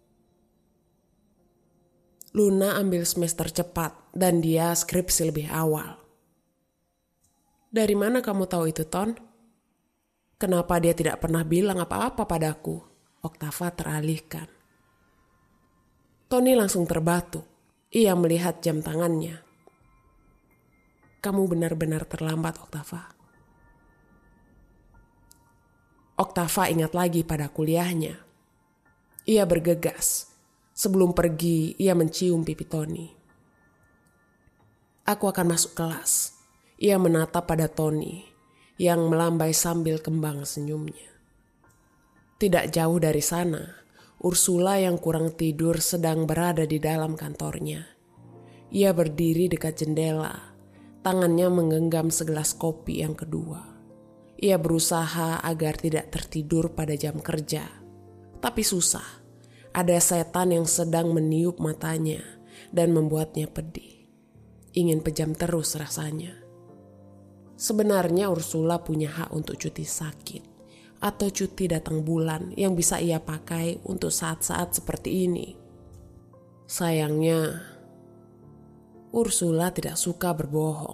"Luna ambil semester cepat dan dia skripsi lebih awal." "Dari mana kamu tahu itu, Ton? Kenapa dia tidak pernah bilang apa-apa padaku?" Oktava teralihkan. Tony langsung terbatuk. Ia melihat jam tangannya. Kamu benar-benar terlambat, Oktava. Oktava ingat lagi pada kuliahnya. Ia bergegas. Sebelum pergi, ia mencium pipi Tony. Aku akan masuk kelas. Ia menatap pada Tony yang melambai sambil kembang senyumnya. Tidak jauh dari sana, Ursula yang kurang tidur sedang berada di dalam kantornya. Ia berdiri dekat jendela, tangannya menggenggam segelas kopi yang kedua. Ia berusaha agar tidak tertidur pada jam kerja, tapi susah. Ada setan yang sedang meniup matanya dan membuatnya pedih. Ingin pejam terus rasanya. Sebenarnya Ursula punya hak untuk cuti sakit atau cuti datang bulan yang bisa ia pakai untuk saat-saat seperti ini. Sayangnya, Ursula tidak suka berbohong.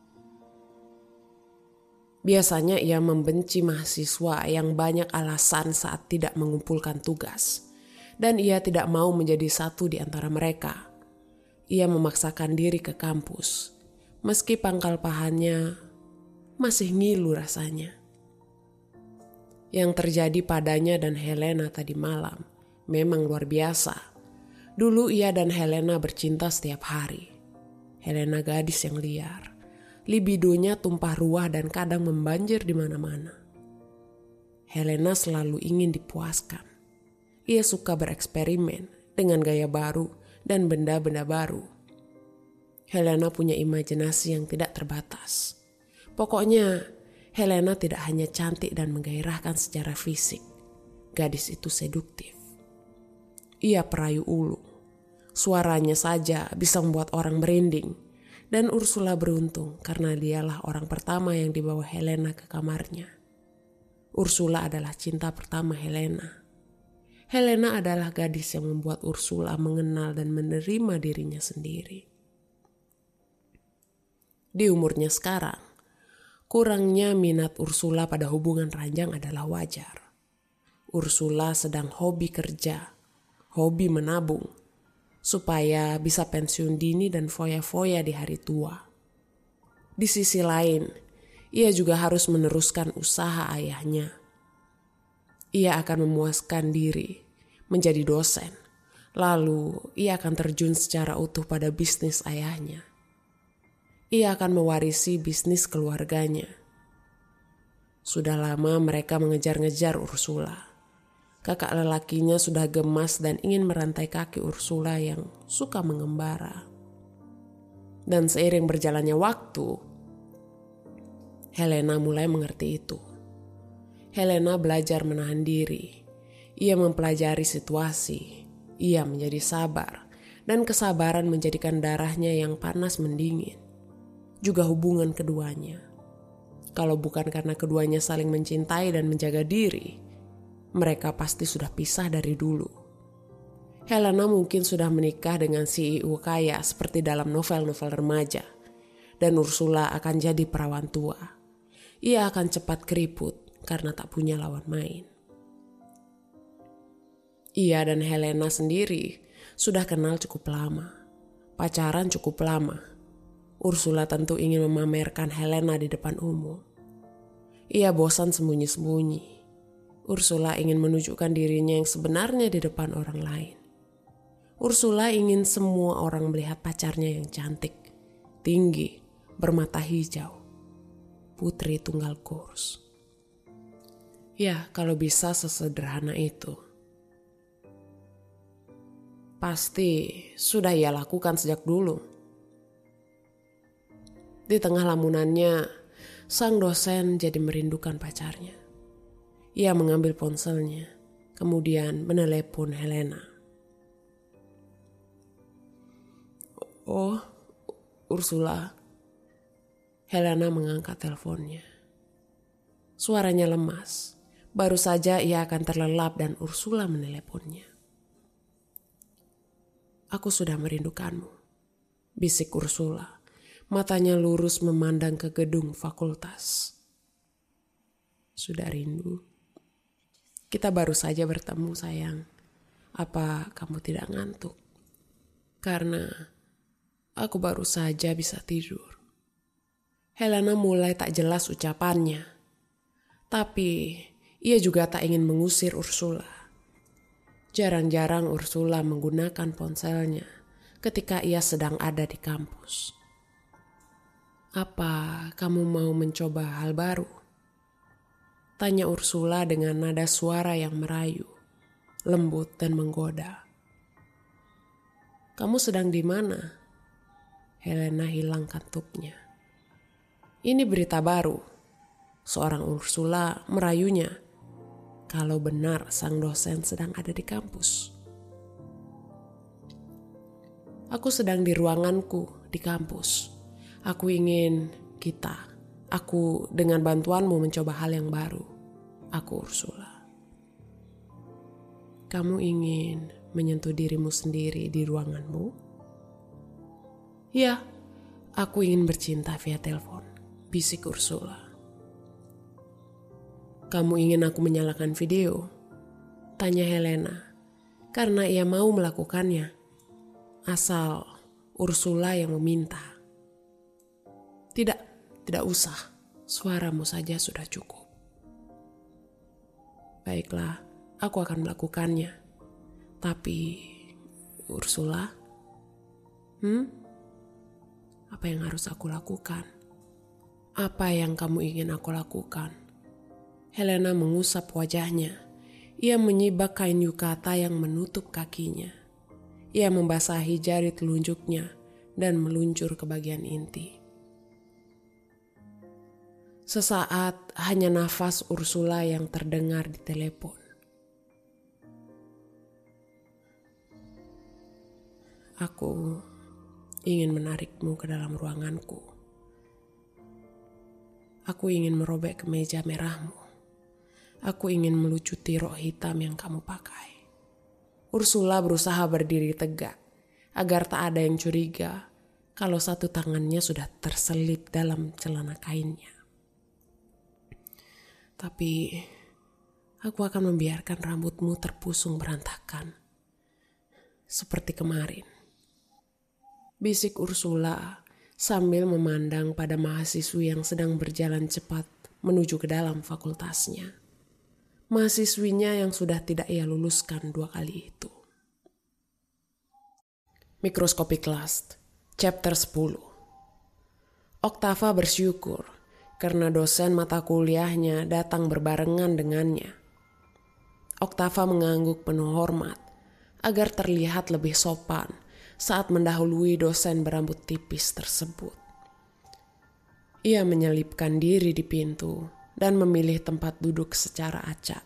Biasanya ia membenci mahasiswa yang banyak alasan saat tidak mengumpulkan tugas. Dan ia tidak mau menjadi satu di antara mereka. Ia memaksakan diri ke kampus, meski pangkal pahanya masih ngilu rasanya. Yang terjadi padanya dan Helena tadi malam memang luar biasa. Dulu ia dan Helena bercinta setiap hari. Helena gadis yang liar. Libidonya tumpah ruah dan kadang membanjir di mana-mana. Helena selalu ingin dipuaskan. Ia suka bereksperimen dengan gaya baru dan benda-benda baru. Helena punya imajinasi yang tidak terbatas. Pokoknya, Helena tidak hanya cantik dan menggairahkan secara fisik. Gadis itu seduktif. Ia perayu ulu. Suaranya saja bisa membuat orang merinding. Dan Ursula beruntung karena dialah orang pertama yang dibawa Helena ke kamarnya. Ursula adalah cinta pertama Helena. Helena adalah gadis yang membuat Ursula mengenal dan menerima dirinya sendiri. Di umurnya sekarang, kurangnya minat Ursula pada hubungan ranjang adalah wajar. Ursula sedang hobi kerja, hobi menabung, supaya bisa pensiun dini dan foya-foya di hari tua. Di sisi lain, ia juga harus meneruskan usaha ayahnya. Ia akan memuaskan diri menjadi dosen, lalu ia akan terjun secara utuh pada bisnis ayahnya. Ia akan mewarisi bisnis keluarganya. Sudah lama mereka mengejar-ngejar Ursula. Kakak lelakinya sudah gemas dan ingin merantai kaki Ursula yang suka mengembara. Dan seiring berjalannya waktu, Helena mulai mengerti itu. Helena belajar menahan diri. Ia mempelajari situasi. Ia menjadi sabar. Dan kesabaran menjadikan darahnya yang panas mendingin. Juga hubungan keduanya. Kalau bukan karena keduanya saling mencintai dan menjaga diri, mereka pasti sudah pisah dari dulu. Helena mungkin sudah menikah dengan CEO kaya seperti dalam novel-novel remaja. Dan Ursula akan jadi perawan tua. Ia akan cepat keriput karena tak punya lawan main. Ia dan Helena sendiri sudah kenal cukup lama. Pacaran cukup lama. Ursula tentu ingin memamerkan Helena di depan umum. Ia bosan sembunyi-sembunyi. Ursula ingin menunjukkan dirinya yang sebenarnya di depan orang lain. Ursula ingin semua orang melihat pacarnya yang cantik, tinggi, bermata hijau. Putri tunggal kurs. Ya, kalau bisa sesederhana itu. Pasti sudah ia lakukan sejak dulu. Di tengah lamunannya, sang dosen jadi merindukan pacarnya. Ia mengambil ponselnya, kemudian menelepon Helena. Oh, Ursula. Helena mengangkat teleponnya. Suaranya lemas. Baru saja ia akan terlelap dan Ursula meneleponnya. Aku sudah merindukanmu, bisik Ursula. Matanya lurus memandang ke gedung fakultas. Sudah rindu? Kita baru saja bertemu, sayang. Apa kamu tidak ngantuk? Karena aku baru saja bisa tidur. Helena mulai tak jelas ucapannya. Tapi ia juga tak ingin mengusir Ursula. Jarang-jarang Ursula menggunakan ponselnya ketika ia sedang ada di kampus. "Apa kamu mau mencoba hal baru?" tanya Ursula dengan nada suara yang merayu, lembut dan menggoda. "Kamu sedang di mana?" Helena hilang kantuknya. "Ini berita baru," seorang Ursula merayunya, kalau benar sang dosen sedang ada di kampus. "Aku sedang di ruanganku di kampus. Aku ingin aku dengan bantuanmu mencoba hal yang baru. Aku Ursula." "Kamu ingin menyentuh dirimu sendiri di ruanganmu?" "Ya, aku ingin bercinta via telepon," bisik Ursula. "Kamu ingin aku menyalakan video?" tanya Helena, karena ia mau melakukannya. Asal Ursula yang meminta. Tidak usah. Suaramu saja sudah cukup." "Baiklah, aku akan melakukannya. Tapi, Ursula, apa yang harus aku lakukan? Apa yang kamu ingin aku lakukan?" Helena mengusap wajahnya. Ia menyibak kain yukata yang menutup kakinya. Ia membasahi jari telunjuknya dan meluncur ke bagian inti. Sesaat hanya nafas Ursula yang terdengar di telepon. "Aku ingin menarikmu ke dalam ruanganku. Aku ingin merobek kemeja merahmu. Aku ingin melucuti rok hitam yang kamu pakai." Ursula berusaha berdiri tegak agar tak ada yang curiga kalau satu tangannya sudah terselip dalam celana kainnya. "Tapi aku akan membiarkan rambutmu terpusung berantakan seperti kemarin," bisik Ursula sambil memandang pada mahasiswi yang sedang berjalan cepat menuju ke dalam fakultasnya. Mahasiswinya yang sudah tidak ia luluskan 2 kali itu. Mikroskopi kelas, chapter 10. Oktava bersyukur karena dosen mata kuliahnya datang berbarengan dengannya. Oktava mengangguk penuh hormat agar terlihat lebih sopan saat mendahului dosen berambut tipis tersebut. Ia menyelipkan diri di pintu dan memilih tempat duduk secara acak.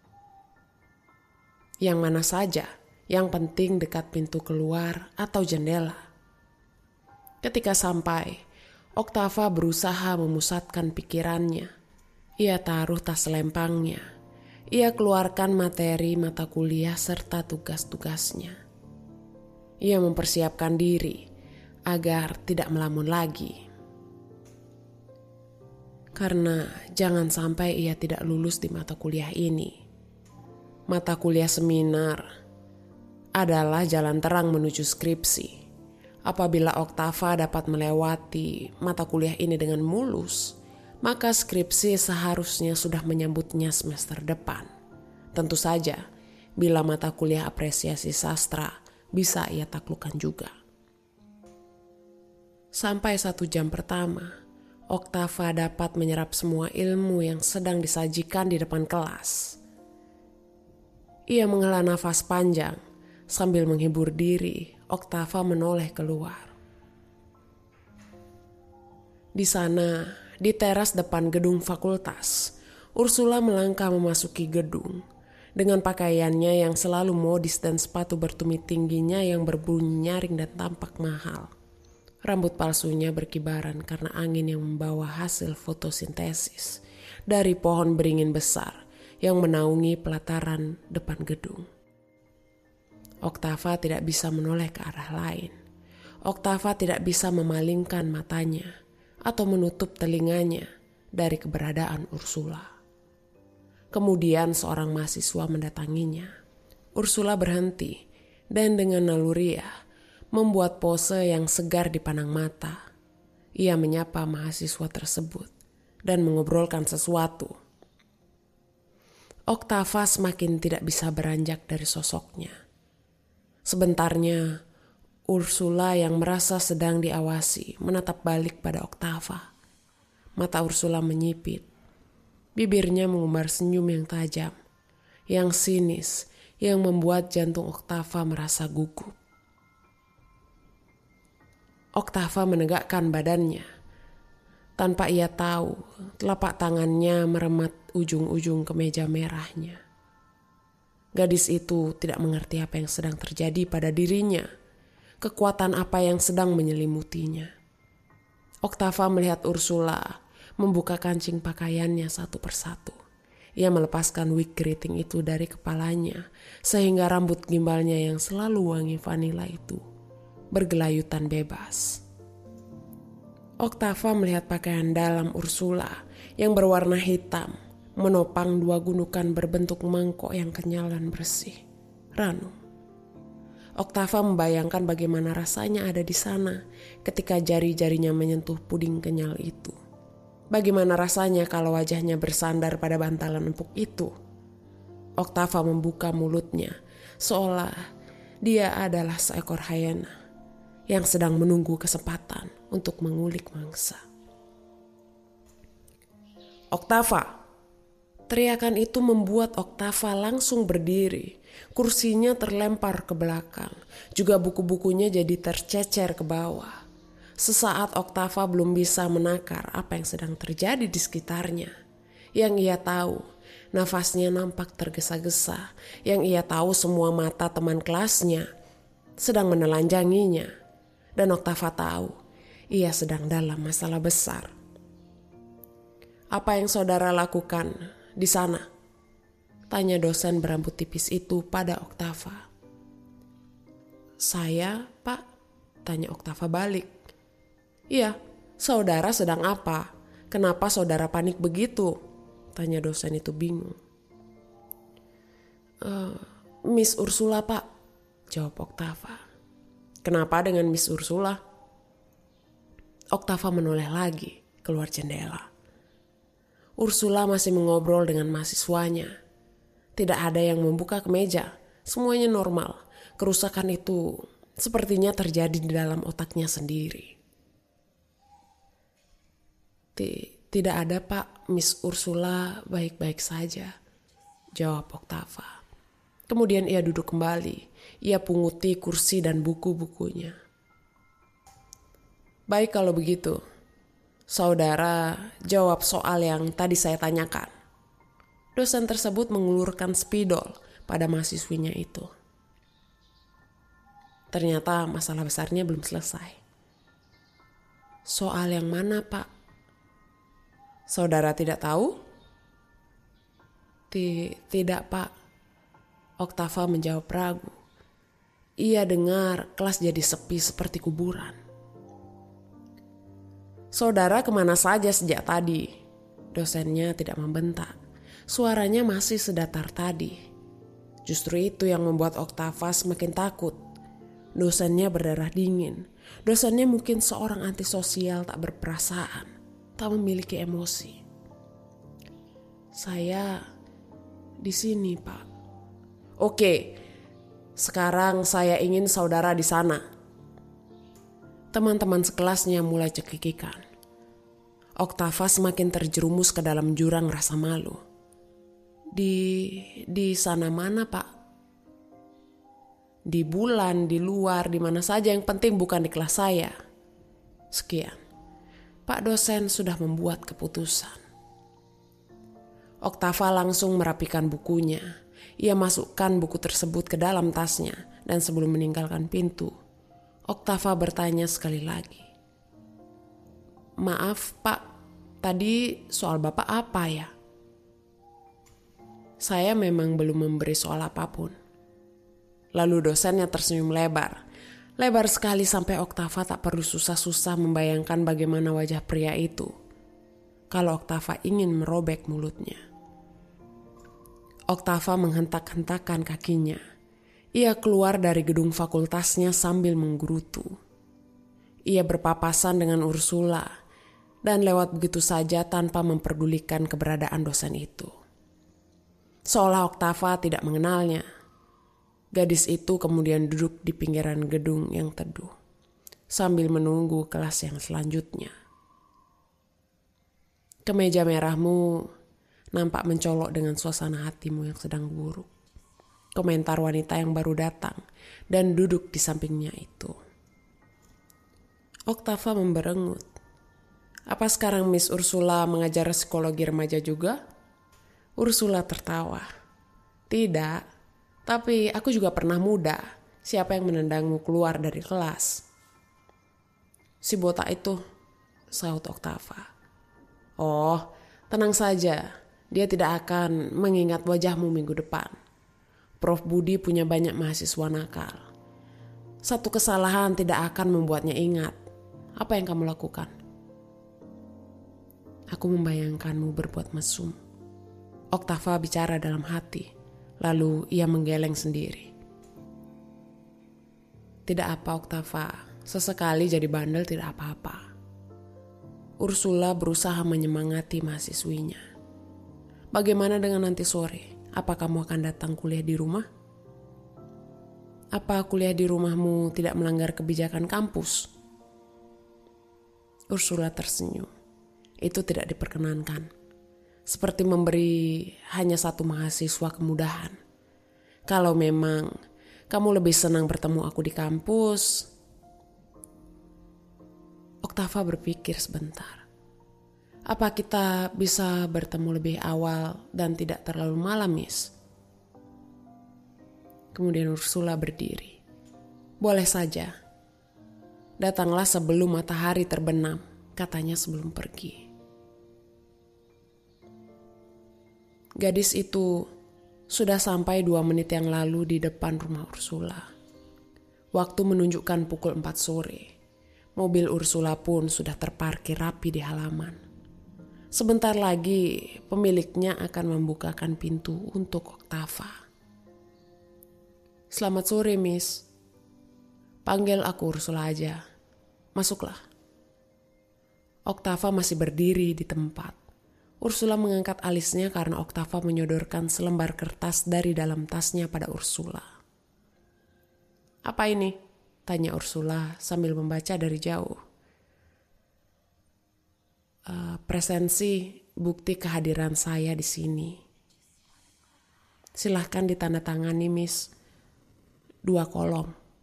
Yang mana saja, yang penting dekat pintu keluar atau jendela. Ketika sampai, Oktava berusaha memusatkan pikirannya. Ia taruh tas lempangnya. Ia keluarkan materi mata kuliah serta tugas-tugasnya. Ia mempersiapkan diri agar tidak melamun lagi. Karena jangan sampai ia tidak lulus di mata kuliah ini. Mata kuliah seminar adalah jalan terang menuju skripsi. Apabila Oktava dapat melewati mata kuliah ini dengan mulus, maka skripsi seharusnya sudah menyambutnya semester depan. Tentu saja, bila mata kuliah apresiasi sastra bisa ia taklukkan juga. Sampai 1 jam pertama, Oktava dapat menyerap semua ilmu yang sedang disajikan di depan kelas. Ia menghela nafas panjang sambil menghibur diri. Oktava menoleh keluar. Di sana, di teras depan gedung fakultas, Ursula melangkah memasuki gedung dengan pakaiannya yang selalu modis dan sepatu bertumit tingginya yang berbunyi nyaring dan tampak mahal. Rambut palsunya berkibaran karena angin yang membawa hasil fotosintesis dari pohon beringin besar yang menaungi pelataran depan gedung. Oktava tidak bisa menoleh ke arah lain. Oktava tidak bisa memalingkan matanya atau menutup telinganya dari keberadaan Ursula. Kemudian seorang mahasiswa mendatanginya. Ursula berhenti dan dengan naluriah membuat pose yang segar dipandang mata. Ia menyapa mahasiswa tersebut dan mengobrolkan sesuatu. Oktava semakin tidak bisa beranjak dari sosoknya. Sebentarnya, Ursula yang merasa sedang diawasi menatap balik pada Oktava. Mata Ursula menyipit. Bibirnya mengumbar senyum yang tajam, yang sinis, yang membuat jantung Oktava merasa gugup. Oktava menegakkan badannya. Tanpa ia tahu, telapak tangannya meremat ujung-ujung kemeja merahnya. Gadis itu tidak mengerti apa yang sedang terjadi pada dirinya, kekuatan apa yang sedang menyelimutinya. Oktava melihat Ursula membuka kancing pakaiannya satu persatu. Ia melepaskan wig keriting itu dari kepalanya, sehingga rambut gimbalnya yang selalu wangi vanila itu bergelayutan bebas. Oktava melihat pakaian dalam Ursula yang berwarna hitam, menopang dua gundukan berbentuk mangkok yang kenyal dan bersih. Ranum. Oktava membayangkan bagaimana rasanya ada di sana ketika jari-jarinya menyentuh puding kenyal itu. Bagaimana rasanya kalau wajahnya bersandar pada bantalan empuk itu. Oktava membuka mulutnya seolah dia adalah seekor hyena yang sedang menunggu kesempatan untuk mengulik mangsa. Oktava! Teriakan itu membuat Oktava langsung berdiri. Kursinya terlempar ke belakang. Juga buku-bukunya jadi tercecer ke bawah. Sesaat Oktava belum bisa menakar apa yang sedang terjadi di sekitarnya. Yang ia tahu, nafasnya nampak tergesa-gesa. Yang ia tahu semua mata teman kelasnya sedang menelanjanginya. Dan Oktava tahu, ia sedang dalam masalah besar. Apa yang saudara lakukan di sana? Tanya dosen berambut tipis itu pada Oktava. Saya, Pak? Tanya Oktava balik. Iya, saudara sedang apa? Kenapa saudara panik begitu? Tanya dosen itu bingung. Miss Ursula, Pak, jawab Oktava. Kenapa dengan Miss Ursula? Oktava menoleh lagi keluar jendela. Ursula masih mengobrol dengan mahasiswanya. Tidak ada yang membuka kemeja, semuanya normal. Kerusakan itu sepertinya terjadi di dalam otaknya sendiri. Tidak ada, Pak. Miss Ursula baik-baik saja, jawab Oktava. Kemudian ia duduk kembali. Ia punguti kursi dan buku-bukunya. Baik kalau begitu. Saudara jawab soal yang tadi saya tanyakan. Dosen tersebut mengulurkan spidol pada mahasiswinya itu. Ternyata masalah besarnya belum selesai. Soal yang mana, Pak? Saudara tidak tahu? Tidak, Pak. Oktava menjawab ragu. Ia dengar kelas jadi sepi seperti kuburan. Saudara kemana saja sejak tadi? Dosennya tidak membentak. Suaranya masih sedatar tadi. Justru itu yang membuat Oktava semakin takut. Dosennya berdarah dingin. Dosennya mungkin seorang antisosial tak berperasaan. Tak memiliki emosi. Saya di sini, Pak. Oke, sekarang saya ingin saudara di sana. Teman-teman sekelasnya mulai cekikikan. Oktava semakin terjerumus ke dalam jurang rasa malu. Di sana mana, Pak? Di bulan, di luar, di mana saja, yang penting bukan di kelas saya. Sekian. Pak dosen sudah membuat keputusan. Oktava langsung merapikan bukunya. Ia masukkan buku tersebut ke dalam tasnya dan sebelum meninggalkan pintu, Oktava bertanya sekali lagi. Maaf, Pak, tadi soal Bapak apa ya? Saya memang belum memberi soal apapun. Lalu dosennya tersenyum lebar. Lebar sekali sampai Oktava tak perlu susah-susah membayangkan bagaimana wajah pria itu kalau Oktava ingin merobek mulutnya. Oktava menghentak-hentakan kakinya. Ia keluar dari gedung fakultasnya sambil menggerutu. Ia berpapasan dengan Ursula dan lewat begitu saja tanpa memperdulikan keberadaan dosen itu. Seolah Oktava tidak mengenalnya. Gadis itu kemudian duduk di pinggiran gedung yang teduh sambil menunggu kelas yang selanjutnya. Kemeja merahmu nampak mencolok dengan suasana hatimu yang sedang buruk. Komentar wanita yang baru datang dan duduk di sampingnya itu. Oktava memberengut. Apa sekarang Miss Ursula mengajar psikologi remaja juga? Ursula tertawa. Tidak, tapi aku juga pernah muda. Siapa yang menendangmu keluar dari kelas? Si botak itu, sahut Oktava. Oh, tenang saja. Dia tidak akan mengingat wajahmu minggu depan. Prof. Budi punya banyak mahasiswa nakal. Satu kesalahan tidak akan membuatnya ingat. Apa yang kamu lakukan? Aku membayangkanmu berbuat mesum. Oktava bicara dalam hati, lalu ia menggeleng sendiri. Tidak apa Oktava, sesekali jadi bandel tidak apa-apa. Ursula berusaha menyemangati mahasiswinya. Bagaimana dengan nanti sore? Apa kamu akan datang kuliah di rumah? Apa kuliah di rumahmu tidak melanggar kebijakan kampus? Ursula tersenyum. Itu tidak diperkenankan. Seperti memberi hanya satu mahasiswa kemudahan. Kalau memang kamu lebih senang bertemu aku di kampus. Oktava berpikir sebentar. Apa kita bisa bertemu lebih awal dan tidak terlalu malam, Miss? Kemudian Ursula berdiri. Boleh saja. Datanglah sebelum matahari terbenam, katanya sebelum pergi. Gadis itu sudah sampai 2 menit yang lalu di depan rumah Ursula. Waktu menunjukkan pukul 4 sore. Mobil Ursula pun sudah terparkir rapi di halaman. Sebentar lagi pemiliknya akan membukakan pintu untuk Oktava. Selamat sore, Miss. Panggil aku Ursula aja. Masuklah. Oktava masih berdiri di tempat. Ursula mengangkat alisnya karena Oktava menyodorkan selembar kertas dari dalam tasnya pada Ursula. Apa ini? Tanya Ursula sambil membaca dari jauh. Presensi bukti kehadiran saya di sini. Silahkan ditandatangani, Miss. 2 kolom.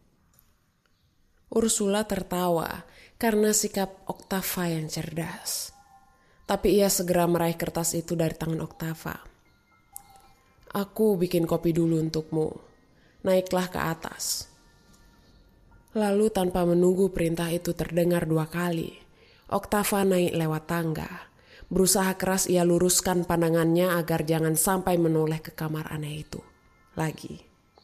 Ursula tertawa karena sikap Oktava yang cerdas. Tapi ia segera meraih kertas itu dari tangan Oktava. Aku bikin kopi dulu untukmu. Naiklah ke atas. Lalu tanpa menunggu perintah itu terdengar 2 kali, Oktava naik lewat tangga. Berusaha keras ia luruskan pandangannya agar jangan sampai menoleh ke kamar aneh itu lagi.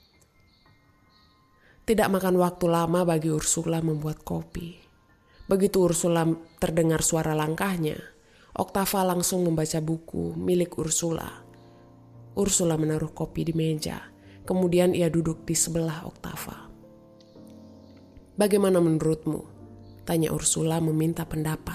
Tidak makan waktu lama bagi Ursula membuat kopi. Begitu Ursula terdengar suara langkahnya, Oktava langsung membaca buku milik Ursula. Ursula menaruh kopi di meja, kemudian ia duduk di sebelah Oktava. Bagaimana menurutmu? Tanya Ursula meminta pendapat.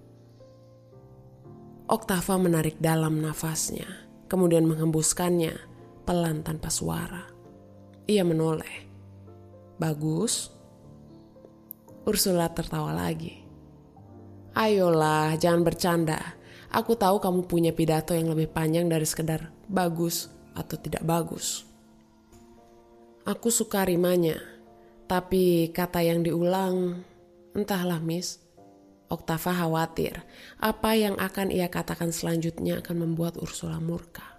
Oktava menarik dalam nafasnya, kemudian menghembuskannya pelan tanpa suara. Ia menoleh. Bagus. Ursula tertawa lagi. Ayolah, jangan bercanda. Aku tahu kamu punya pidato yang lebih panjang dari sekedar bagus atau tidak bagus. Aku suka rimanya, tapi kata yang diulang, entahlah Miss. Oktava khawatir apa yang akan ia katakan selanjutnya akan membuat Ursula murka.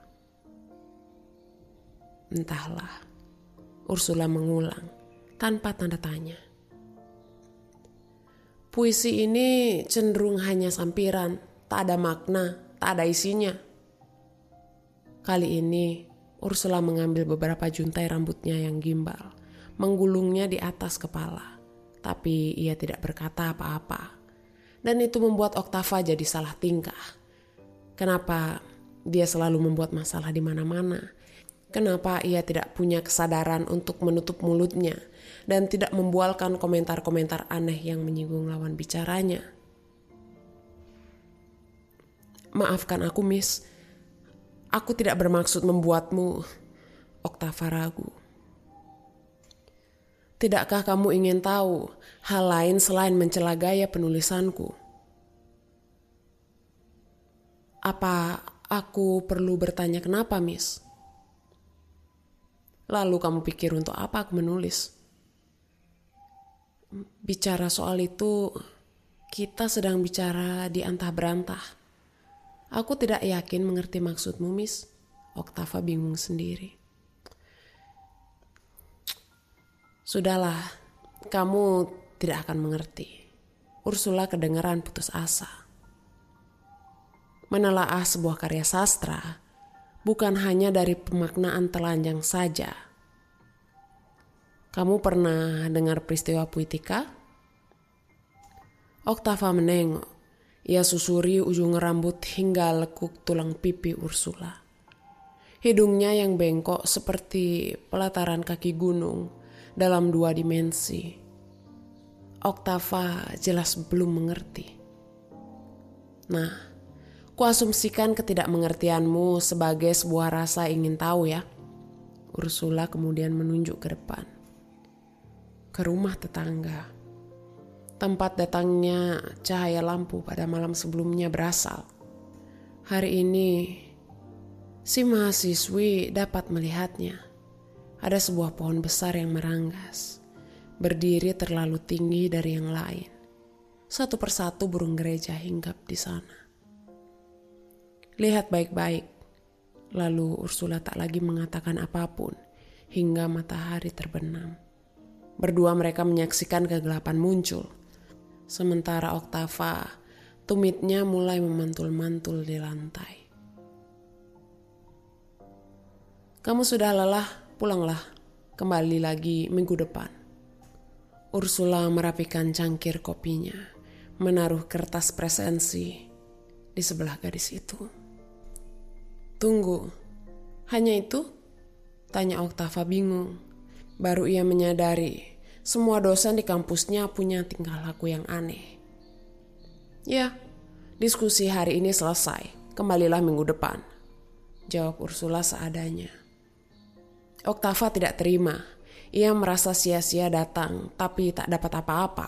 Entahlah, Ursula mengulang tanpa tanda tanya. Puisi ini cenderung hanya sampiran, tak ada makna, tak ada isinya. Kali ini Ursula mengambil beberapa juntai rambutnya yang gimbal, menggulungnya di atas kepala, tapi ia tidak berkata apa-apa. Dan itu membuat Oktava jadi salah tingkah. Kenapa dia selalu membuat masalah di mana-mana? Kenapa ia tidak punya kesadaran untuk menutup mulutnya dan tidak membualkan komentar-komentar aneh yang menyinggung lawan bicaranya? Maafkan aku, Miss. Aku tidak bermaksud membuatmu, Oktava ragu. Tidakkah kamu ingin tahu hal lain selain mencela gaya penulisanku? Apa aku perlu bertanya kenapa, Miss? Lalu kamu pikir untuk apa aku menulis? Bicara soal itu, kita sedang bicara di antah berantah. Aku tidak yakin mengerti maksudmu, Miss. Oktava bingung sendiri. Sudahlah, kamu tidak akan mengerti. Ursula kedengaran putus asa. Menelaah sebuah karya sastra bukan hanya dari pemaknaan telanjang saja. Kamu pernah dengar peristiwa Puitika? Oktava menengok. Ia susuri ujung rambut hingga lekuk tulang pipi Ursula. Hidungnya yang bengkok seperti pelataran kaki gunung dalam 2 dimensi. Oktava jelas belum mengerti. Nah, kuasumsikan ketidakmengertianmu sebagai sebuah rasa ingin tahu ya. Ursula kemudian menunjuk ke depan. Ke rumah tetangga. Tempat datangnya cahaya lampu pada malam sebelumnya berasal. Hari ini, si mahasiswi dapat melihatnya. Ada sebuah pohon besar yang meranggas, berdiri terlalu tinggi dari yang lain. Satu persatu burung gereja hinggap di sana. Lihat baik-baik. Lalu Ursula tak lagi mengatakan apapun hingga matahari terbenam. Berdua mereka menyaksikan kegelapan muncul. Sementara Oktava, tumitnya mulai memantul-mantul di lantai. Kamu sudah lelah, pulanglah. Kembali lagi minggu depan. Ursula merapikan cangkir kopinya, menaruh kertas presensi di sebelah gadis itu. Tunggu, hanya itu? Tanya Oktava bingung. Baru ia menyadari semua dosen di kampusnya punya tingkah laku yang aneh. Ya, diskusi hari ini selesai. Kembalilah minggu depan. Jawab Ursula seadanya. Oktava tidak terima. Ia merasa sia-sia datang, tapi tak dapat apa-apa.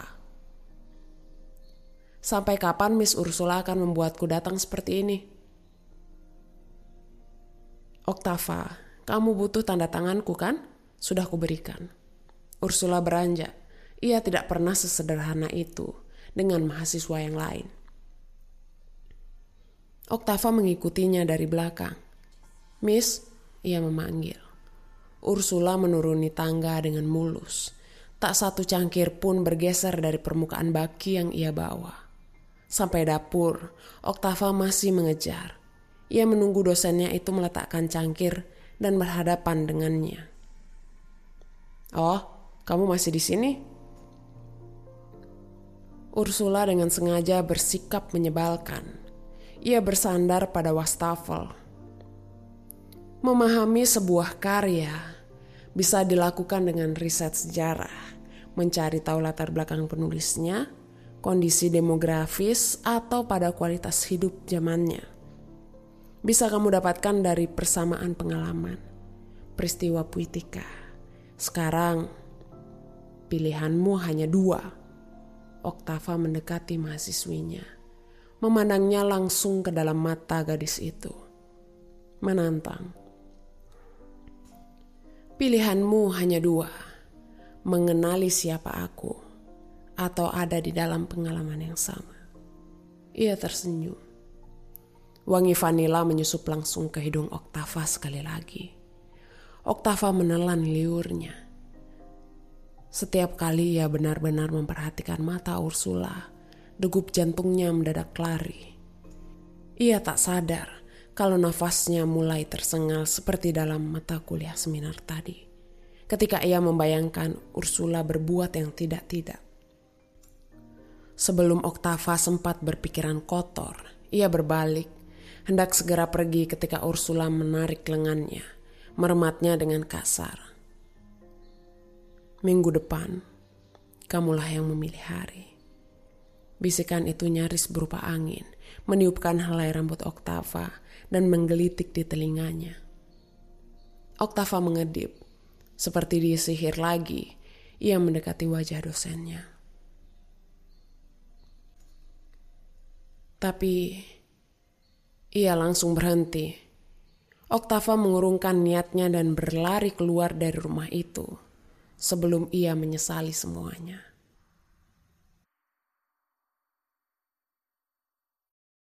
Sampai kapan Miss Ursula akan membuatku datang seperti ini? Oktava, kamu butuh tanda tanganku kan? Sudah kuberikan. Ursula beranjak. Ia tidak pernah sesederhana itu dengan mahasiswa yang lain. Oktava mengikutinya dari belakang. Miss, ia memanggil. Ursula menuruni tangga dengan mulus. Tak satu cangkir pun bergeser dari permukaan baki yang ia bawa. Sampai dapur, Oktava masih mengejar. Ia menunggu dosennya itu meletakkan cangkir dan berhadapan dengannya. Oh, kamu masih di sini? Ursula dengan sengaja bersikap menyebalkan. Ia bersandar pada wastafel. Memahami sebuah karya bisa dilakukan dengan riset sejarah, mencari tahu latar belakang penulisnya, kondisi demografis, atau pada kualitas hidup zamannya. Bisa kamu dapatkan dari persamaan pengalaman, peristiwa Puitika. Sekarang, pilihanmu hanya 2. Oktava mendekati mahasiswinya, memandangnya langsung ke dalam mata gadis itu. Menantang. Pilihanmu hanya 2. Mengenali siapa aku, atau ada di dalam pengalaman yang sama. Ia tersenyum. Wangi vanila menyusup langsung ke hidung Oktava sekali lagi. Oktava menelan liurnya. Setiap kali ia benar-benar memperhatikan mata Ursula, degup jantungnya mendadak lari. Ia tak sadar kalau nafasnya mulai tersengal seperti dalam mata kuliah seminar tadi. Ketika ia membayangkan Ursula berbuat yang tidak-tidak. Sebelum Oktava sempat berpikiran kotor, ia berbalik, hendak segera pergi ketika Ursula menarik lengannya, merematnya dengan kasar. Minggu depan, kamulah yang memilih hari. Bisikan itu nyaris berupa angin, meniupkan helai rambut Oktava dan menggelitik di telinganya. Oktava mengedip, seperti disihir lagi, ia mendekati wajah dosennya. Tapi ia langsung berhenti. Oktava mengurungkan niatnya dan berlari keluar dari rumah itu sebelum ia menyesali semuanya.